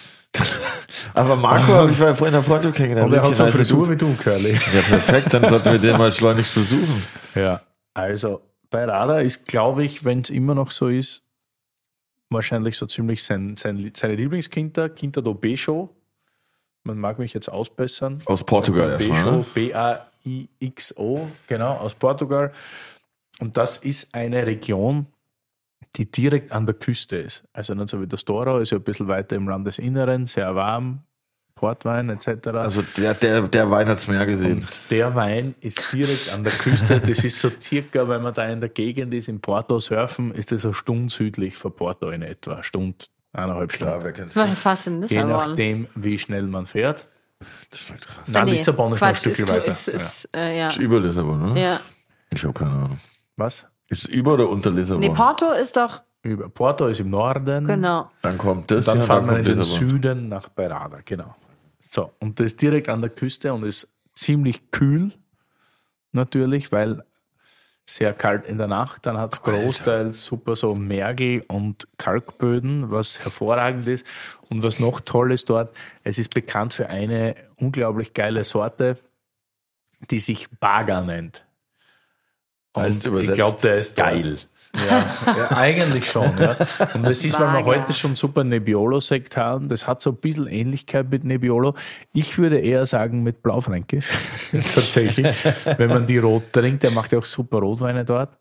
Aber Marco habe ich bei in der Freundschaft kennengelernt. Und er hat Wirklich so eine nice Frisur Dude. wie du, Curly. Ja, perfekt, dann sollten wir den mal schleunigst besuchen. Ja, also bei Radar ist, glaube ich, wenn es immer noch so ist, wahrscheinlich so ziemlich sein, sein, seine Lieblingskinder, Quinta do Beixo. Man mag mich jetzt ausbessern. Aus Portugal erstmal, Beixo, ne? B A I X O, genau, aus Portugal. Und das ist eine Region, die direkt an der Küste ist. Also nicht so wie das Douro, ist ja ein bisschen weiter im Landesinneren, sehr warm, Portwein et cetera. Also der, der, der Wein hat's mehr gesehen. Und der Wein ist direkt an der Küste. Das ist so circa, wenn man da in der Gegend ist, in Porto surfen, ist das eine Stunde südlich von Porto in etwa. Eine Stunde, eineinhalb Klar, Stunden. wer kennt's Das war nicht? schon fast in Je Lissabon. nachdem, wie schnell man fährt. Das schmeckt krass. Nein, Nee, Lissabon ist noch ein Quatsch, Stückchen ist, weiter. Ist, ist, äh, ja. Ist über Lissabon, ne? ja. Ich habe keine Ahnung. Was? Ist es über oder unter Lissabon? Nee, Porto ist doch, Über Porto ist im Norden. genau. Dann kommt das Dann hier, fahren wir kommt in den Lissabon. Süden nach Beirada, genau. So, und das ist direkt an der Küste und ist ziemlich kühl, natürlich, weil sehr kalt in der Nacht. Dann hat es großteils super so Mergel und Kalkböden, was hervorragend ist. Und was noch toll ist dort, es ist bekannt für eine unglaublich geile Sorte, die sich Baga nennt. Heißt Und übersetzt ich glaube, der ist geil. Ja, ja, eigentlich schon. Ja. Und das ist, weil wir Baga. heute schon super Nebbiolo-Sekt haben, das hat so ein bisschen Ähnlichkeit mit Nebbiolo. Ich würde eher sagen mit Blaufränkisch, tatsächlich. Wenn man die rot trinkt, der macht ja auch super Rotweine dort.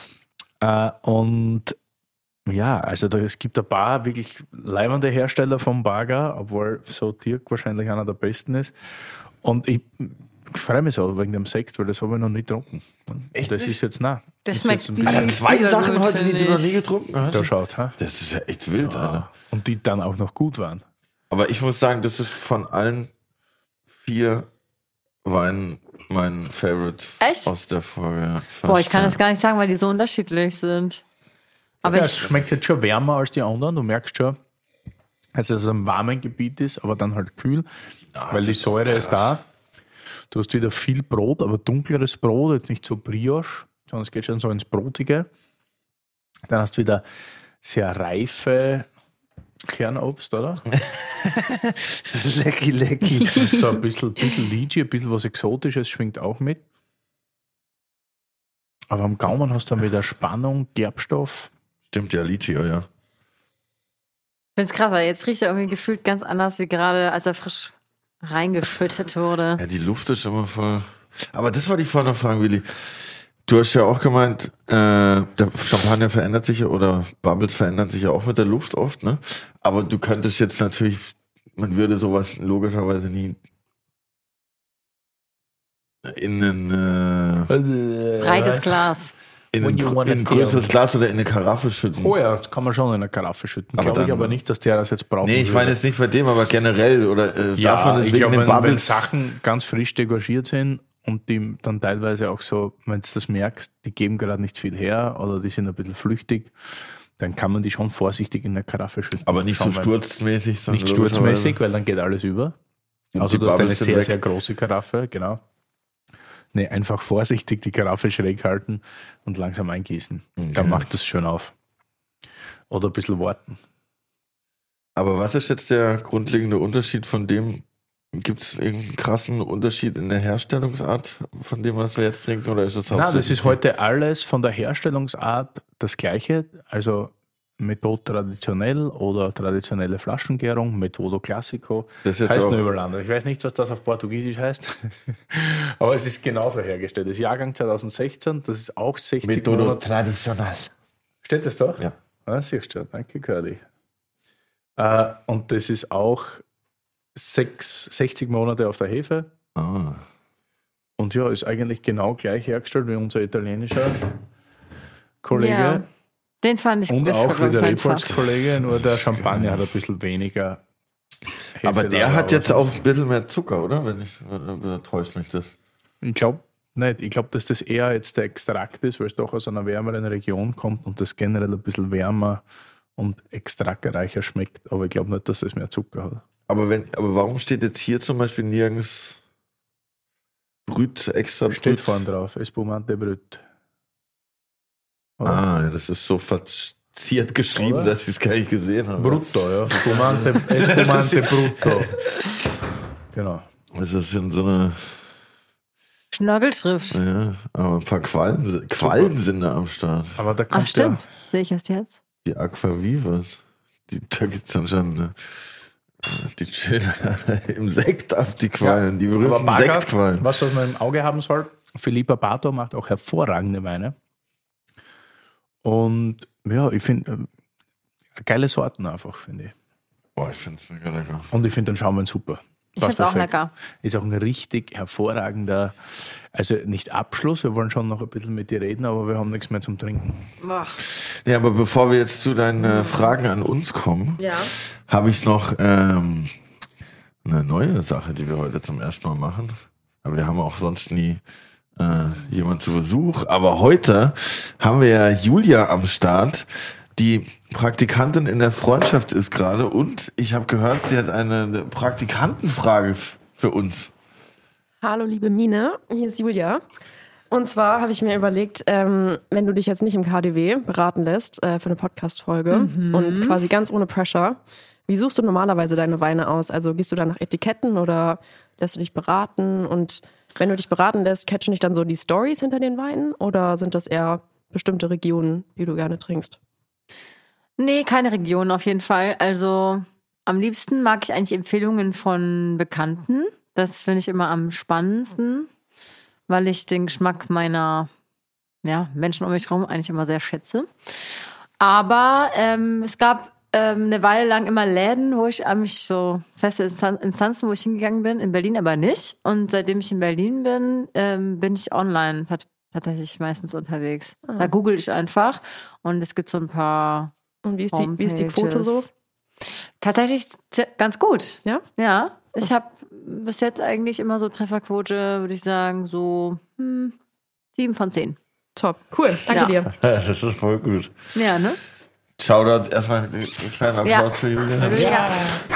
Äh, und ja, also da, es gibt ein paar wirklich leibende Hersteller vom Baga, obwohl so Dirk wahrscheinlich einer der besten ist. Und ich Ich freue mich so wegen dem Sekt, weil das habe ich noch nie getrunken. Echt das nicht? ist jetzt nah. Das ist schmeckt jetzt ein wie- bisschen- Alter, zwei Dieser Sachen gut, heute, die finde du noch nie ich. getrunken hast. Da schaut, ha? Das ist ja echt wild, Alter. Und die dann auch noch gut waren. Aber ich muss sagen, das ist von allen vier Wein mein Favorite Echt? aus der Folge. Boah, ich kann das gar nicht sagen, weil die so unterschiedlich sind. Aber Ja, ich, es schmeckt jetzt schon wärmer als die anderen. Du merkst schon, dass es ein warmes Gebiet ist, aber dann halt kühl, weil die Säure ist da. Du hast wieder viel Brot, aber dunkleres Brot, jetzt nicht so Brioche, sondern es geht schon so ins Brotige. Dann hast du wieder sehr reife Kernobst, oder? Lecky, lecky. So ein bisschen, bisschen Lychee, ein bisschen was Exotisches schwingt auch mit. Aber am Gaumen hast du dann wieder Spannung, Gerbstoff. Stimmt ja, Lychee, oh ja. ich finde es krass, weil jetzt riecht er irgendwie gefühlt ganz anders, wie gerade, als er frisch reingeschüttet wurde. Ja, die Luft ist immer voll. Aber das war die vorne Frage, Willi. Du hast ja auch gemeint, äh, der Champagner verändert sich ja, oder Bubbles verändern sich ja auch mit der Luft oft, ne? Aber du könntest jetzt natürlich, man würde sowas logischerweise nie in ein, äh, Breites Glas. in When ein, you gr- wanna in ein größeres kill. Glas oder in eine Karaffe schütten. Oh ja, das kann man schon in eine Karaffe schütten. Aber Glaube ich dann- aber nicht, dass der das jetzt braucht. Nee, ich meine jetzt nicht bei dem, aber generell, oder äh, ja, davon ist ich wegen glaube, den wenn, wenn Bubbles. Sachen ganz frisch degorgiert sind und die dann teilweise auch so, wenn du das merkst, die geben gerade nicht viel her oder die sind ein bisschen flüchtig, dann kann man die schon vorsichtig in eine Karaffe schütten. Aber nicht so Schauen wir- sturzmäßig, sondern Nicht sturzmäßig, weil dann geht alles über. Und Also die du hast eine Bubbles sind sehr, weg. sehr große Karaffe, genau. Nee, einfach vorsichtig die Karaffe schräg halten und langsam eingießen. Dann Okay. macht das schön auf. Oder ein bisschen warten. Aber was ist jetzt der grundlegende Unterschied von dem? Gibt es irgendeinen krassen Unterschied in der Herstellungsart von dem, was wir jetzt trinken? Oder ist das Na, das hauptsächlich ist heute alles von der Herstellungsart das Gleiche. Also Methode traditionell oder traditionelle Flaschengärung, Metodo Classico. Das ist jetzt heißt auch- nur übereinander. Ich weiß nicht, was das auf Portugiesisch heißt. Aber es ist genauso hergestellt. Das ist Jahrgang zwanzig sechzehn, das ist auch sechzig Metodo Monate. tradicional. Steht das doch? Ja. Ah, siehst du, danke, Curly. Äh, und das ist auch sechs, sechzig Monate auf der Hefe. Ah. Und ja, ist eigentlich genau gleich hergestellt wie unser italienischer Kollege. Ja, den fand ich Und ist auch glaub wie ich, der mein Reports Favorit. Kollege, nur der Champagner hat ein bisschen weniger Hefe. Aber der leider, hat jetzt aber auch ein bisschen mehr Zucker, oder? Wenn ich, oder täuscht mich das? Ich glaube nicht. Ich glaube, dass das eher jetzt der Extrakt ist, weil es doch aus einer wärmeren Region kommt und das generell ein bisschen wärmer und extraktreicher schmeckt. Aber ich glaube nicht, dass das mehr Zucker hat. Aber, wenn, aber warum steht jetzt hier zum Beispiel nirgends Brüt, extra Brüt? Steht vorne drauf, Espumante Brut. Oder? Ah, ja, das ist so verziert geschrieben, Oder? dass ich es gar nicht gesehen habe. Brutto, ja. Spumante, Espumante Brutto. Genau. Das ist in so eine, Schnorgelschrift. ja, aber ein paar Quallen, Quallen sind da am Start. Aber da Ach, kommt stimmt. Sehe ich erst jetzt? Die Aquavivas. Die, da gibt es dann schon, äh, die chillen im Sekt ab, die Quallen, die Aber berühmten Bagger, Sektquallen. was man im Auge haben soll, Philippa Bato macht auch hervorragende Weine. Und ja, ich finde, äh, geile Sorten einfach, finde ich. Boah, ich finde es mega lecker. Und ich finde den Schaumwein super. Ich Passt finde es auch perfekt. lecker. Ist auch ein richtig hervorragender, also nicht Abschluss, wir wollen schon noch ein bisschen mit dir reden, aber wir haben nichts mehr zum Trinken. Boah. Ja, aber bevor wir jetzt zu deinen äh, Fragen an uns kommen, Ja. habe ich noch ähm, eine neue Sache, die wir heute zum ersten Mal machen. Aber wir haben auch sonst nie äh, jemand zu Besuch. Aber heute haben wir ja Julia am Start, die Praktikantin in der Freundschaft ist gerade. Und ich habe gehört, sie hat eine Praktikantenfrage f- für uns. Hallo liebe Mine, hier ist Julia. Und zwar habe ich mir überlegt, ähm, wenn du dich jetzt nicht im K D W beraten lässt äh, für eine Podcast-Folge und quasi ganz ohne Pressure, wie suchst du normalerweise deine Weine aus? Also gehst du da nach Etiketten oder lässt du dich beraten? Und wenn du dich beraten lässt, catchen dich dann so die Stories hinter den Weinen oder sind das eher bestimmte Regionen, die du gerne trinkst? Nee, keine Region auf jeden Fall. Also am liebsten mag ich eigentlich Empfehlungen von Bekannten. Das finde ich immer am spannendsten, weil ich den Geschmack meiner ja, Menschen um mich herum eigentlich immer sehr schätze. Aber ähm, es gab ähm, eine Weile lang immer Läden, wo ich mich so feste Instan- Instanzen, wo ich hingegangen bin, in Berlin aber nicht. Und seitdem ich in Berlin bin, ähm, bin ich online tat- tatsächlich meistens unterwegs. Ah. Da google ich einfach und es gibt so ein paar Und wie ist die, wie ist die Quote so? Homepages. Tatsächlich z- ganz gut. Ja? Ja. Ich habe bis jetzt eigentlich immer so Trefferquote, würde ich sagen, so hm, sieben von zehn. Top, cool, danke Ja. dir. Das ist voll gut. Ja, ne? Shoutout, erstmal einen kleinen Applaus Ja. für Julia. Ja.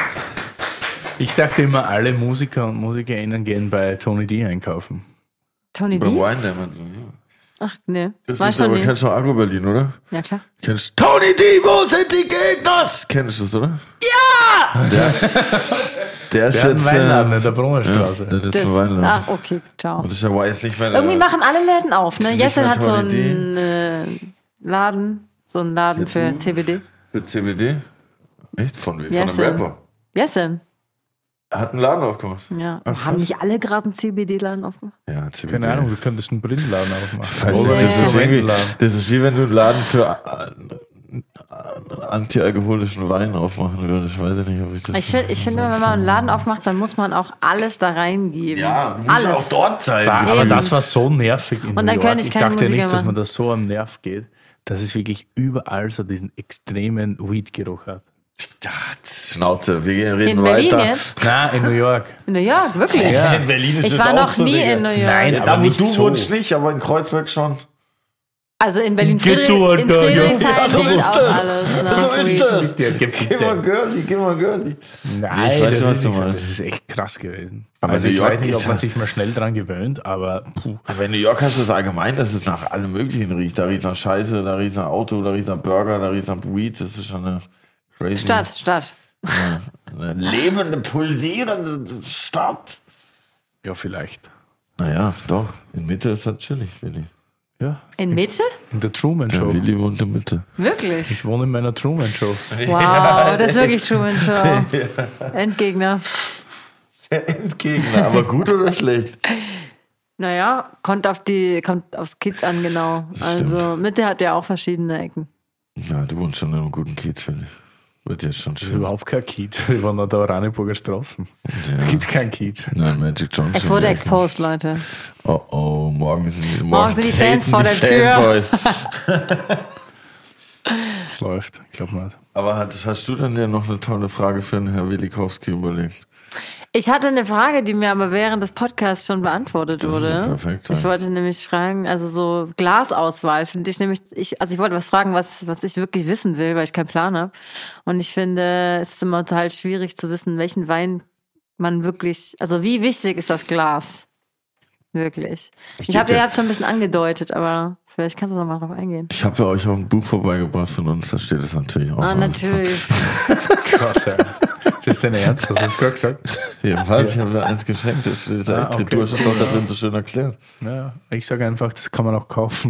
Ich dachte immer, alle Musiker und MusikerInnen gehen bei Tony D einkaufen. Tony Bei D? Wine Diamond. Ach, ne. Das War ist schon aber, nie. kennst du Agro Berlin, oder? Ja, klar. Kennst du Tony D, wo sind die Gegners? Kennst du das, oder? Ja! Der, der ist Der hat einen jetzt. Weinladen in der ja, Brunnerstraße. das ist Das, ein Weinladen. ach, okay, ciao. Und das ist ja weiß nicht mehr. Irgendwie machen alle Läden auf, ne? Ist nicht Jessel mehr hat so Tony D. einen äh, Laden, so einen Laden Jetzt für du? C B D. Für C B D? Echt? Von, von einem Jessel. Rapper? Jessel, Er hat einen Laden aufgemacht. ja. Ach, Haben krass. nicht alle gerade einen C B D-Laden aufgemacht? Ja, C B D. Keine Ahnung, du könntest einen Brillenladen aufmachen. Weißt du, Oder das, einen ist irgendwie, Instrumentenladen. das ist wie wenn du einen Laden für äh, äh, antialkoholischen Wein aufmachen würdest. Ich weiß nicht, ob ich das. Ich, find, ich finde, wenn man einen Laden aufmacht, dann muss man auch alles da reingeben. ja, du musst alles. auch dort sein. Da, aber Eben. das war so nervig in Und New dann York. könnte ich Ich keine dachte Musiker nicht, dass machen. man das so am Nerv geht, dass es wirklich überall so diesen extremen Weed-Geruch hat. Ja, Schnauze, wir gehen reden In Berlin weiter. jetzt? Na, in New York. In New York, wirklich? Ja. In Berlin ist Ich das war auch noch so, nie Digga. in New York. Nein, Ja, aber da, wo nicht du so. wohnst nicht, aber in Kreuzberg schon. Also in Berlin, Get Friedrich, to it, in girl. Friedrichshain Ja, so riecht ist auch das. alles. Ne? So ist Weed. das. Mit dir, gib Geh mal dir. girly, geh mal girly. Nein, Ich weiß das, schon, was ist du nicht so. meinst. Das ist echt krass gewesen. Aber also New ich York weiß nicht, ist ob man ja- sich mal schnell dran gewöhnt, aber puh. Aber in New York hast du es allgemein, dass es nach allem Möglichen riecht. Da riecht nach Scheiße, da riecht nach Auto, da riecht nach Burger, da riecht nach Weed. Das ist schon eine crazy. Stadt, Stadt. Eine, eine lebende, pulsierende Stadt. Ja, vielleicht. Naja, doch. In Mitte ist das chillig, Willi. Ja, In Mitte? in der Truman Der Show. Willi wohnt in Mitte. Wirklich? Ich wohne in meiner Truman Show. Wow, das ist wirklich Truman Show. Endgegner. Der Endgegner, aber gut oder schlecht? Naja, kommt auf die, kommt aufs Kiez an, genau. Also Mitte hat ja auch verschiedene Ecken. Ja, du wohnst schon in einem guten Kiez, Willi. Wird jetzt schon Das ist schön. überhaupt kein Kiez. Wir waren an der Oranienburger Straßen. Ja. Da gibt es keinen Kiez. Nein, Magic Johnson. Es wurde ja, exposed, Leute. Oh oh, morgen sind die, Morgen sind die Fans zelten vor die der Tür. Fanboys. Das läuft. Ich glaube nicht. Aber hast, hast du dann ja noch eine tolle Frage für den Herrn Willikowski überlegt? Ich hatte eine Frage, die mir aber während des Podcasts schon beantwortet Das ist wurde. ja perfekt, ja. Ich wollte nämlich fragen, also so Glasauswahl finde ich nämlich, ich, also ich wollte was fragen, was, was ich wirklich wissen will, weil ich keinen Plan habe. Und ich finde, es ist immer total schwierig zu wissen, welchen Wein man wirklich, also wie wichtig ist das Glas? Wirklich. Ich, Ich habe, geb dir- ihr habt schon ein bisschen angedeutet, aber vielleicht kannst du noch mal drauf eingehen. Ich habe ja euch auch ein Buch vorbeigebracht von uns, da steht es natürlich auch. Ah, alles drin. natürlich. Gott, ja. Ist das dein Ernst? Hast du das gerade gesagt? Jedenfalls, ich habe da eins geschenkt. Das ist Ah, echt drin. okay. Du hast es doch da drin so schön erklärt. Ja, ich sage einfach, das kann man auch kaufen.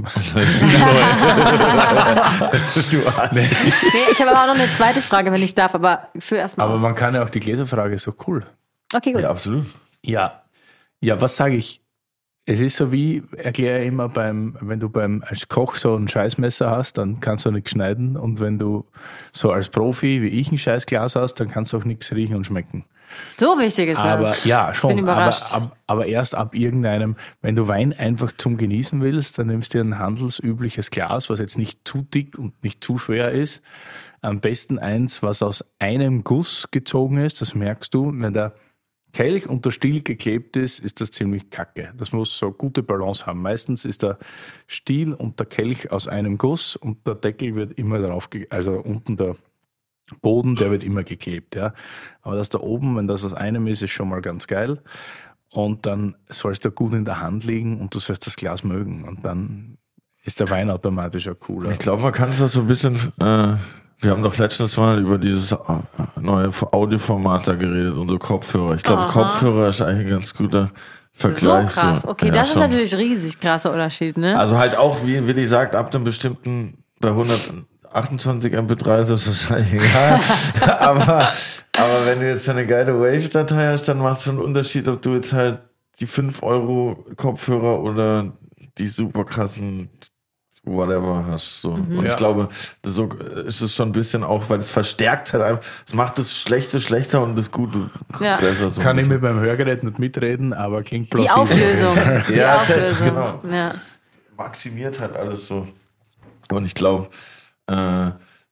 Du hast. Nee, ich habe aber auch noch eine zweite Frage, wenn ich darf, aber für erstmal. Aber aus. man kann ja auch die Gläserfrage, so cool. Okay, gut. Ja, absolut. Ja, ja, was sage ich? Es ist so wie, erkläre ich immer beim, wenn du beim als Koch so ein Scheißmesser hast, dann kannst du nichts schneiden. Und wenn du so als Profi wie ich ein Scheißglas hast, dann kannst du auch nichts riechen und schmecken. So wichtig ist Aber das. ja, Ich schon. bin Aber, überrascht. ab, aber erst ab irgendeinem, wenn du Wein einfach zum Genießen willst, dann nimmst du dir ein handelsübliches Glas, was jetzt nicht zu dick und nicht zu schwer ist. Am besten eins, was aus einem Guss gezogen ist. Das merkst du, wenn der Kelch und der Stiel geklebt ist, ist das ziemlich kacke. Das muss so eine gute Balance haben. Meistens ist der Stiel und der Kelch aus einem Guss und der Deckel wird immer darauf, ge- also unten der Boden, der wird immer geklebt. Ja. Aber das da oben, wenn das aus einem ist, ist schon mal ganz geil. Und dann sollst du gut in der Hand liegen und du sollst das Glas mögen. Und dann ist der Wein automatisch auch cooler. Ich glaube, man kann es auch so ein bisschen. Äh, wir haben doch letztens mal über dieses äh, neue Audioformat da geredet, unsere Kopfhörer. Ich glaube, Aha. Kopfhörer ist eigentlich ein ganz guter So Vergleich. krass. Okay, Ja, das ist schon. natürlich riesig krasser Unterschied, ne? Also halt auch, wie Willi sagt, ab einem bestimmten, bei hundertachtundzwanzig M P drei ist das wahrscheinlich egal. aber, aber wenn du jetzt eine geile Wave-Datei hast, dann macht es schon einen Unterschied, ob du jetzt halt die fünf Euro Kopfhörer oder die super krassen whatever hast. So. Und Ja. ich glaube, das so ist es schon ein bisschen auch, weil es verstärkt halt einfach, es macht das Schlechte schlechter und das Gute Ja. besser. So Kann ein ich mir bisschen. beim Hörgerät nicht mitreden, aber klingt Die plausibel. Auflösung. Die Ja, Auflösung. genau. Ja. Maximiert halt alles so. Und ich glaube, äh,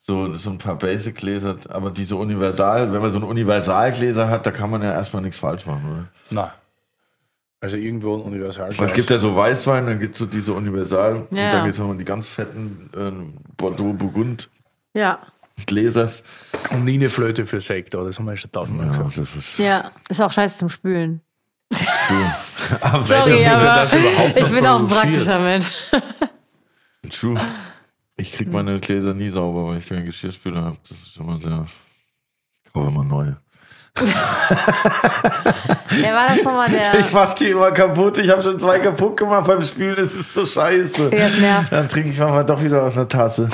So, so ein paar Basic-Gläser, aber diese Universal, wenn man so ein Universalgläser hat, da kann man ja erstmal nichts falsch machen, oder? Nein. Also irgendwo ein Universal. Es gibt ja so Weißwein, dann gibt es so diese Universal, Ja. und dann gibt es noch die ganz fetten äh, Bordeaux-Burgund. Ja. Gläsers. Und nie eine Flöte für Sekt, oder? Das haben wir schon tausendmal Ja, gesagt. das ist Ja. Ist auch scheiße zum Spülen. true. Aber Sorry, wird aber das überhaupt ich noch bin auch ein produziert? praktischer Mensch. true. Ich krieg meine Gläser nie sauber, weil ich den Geschirrspüler habe. Das ist immer sehr. Ich kaufe immer neue. Wer war das nochmal, der... Ich mach die immer kaputt. Ich habe schon zwei kaputt gemacht beim Spülen. Das ist so scheiße. Ja, das nervt. Dann trinke ich manchmal doch wieder aus einer Tasse.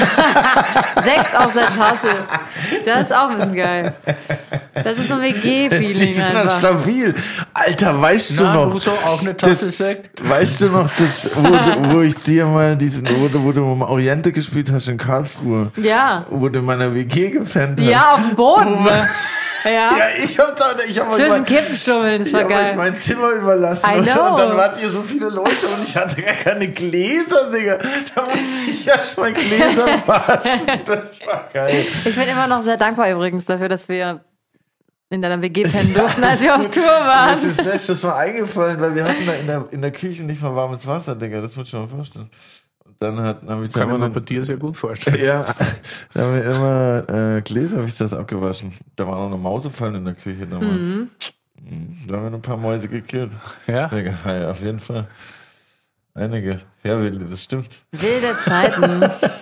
Sekt aus der Tasse. Das ist auch ein bisschen geil. Das ist so ein W Die G-Feeling sind das einfach. stabil. Alter, weißt du Na, noch? du so auch eine Tasse Das- Sekt? Weißt du noch, das, wo, du, wo ich dir mal diesen, wo du, wo du mal Oriente gespielt hast in Karlsruhe, Ja. wo du in meiner W G gepennt hast? Ja, auf dem Boden. Ja. Ja, ich hab da, ich hab euch Zwischen mein, Kippenstummeln, das ich war hab euch geil. mein Zimmer überlassen I und, know. und dann wart ihr so viele Leute und ich hatte gar keine Gläser, Digga. Da musste ich erst mal Gläser waschen. Das war geil. Ich bin immer noch sehr dankbar übrigens dafür, dass wir in deiner W G pennen durften, als wir auf Tour waren. Das ist letztes Mal eingefallen, weil wir hatten da in der, in der Küche nicht mal warmes Wasser, Digga. Das muss ich mir mal vorstellen. Und dann hat, dann hab ich Kann dann man immer, mir bei dir sehr gut vorstellen. ja, da haben wir immer äh, Gläser, habe ich das abgewaschen. Da war noch eine Mausefallen in der Küche damals. Mhm. Mhm. Da haben wir noch ein paar Mäuse gekillt. Ja? Digga, ja, auf jeden Fall. Einige. Ja, Willi, das stimmt. Wilde Zeiten.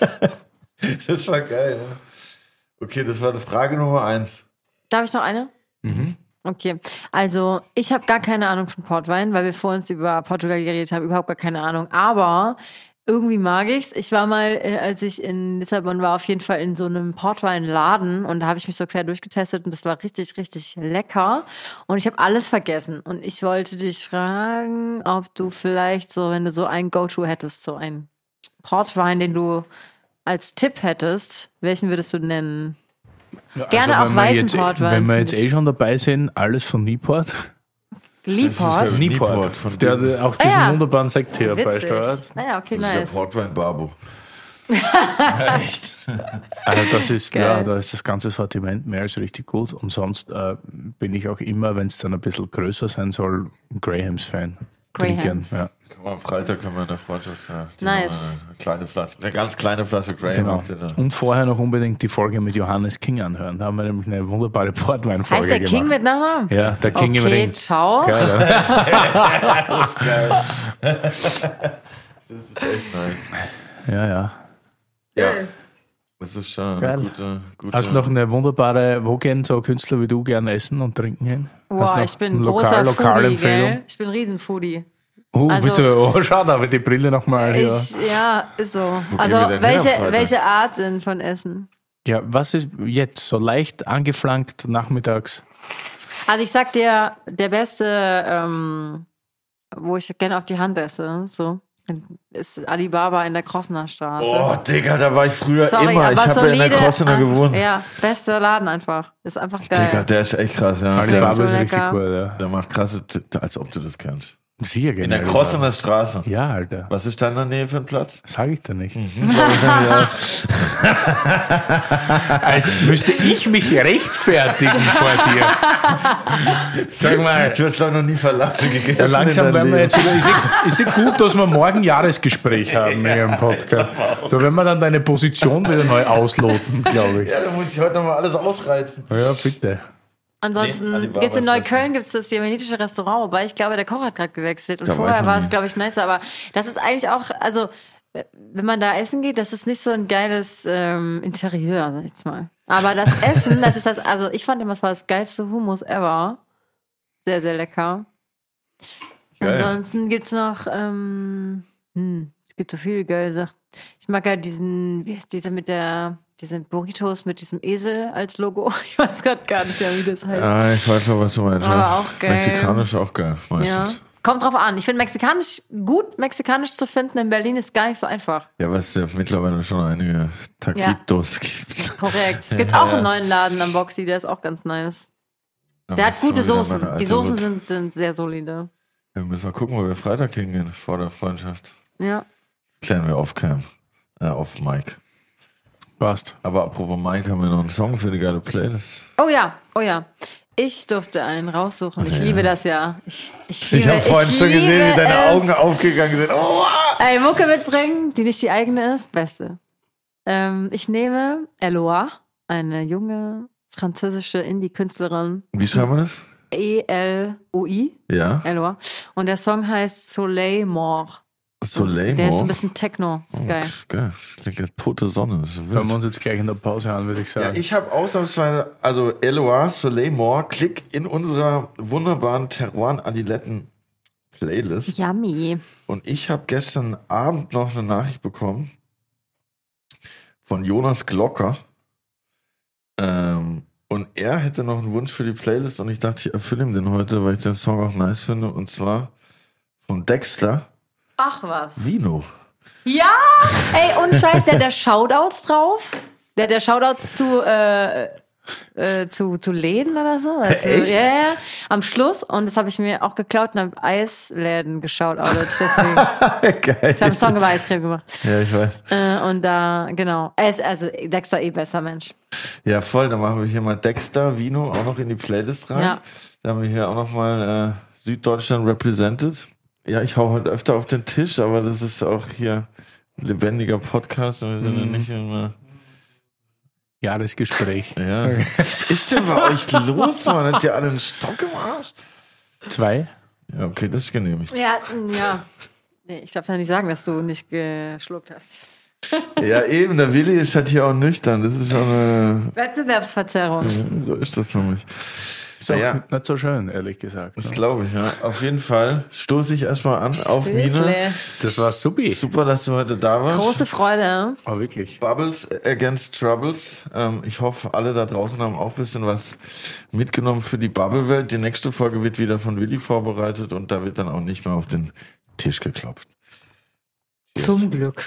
Das war geil, ne? Okay, das war die Frage Nummer eins. Darf ich noch eine? Mhm. Okay, also ich habe gar keine Ahnung von Portwein, weil wir vor uns über Portugal geredet haben, überhaupt gar keine Ahnung. Aber irgendwie mag ich's. Ich war mal, äh, als ich in Lissabon war, auf jeden Fall in so einem Portweinladen und da habe ich mich so quer durchgetestet und das war richtig, richtig lecker. Und ich habe alles vergessen. Und ich wollte dich fragen, ob du vielleicht so, wenn du so ein Go-To hättest, so ein Portwein, den du als Tipp hättest, welchen würdest du nennen? Ja, Gerne auch wenn wir weißen jetzt, Portwein, Wenn wir finde jetzt ich. eh schon dabei sind, alles von Nieport. Liebport? Das ist Nieport, Nieport, von der dem- hat auch diesen Ah ja. wunderbaren Sekt hier Witzig. beisteuert. Naja, okay, Das ist der nice. Portwein-Barbo. Echt? Also das ist, Geil. ja, da ist das ganze Sortiment mehr als richtig gut. Und sonst äh, bin ich auch immer, wenn es dann ein bisschen größer sein soll, ein Grahams-Fan. Grahams. Ja. Kann man am Freitag, wenn wir in der Freundschaft ja, die Nice. haben Eine kleine Flasche, eine ganz kleine Flasche Graham. Genau. habt ihr da. Und vorher noch unbedingt die Folge mit Johannes King anhören. Da haben wir nämlich eine wunderbare Portwein-Folge Heißt der gemacht. King mit Nachnamen? Ja, der King Okay, übrigens. ciao. Geil, oder? Das ist geil. Das ist echt nice. Ja, ja. Ja. Das ist schon Geil. eine gute, gute. Hast du noch eine wunderbare, wo gehen so Künstler wie du gerne essen und trinken hin? Hast du Boah, noch ich bin eine ein großer Foodie, Lokalempfehlung? gell? Ich bin ein Riesen-Foodie. Oh, Also- bist du, oh, schau, da wird die Brille nochmal hier. Ich, ja, ist so. Wo Also, gehen wir denn hin am welche, Freitag? welche Art denn von Essen? Ja, was ist jetzt so leicht angeflankt nachmittags? Also, ich sag dir, der beste, ähm, wo ich gerne auf die Hand esse, so, ist Alibaba in der Krossener Straße. Oh, Digga, da war ich früher Sorry, immer. Ich aber habe ja in der solide, Krossener ah, gewohnt. Ja, bester Laden einfach. Ist einfach geil. Digga, der ist echt krass, ja. Alibaba so ist richtig lecker. cool, ja. Der macht krasse, als ob du das kennst. Sicher In genial. der Krossener Straße. Ja, Alter. Was ist da in der Nähe für ein Platz? Sag ich dir nicht. Ja. Also müsste ich mich rechtfertigen vor dir. Sag mal, Du hast doch noch nie Falafel gegessen. ja, langsam in deinem werden wir Leben. jetzt wieder. Ist es, ist es gut, dass wir morgen Jahresgespräch haben hier im Podcast? Da werden wir dann deine Position wieder neu ausloten, glaube ich. Ja, da muss ich heute nochmal alles ausreizen. Ja, bitte. Ansonsten Nee, Alibaba gibt es in ist Neukölln gibt's das jemenitische Restaurant, wobei ich glaube, der Koch hat gerade gewechselt. Und Da war ich vorher noch war nie. es, glaube ich, nicer. Aber das ist eigentlich auch, also wenn man da essen geht, das ist nicht so ein geiles ähm, Interieur, sag ich jetzt mal. Aber das Essen, das ist das, also ich fand immer, das war das geilste Hummus ever. Sehr, sehr lecker. Geil. Ansonsten gibt's noch, ähm, hm, es gibt so viele geile Sachen. Ich mag ja diesen, wie heißt dieser mit der, diese Burritos mit diesem Esel als Logo. Ich weiß gerade gar nicht mehr, wie das heißt. Ja, ich weiß schon, was du meinst. Aber ja. auch geil. Mexikanisch auch geil, Ja. meistens. Kommt drauf an. Ich finde mexikanisch gut, mexikanisch zu finden in Berlin ist gar nicht so einfach. Ja, weil es ja mittlerweile schon einige Taquitos gibt. Korrekt. Es gibt auch einen neuen Laden am Boxy, der ist auch ganz nice. Der hat gute Soßen. Die Soßen sind, sind sehr solide. Wir müssen mal gucken, wo wir Freitag hingehen, vor der Freundschaft. Ja. Klären wir auf Cam. Äh, auf Mike. Passt. Aber apropos Mike, haben wir noch einen Song für die geile Playlist? Oh ja, oh ja. Ich durfte einen raussuchen. Ich Ja. liebe das ja. Ich, ich, liebe, Ich habe vorhin schon gesehen, wie deine es. Augen aufgegangen sind. Oh! Ey, Mucke mitbringen, die nicht die eigene ist, beste. Ähm, ich nehme Eloa, eine junge französische Indie-Künstlerin. Wie schreibt man das? E L O I, Ja. Eloa. Und der Song heißt Soleil Mort. Soleil Der ist ein Mort. bisschen Techno. Ist Oh, geil. geil. Das klingt wie tote Sonne. Das ist Hören wild. wir uns jetzt gleich in der Pause an, würde ich sagen. Ja, ich habe ausnahmsweise, also Eloa, Soleil Mort, klick in unserer wunderbaren Terroir-Adiletten-Playlist. Yummy. Und ich habe gestern Abend noch eine Nachricht bekommen von Jonas Glocker. Ähm, und er hätte noch einen Wunsch für die Playlist und ich dachte, ich erfülle ihm den heute, weil ich den Song auch nice finde. Und zwar von Dexter, Ach was. Vino. Ja! Ey, und Scheiß, der hat da Shoutouts drauf. Der hat da Shoutouts zu, äh, äh, zu, zu Läden oder so. Also, Echt? Ja, ja. Am Schluss. Und das habe ich mir auch geklaut und habe Eisläden geshoutoutet. Deswegen. Geil. Ich habe einen Song über Eiscreme gemacht. Ja, ich weiß. Äh, und da, genau. Er ist, also, Dexter eh besser Mensch. Ja, voll. Dann machen wir hier mal Dexter, Vino auch noch in die Playlist rein. Ja. Da haben wir hier auch noch mal äh, Süddeutschland represented. Ja, ich hau heute öfter auf den Tisch, aber das ist auch hier ein lebendiger Podcast und wir sind ja nicht immer... Jahresgespräch. Ja. Was ist denn bei euch los, Mann? Habt ihr alle einen Stock im Arsch? Zwei? Ja, okay, das ist genehmigt. Ja, ja. Nee, ich darf ja nicht sagen, dass du nicht geschluckt hast. Ja, eben, der Willi ist halt hier auch nüchtern. Das ist schon eine... Wettbewerbsverzerrung. So ist das nämlich. Ist auch Ja. nicht so schön, ehrlich gesagt. Das Ne? glaube ich, ja. Auf jeden Fall stoße ich erstmal an auf Mine. Stößle. Das war supi. Super, dass du heute da warst. Große Freude. Oh, wirklich. Bubbles against Troubles. Ähm, ich hoffe, alle da draußen haben auch ein bisschen was mitgenommen für die Bubble-Welt. Die nächste Folge wird wieder von Willi vorbereitet und da wird dann auch nicht mehr auf den Tisch geklopft. Zum Glück.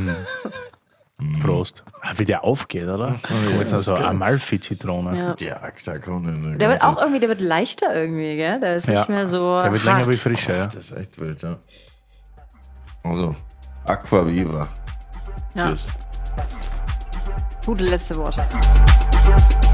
Prost. Ah, wie der aufgeht, oder? Oh, jetzt also Amalfi-Zitrone. Ja. Ja, da kommt eine Der wird ganze- auch irgendwie, der wird leichter irgendwie, gell? Der ist Ja. nicht mehr so. Der wird hart. länger wie frischer, ja. Das ist echt wild, ja. Also, Aqua Viva. Ja. Tschüss. Gute letzte Worte.